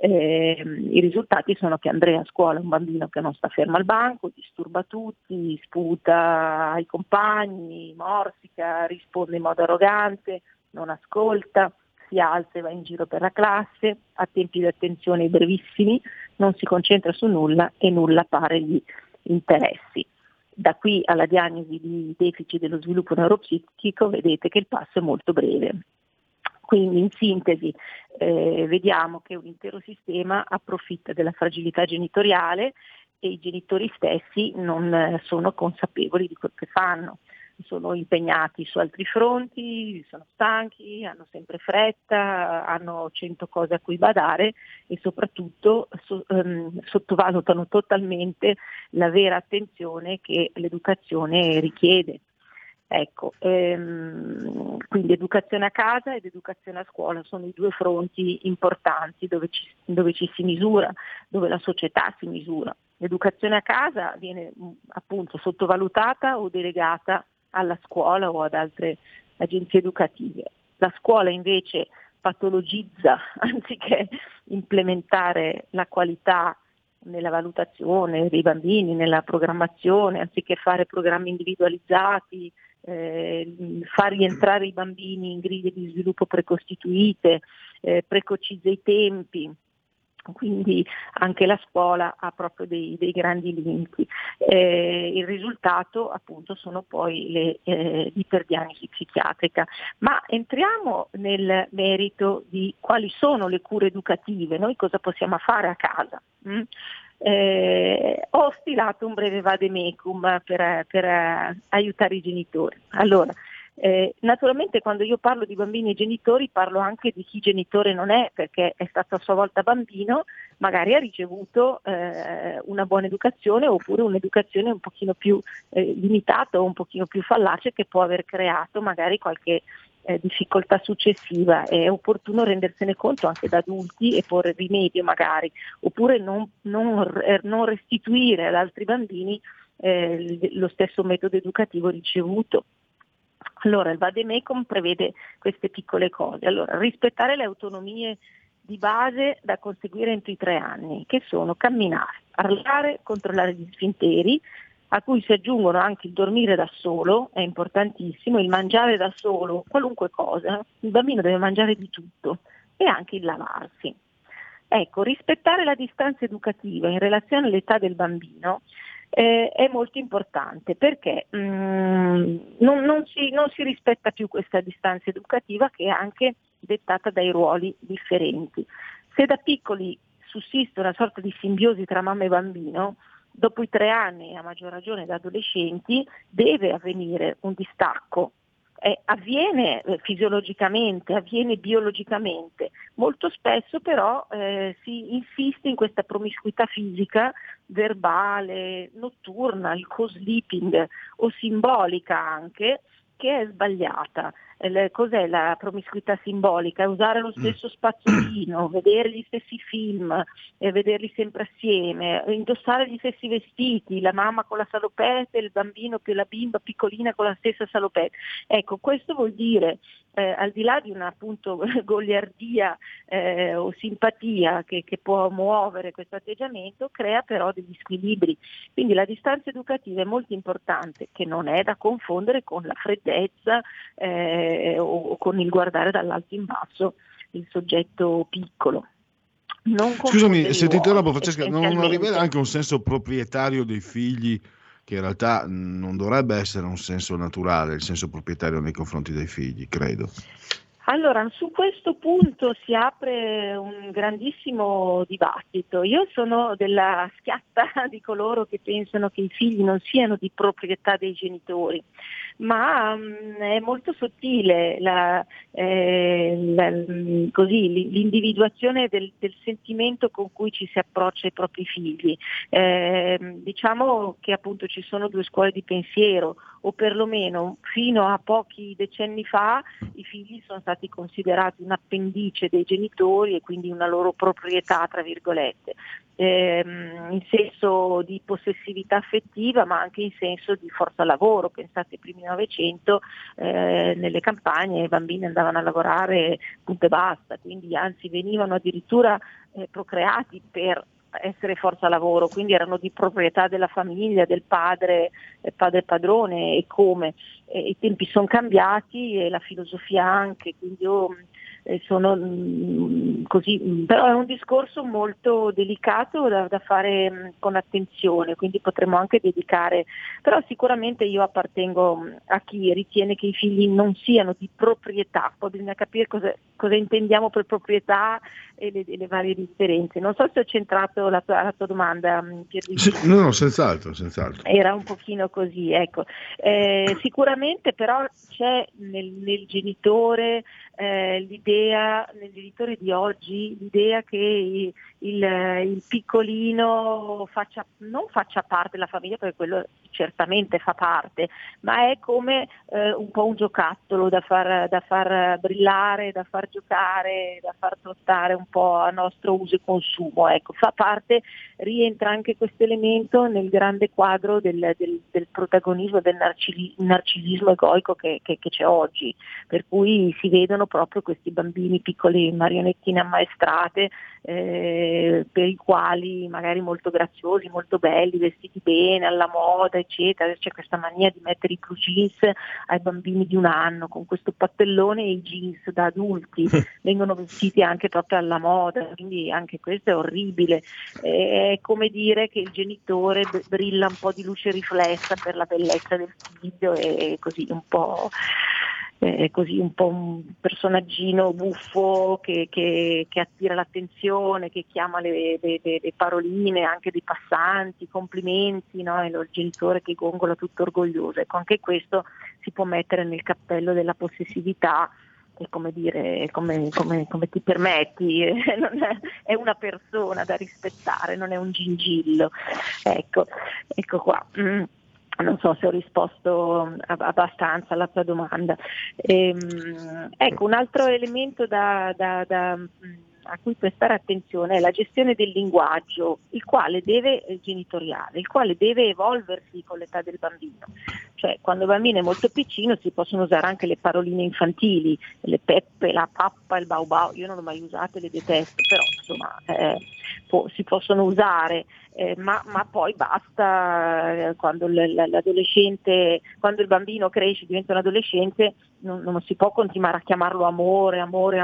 I risultati sono che Andrea a scuola è un bambino che non sta fermo al banco, disturba tutti, sputa ai compagni, morsica, risponde in modo arrogante, non ascolta, si alza e va in giro per la classe, ha tempi di attenzione brevissimi, non si concentra su nulla e nulla pare gli interessi. Da qui alla diagnosi di deficit dello sviluppo neuropsichico vedete che il passo è molto breve. Quindi in sintesi vediamo che un intero sistema approfitta della fragilità genitoriale e i genitori stessi non sono consapevoli di quel che fanno. Sono impegnati su altri fronti, sono stanchi, hanno sempre fretta, hanno 100 cose a cui badare e soprattutto sottovalutano totalmente la vera attenzione che l'educazione richiede. Ecco, quindi educazione a casa ed educazione a scuola sono i 2 fronti importanti dove ci si misura, dove la società si misura. L'educazione a casa viene appunto sottovalutata o delegata alla scuola o ad altre agenzie educative. La scuola invece patologizza anziché implementare la qualità nella valutazione dei bambini, nella programmazione, anziché fare programmi individualizzati, far rientrare i bambini in griglie di sviluppo precostituite, precocizza i tempi. Quindi anche la scuola ha proprio dei grandi limiti. Il risultato appunto sono poi le iperdiagnosi psichiatrica. Ma entriamo nel merito di quali sono le cure educative, noi cosa possiamo fare a casa. Ho stilato un breve vademecum per aiutare i genitori. Allora, naturalmente quando io parlo di bambini e genitori parlo anche di chi genitore non è, perché è stato a sua volta bambino, magari ha ricevuto una buona educazione oppure un'educazione un pochino più limitata o un pochino più fallace che può aver creato magari qualche difficoltà successiva. È opportuno rendersene conto anche da adulti e porre rimedio magari, oppure non restituire ad altri bambini lo stesso metodo educativo ricevuto. Allora il vademecum prevede queste piccole cose. Allora, rispettare le autonomie di base da conseguire entro i 3 anni, che sono camminare, parlare, controllare gli sfinteri, a cui si aggiungono anche il dormire da solo, è importantissimo, il mangiare da solo, qualunque cosa, il bambino deve mangiare di tutto, e anche il lavarsi. Ecco, rispettare la distanza educativa in relazione all'età del bambino è molto importante, perché non si rispetta più questa distanza educativa, che è anche dettata dai ruoli differenti. Se da piccoli sussiste una sorta di simbiosi tra mamma e bambino, dopo i 3 anni, a maggior ragione da adolescenti, deve avvenire un distacco. Avviene fisiologicamente, avviene biologicamente, molto spesso però si insiste in questa promiscuità fisica, verbale, notturna, il co-sleeping o simbolica anche, che è sbagliata. cos'è la promiscuità simbolica? È usare lo stesso spazzolino, vedere gli stessi film, vederli sempre assieme, indossare gli stessi vestiti, la mamma con la salopette, il bambino più la bimba piccolina con la stessa salopette. Ecco, questo vuol dire, al di là di una appunto goliardia o simpatia che può muovere questo atteggiamento, crea però degli squilibri. Quindi la distanza educativa è molto importante, che non è da confondere con la freddezza o con il guardare dall'alto in basso il soggetto piccolo. Scusami se ti interrompo, Francesca, non rivela anche un senso proprietario dei figli, che in realtà non dovrebbe essere un senso naturale, il senso proprietario nei confronti dei figli, credo. Allora, su questo punto si apre un grandissimo dibattito. Io sono della schiatta di coloro che pensano che i figli non siano di proprietà dei genitori, ma è molto sottile l'individuazione del sentimento con cui ci si approccia ai propri figli. Diciamo che appunto ci sono due scuole di pensiero, o perlomeno fino a pochi decenni fa i figli sono stati considerati un appendice dei genitori e quindi una loro proprietà, tra virgolette, in senso di possessività affettiva, ma anche in senso di forza lavoro. Pensate ai primi Novecento, nelle campagne i bambini andavano a lavorare punto e basta, quindi anzi venivano addirittura procreati per essere forza lavoro, quindi erano di proprietà della famiglia, del padre padrone, e come i tempi sono cambiati e la filosofia anche, quindi io sono così, però è un discorso molto delicato da fare con attenzione, quindi potremmo anche dedicare, però sicuramente io appartengo a chi ritiene che i figli non siano di proprietà, poi bisogna capire cosa intendiamo per proprietà e le varie differenze. Non so se ho centrato la tua domanda, Pierluigi. Sì, no, senz'altro. Era un pochino così, ecco. Sicuramente però c'è nel genitore nel genitore di oggi l'idea che il piccolino non faccia parte della famiglia, perché quello certamente fa parte, ma è come un po' un giocattolo da far brillare, da far giocare, da far trottare un po' a nostro uso e consumo. Ecco, fa parte, rientra anche questo elemento nel grande quadro del protagonismo, del narcisismo egoico che c'è oggi, per cui si vedono proprio questi bambini piccoli marionettine ammaestrate, per i quali magari molto graziosi, molto belli, vestiti bene, alla moda, eccetera. C'è questa mania di mettere i blue jeans ai bambini di 1 anno, con questo pattellone e i jeans da adulti, vengono vestiti anche proprio alla moda, quindi anche questo è orribile. È come dire che il genitore brilla un po' di luce riflessa per la bellezza del figlio, e così un po' un personaggino buffo che attira l'attenzione, che chiama le paroline anche dei passanti, complimenti, no? E il genitore che gongola tutto orgoglioso. Ecco, anche questo si può mettere nel cappello della possessività, e come dire, come ti permetti, è una persona da rispettare, non è un gingillo. Ecco qua. Non so se ho risposto abbastanza alla tua domanda. Ecco, un altro elemento a cui prestare attenzione è la gestione del linguaggio, il quale deve evolversi con l'età del bambino. Cioè, quando il bambino è molto piccino si possono usare anche le paroline infantili, le peppe, la pappa, il bau bau. Io non l'ho mai usate, le detesto, però insomma si possono usare, ma poi basta. Quando l'adolescente, quando il bambino cresce, diventa un adolescente, non si può continuare a chiamarlo amore,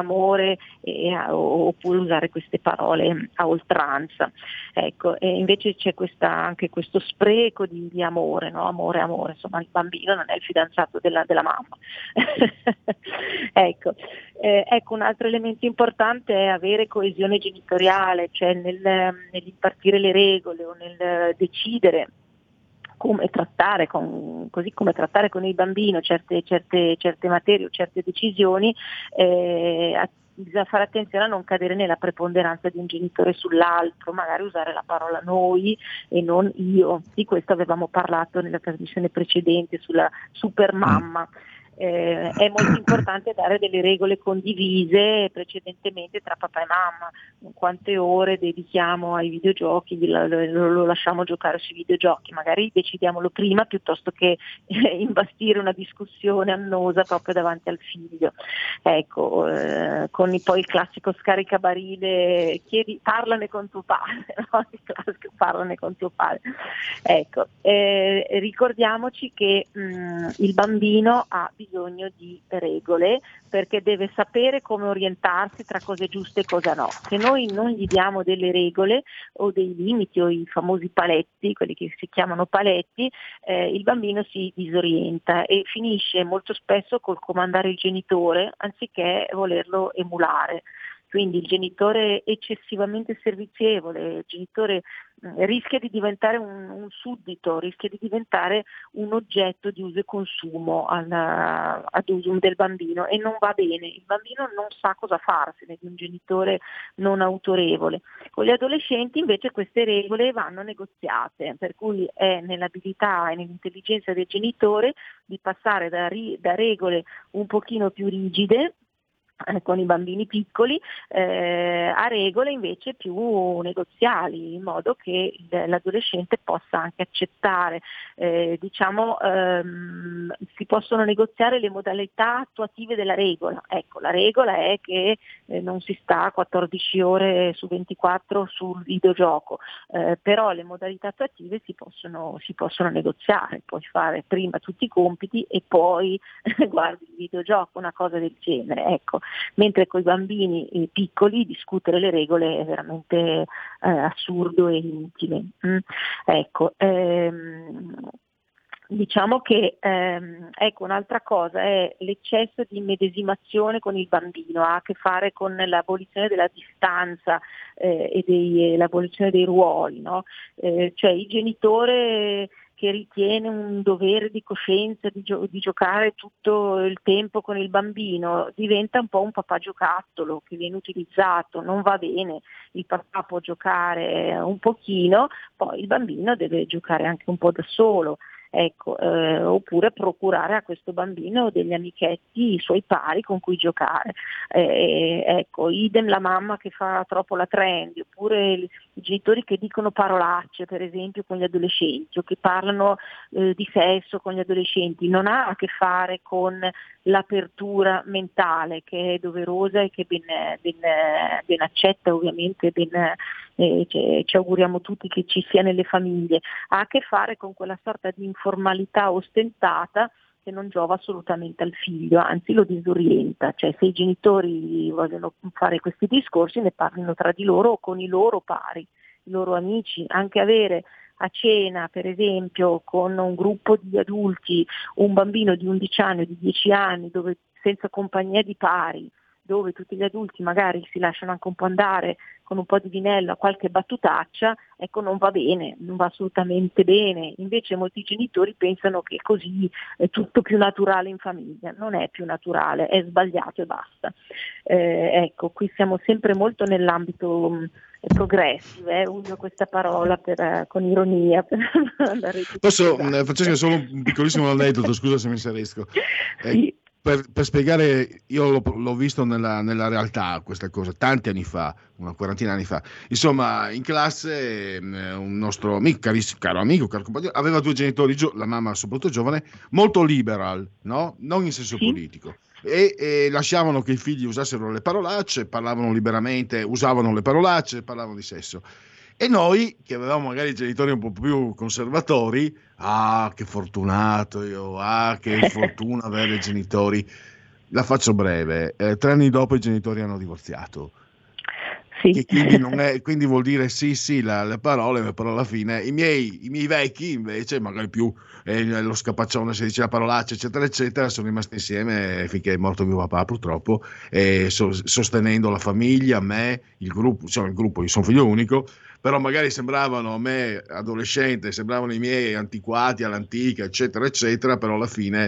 oppure usare queste parole a oltranza. Ecco, e invece c'è anche questo spreco di amore, no? Amore, insomma il bambino non è il fidanzato della mamma. Ecco, un altro elemento importante è avere coesione genitoriale, cioè nell'impartire le regole o nel decidere come trattare così come trattare con il bambino certe materie o certe decisioni. Bisogna fare attenzione a non cadere nella preponderanza di un genitore sull'altro, magari usare la parola noi e non io. Di questo avevamo parlato nella trasmissione precedente sulla super mamma. è molto importante dare delle regole condivise precedentemente tra papà e mamma. Quante ore dedichiamo ai videogiochi, lo lasciamo giocare sui videogiochi, magari decidiamolo prima piuttosto che imbastire una discussione annosa proprio davanti al figlio. Ecco, con poi il classico scaricabarile, parlane con tuo padre, no? Il classico parlane con tuo padre. Ecco, ricordiamoci che il bambino ha bisogno di regole, perché deve sapere come orientarsi tra cose giuste e cosa no. Se noi non gli diamo delle regole o dei limiti o i famosi paletti, quelli che si chiamano paletti, il bambino si disorienta e finisce molto spesso col comandare il genitore anziché volerlo emulare. Quindi il genitore eccessivamente servizievole, il genitore rischia di diventare un suddito, rischia di diventare un oggetto di uso e consumo ad uso del bambino, e non va bene. Il bambino non sa cosa farsene di un genitore non autorevole. Con gli adolescenti invece queste regole vanno negoziate, per cui è nell'abilità e nell'intelligenza del genitore di passare da regole un pochino più rigide con i bambini piccoli a regole invece più negoziali, in modo che l'adolescente possa anche accettare, si possono negoziare le modalità attuative della regola. Ecco, la regola è che non si sta 14 ore su 24 sul videogioco, però le modalità attuative si possono negoziare. Puoi fare prima tutti i compiti e poi guardi il videogioco, una cosa del genere. Ecco. Mentre con i bambini piccoli discutere le regole è veramente assurdo e inutile. Ecco, diciamo che ecco, un'altra cosa è l'eccesso di immedesimazione con il bambino, ha a che fare con l'abolizione della distanza e l'abolizione dei ruoli, no? Cioè il genitore che ritiene un dovere di coscienza di giocare tutto il tempo con il bambino diventa un po' un papà giocattolo che viene utilizzato, non va bene. Il papà può giocare un pochino, poi il bambino deve giocare anche un po' da solo. Ecco, oppure procurare a questo bambino degli amichetti, i suoi pari con cui giocare. Ecco, idem la mamma che fa troppo la trendy, oppure i genitori che dicono parolacce, per esempio, con gli adolescenti, o che parlano di sesso con gli adolescenti. Non ha a che fare con l'apertura mentale, che è doverosa e che ben accetta, ovviamente, ci auguriamo tutti che ci sia nelle famiglie. Ha a che fare con quella sorta di informalità ostentata che non giova assolutamente al figlio, anzi lo disorienta. Cioè, se i genitori vogliono fare questi discorsi, ne parlino tra di loro o con i loro pari, i loro amici. Anche avere a cena, per esempio, con un gruppo di adulti, un bambino di 11 anni o di 10 anni, dove senza compagnia di pari, dove tutti gli adulti magari si lasciano anche un po' andare con un po' di vinello a qualche battutaccia, ecco, non va bene, non va assolutamente bene. Invece molti genitori pensano che così è tutto più naturale in famiglia. Non è più naturale, è sbagliato e basta. Ecco, qui siamo sempre molto nell'ambito progressive, uso questa parola con ironia per andare. Posso, Francesca, solo un piccolissimo aneddoto, scusa se mi inserisco. Sì. Per spiegare, io l'ho visto nella realtà questa cosa tanti anni fa, una quarantina anni fa. Insomma, in classe un nostro amico, caro compagno, aveva due genitori, la mamma soprattutto giovane, molto liberal, no? Non in senso politico. E lasciavano che i figli usassero le parolacce, parlavano liberamente, usavano le parolacce, parlavano di sesso. E noi, che avevamo magari genitori un po' più conservatori, che fortunato io, che fortuna avere genitori. La faccio breve, 3 anni dopo i genitori hanno divorziato. Sì. Quindi vuol dire sì, le parole, però alla fine i miei vecchi invece, magari più lo scapaccione, si dice la parolaccia, eccetera, eccetera, sono rimasti insieme finché è morto mio papà, purtroppo, sostenendo la famiglia, me, il gruppo, io sono figlio unico, però magari sembravano a me, adolescente, sembravano i miei antiquati all'antica, eccetera, eccetera, però alla fine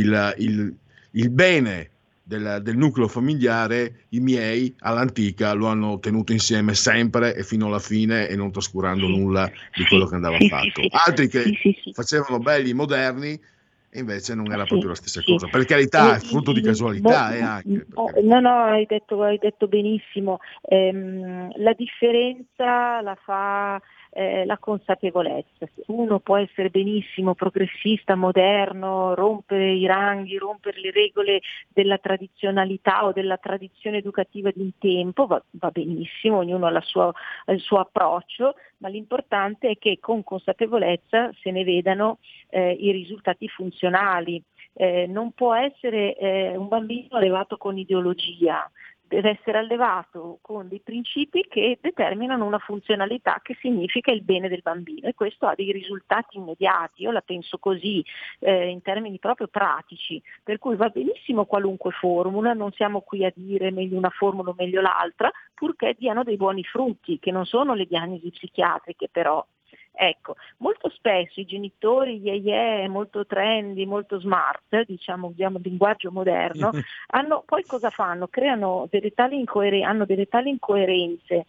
il bene del nucleo familiare, i miei all'antica lo hanno tenuto insieme sempre e fino alla fine, e non trascurando nulla di quello che andava fatto. Altri che facevano belli moderni invece non era proprio la stessa cosa. Per carità, è frutto di casualità anche. No, hai detto benissimo. La differenza la fa la consapevolezza. Uno può essere benissimo progressista, moderno, rompere i ranghi, rompere le regole della tradizionalità o della tradizione educativa di un tempo, va benissimo, ognuno ha il suo approccio, ma l'importante è che con consapevolezza se ne vedano i risultati funzionali. Non può essere un bambino allevato con ideologia, deve essere allevato con dei principi che determinano una funzionalità che significa il bene del bambino, e questo ha dei risultati immediati. Io la penso così, in termini proprio pratici, per cui va benissimo qualunque formula, non siamo qui a dire meglio una formula o meglio l'altra, purché diano dei buoni frutti, che non sono le diagnosi psichiatriche però. Ecco, molto spesso i genitori molto trendy, molto smart, diciamo, usiamo il linguaggio moderno, poi cosa fanno? Hanno delle tali incoerenze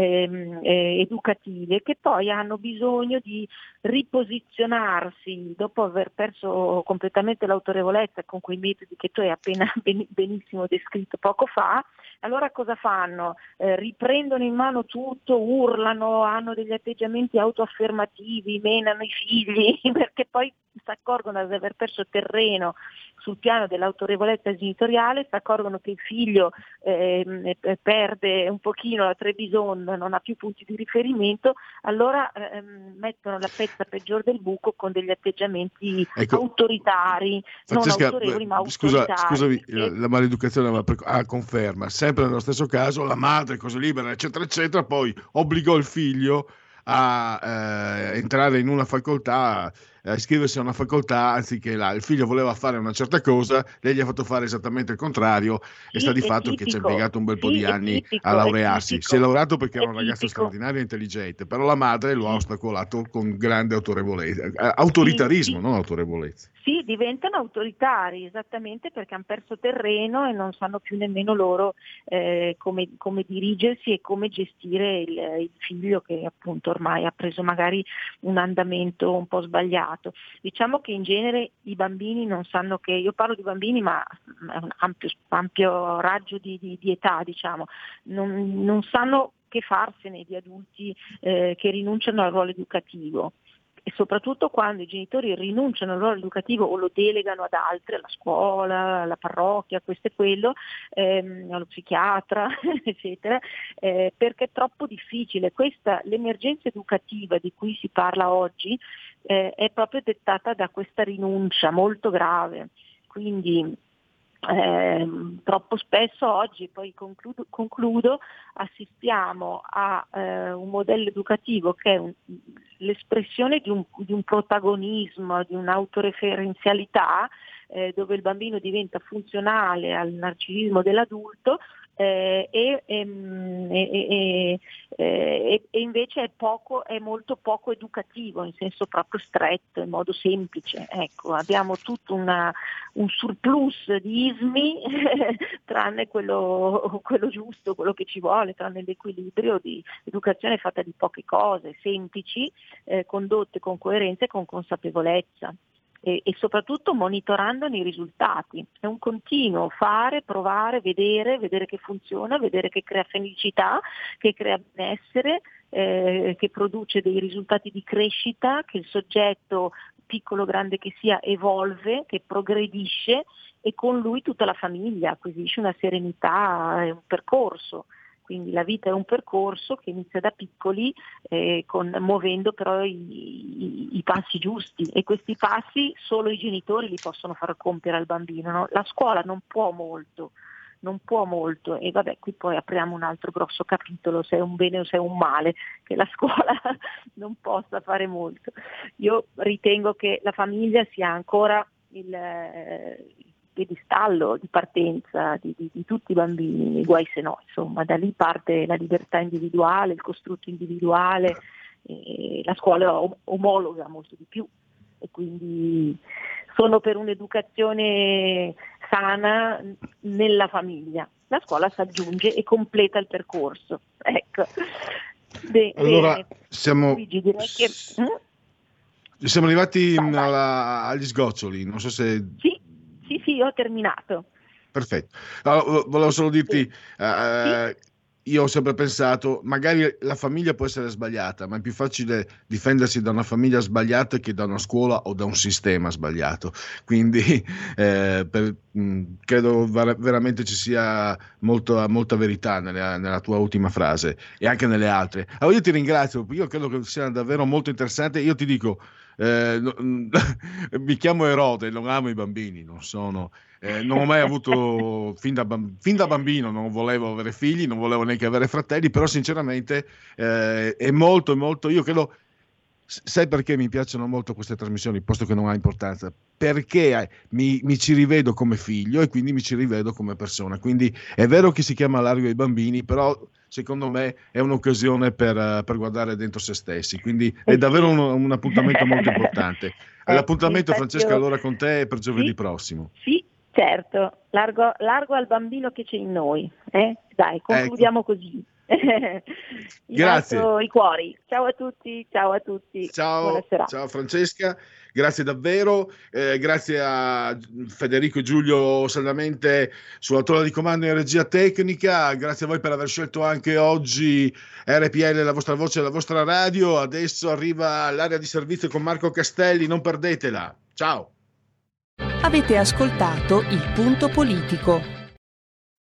educative che poi hanno bisogno di riposizionarsi dopo aver perso completamente l'autorevolezza con quei metodi che tu hai appena benissimo descritto poco fa. Allora cosa fanno? Riprendono in mano tutto, urlano, hanno degli atteggiamenti autoaffermativi, menano i figli, perché poi si accorgono di aver perso terreno sul piano dell'autorevolezza genitoriale, si accorgono che il figlio perde un pochino la Trebisonda, non ha più punti di riferimento, allora mettono la pezza peggior del buco con degli atteggiamenti autoritari, Francesca, non autorevoli ma autoritari. Scusami, la maleducazione, ma conferma, sempre nello stesso caso, la madre così libera, eccetera, eccetera, poi obbligò il figlio a entrare in una facoltà, a iscriversi a una facoltà anziché là. Il figlio voleva fare una certa cosa, lei gli ha fatto fare esattamente il contrario, e sta di fatto che ci ha impiegato un bel po' di anni a laurearsi. Si è laureato perché era un ragazzo straordinario e intelligente, però la madre lo ha ostacolato con grande autoritarismo, non autorevolezza. Sì, diventano autoritari, esattamente perché hanno perso terreno e non sanno più nemmeno loro come dirigersi e come gestire il figlio che appunto ormai ha preso magari un andamento un po' sbagliato. Diciamo che in genere i bambini non sanno che, io parlo di bambini ma è un ampio raggio di età, diciamo, non sanno che farsene di adulti che rinunciano al ruolo educativo. E soprattutto quando i genitori rinunciano al ruolo educativo o lo delegano ad altri, alla scuola, alla parrocchia, questo e quello, allo psichiatra, eccetera, perché è troppo difficile. L'emergenza educativa di cui si parla oggi è proprio dettata da questa rinuncia molto grave. Quindi troppo spesso oggi, poi concludo, assistiamo a un modello educativo che è l'espressione di un protagonismo, di un'autoreferenzialità, dove il bambino diventa funzionale al narcisismo dell'adulto, e invece è molto poco educativo in senso proprio stretto, in modo semplice. Ecco, abbiamo tutto un surplus di ismi tranne quello giusto, quello che ci vuole, tranne l'equilibrio di educazione fatta di poche cose semplici, condotte con coerenza e con consapevolezza. E soprattutto monitorandone i risultati. È un continuo fare, provare, vedere che funziona, vedere che crea felicità, che crea benessere, che produce dei risultati di crescita, che il soggetto, piccolo o grande che sia, evolve, che progredisce, e con lui tutta la famiglia acquisisce una serenità, è un percorso. Quindi la vita è un percorso che inizia da piccoli, muovendo però i passi giusti, e questi passi solo i genitori li possono far compiere al bambino, no? La scuola non può molto, e vabbè, qui poi apriamo un altro grosso capitolo, se è un bene o se è un male, che la scuola non possa fare molto. Io ritengo che la famiglia sia ancora il piedistallo di partenza di tutti i bambini, guai se no, insomma, da lì parte la libertà individuale, il costrutto individuale, e la scuola omologa molto di più, e quindi sono per un'educazione sana nella famiglia. La scuola si aggiunge e completa il percorso. Ecco. Allora, Luigi, direi che Siamo arrivati agli sgoccioli, non so se... Sì, ho terminato. Perfetto. Allora, volevo solo dirti, io ho sempre pensato, magari la famiglia può essere sbagliata, ma è più facile difendersi da una famiglia sbagliata che da una scuola o da un sistema sbagliato. Quindi credo veramente ci sia molta verità nella tua ultima frase e anche nelle altre. Allora io ti ringrazio, io credo che sia davvero molto interessante. Io ti dico, mi chiamo Erode, non amo i bambini, non ho mai avuto, fin da bambino non volevo avere figli, non volevo neanche avere fratelli, però sinceramente è molto, io credo, sai perché mi piacciono molto queste trasmissioni, posto che non ha importanza, perché mi ci rivedo come figlio e quindi mi ci rivedo come persona, quindi è vero che si chiama Largo ai bambini, però secondo me è un'occasione per guardare dentro se stessi, quindi è davvero un appuntamento molto importante. L'appuntamento, Francesca, allora con te è per giovedì prossimo. Sì, certo, largo al bambino che c'è in noi. Dai, concludiamo così. Grazie. I cuori. Ciao a tutti. Ciao Francesca, grazie davvero, grazie a Federico e Giulio Saldamente sulla tolla di comando in regia tecnica, grazie a voi per aver scelto anche oggi RPL, la vostra voce, la vostra radio. Adesso arriva l'area di servizio con Marco Castelli, non perdetela. Ciao. Avete ascoltato Il Punto Politico.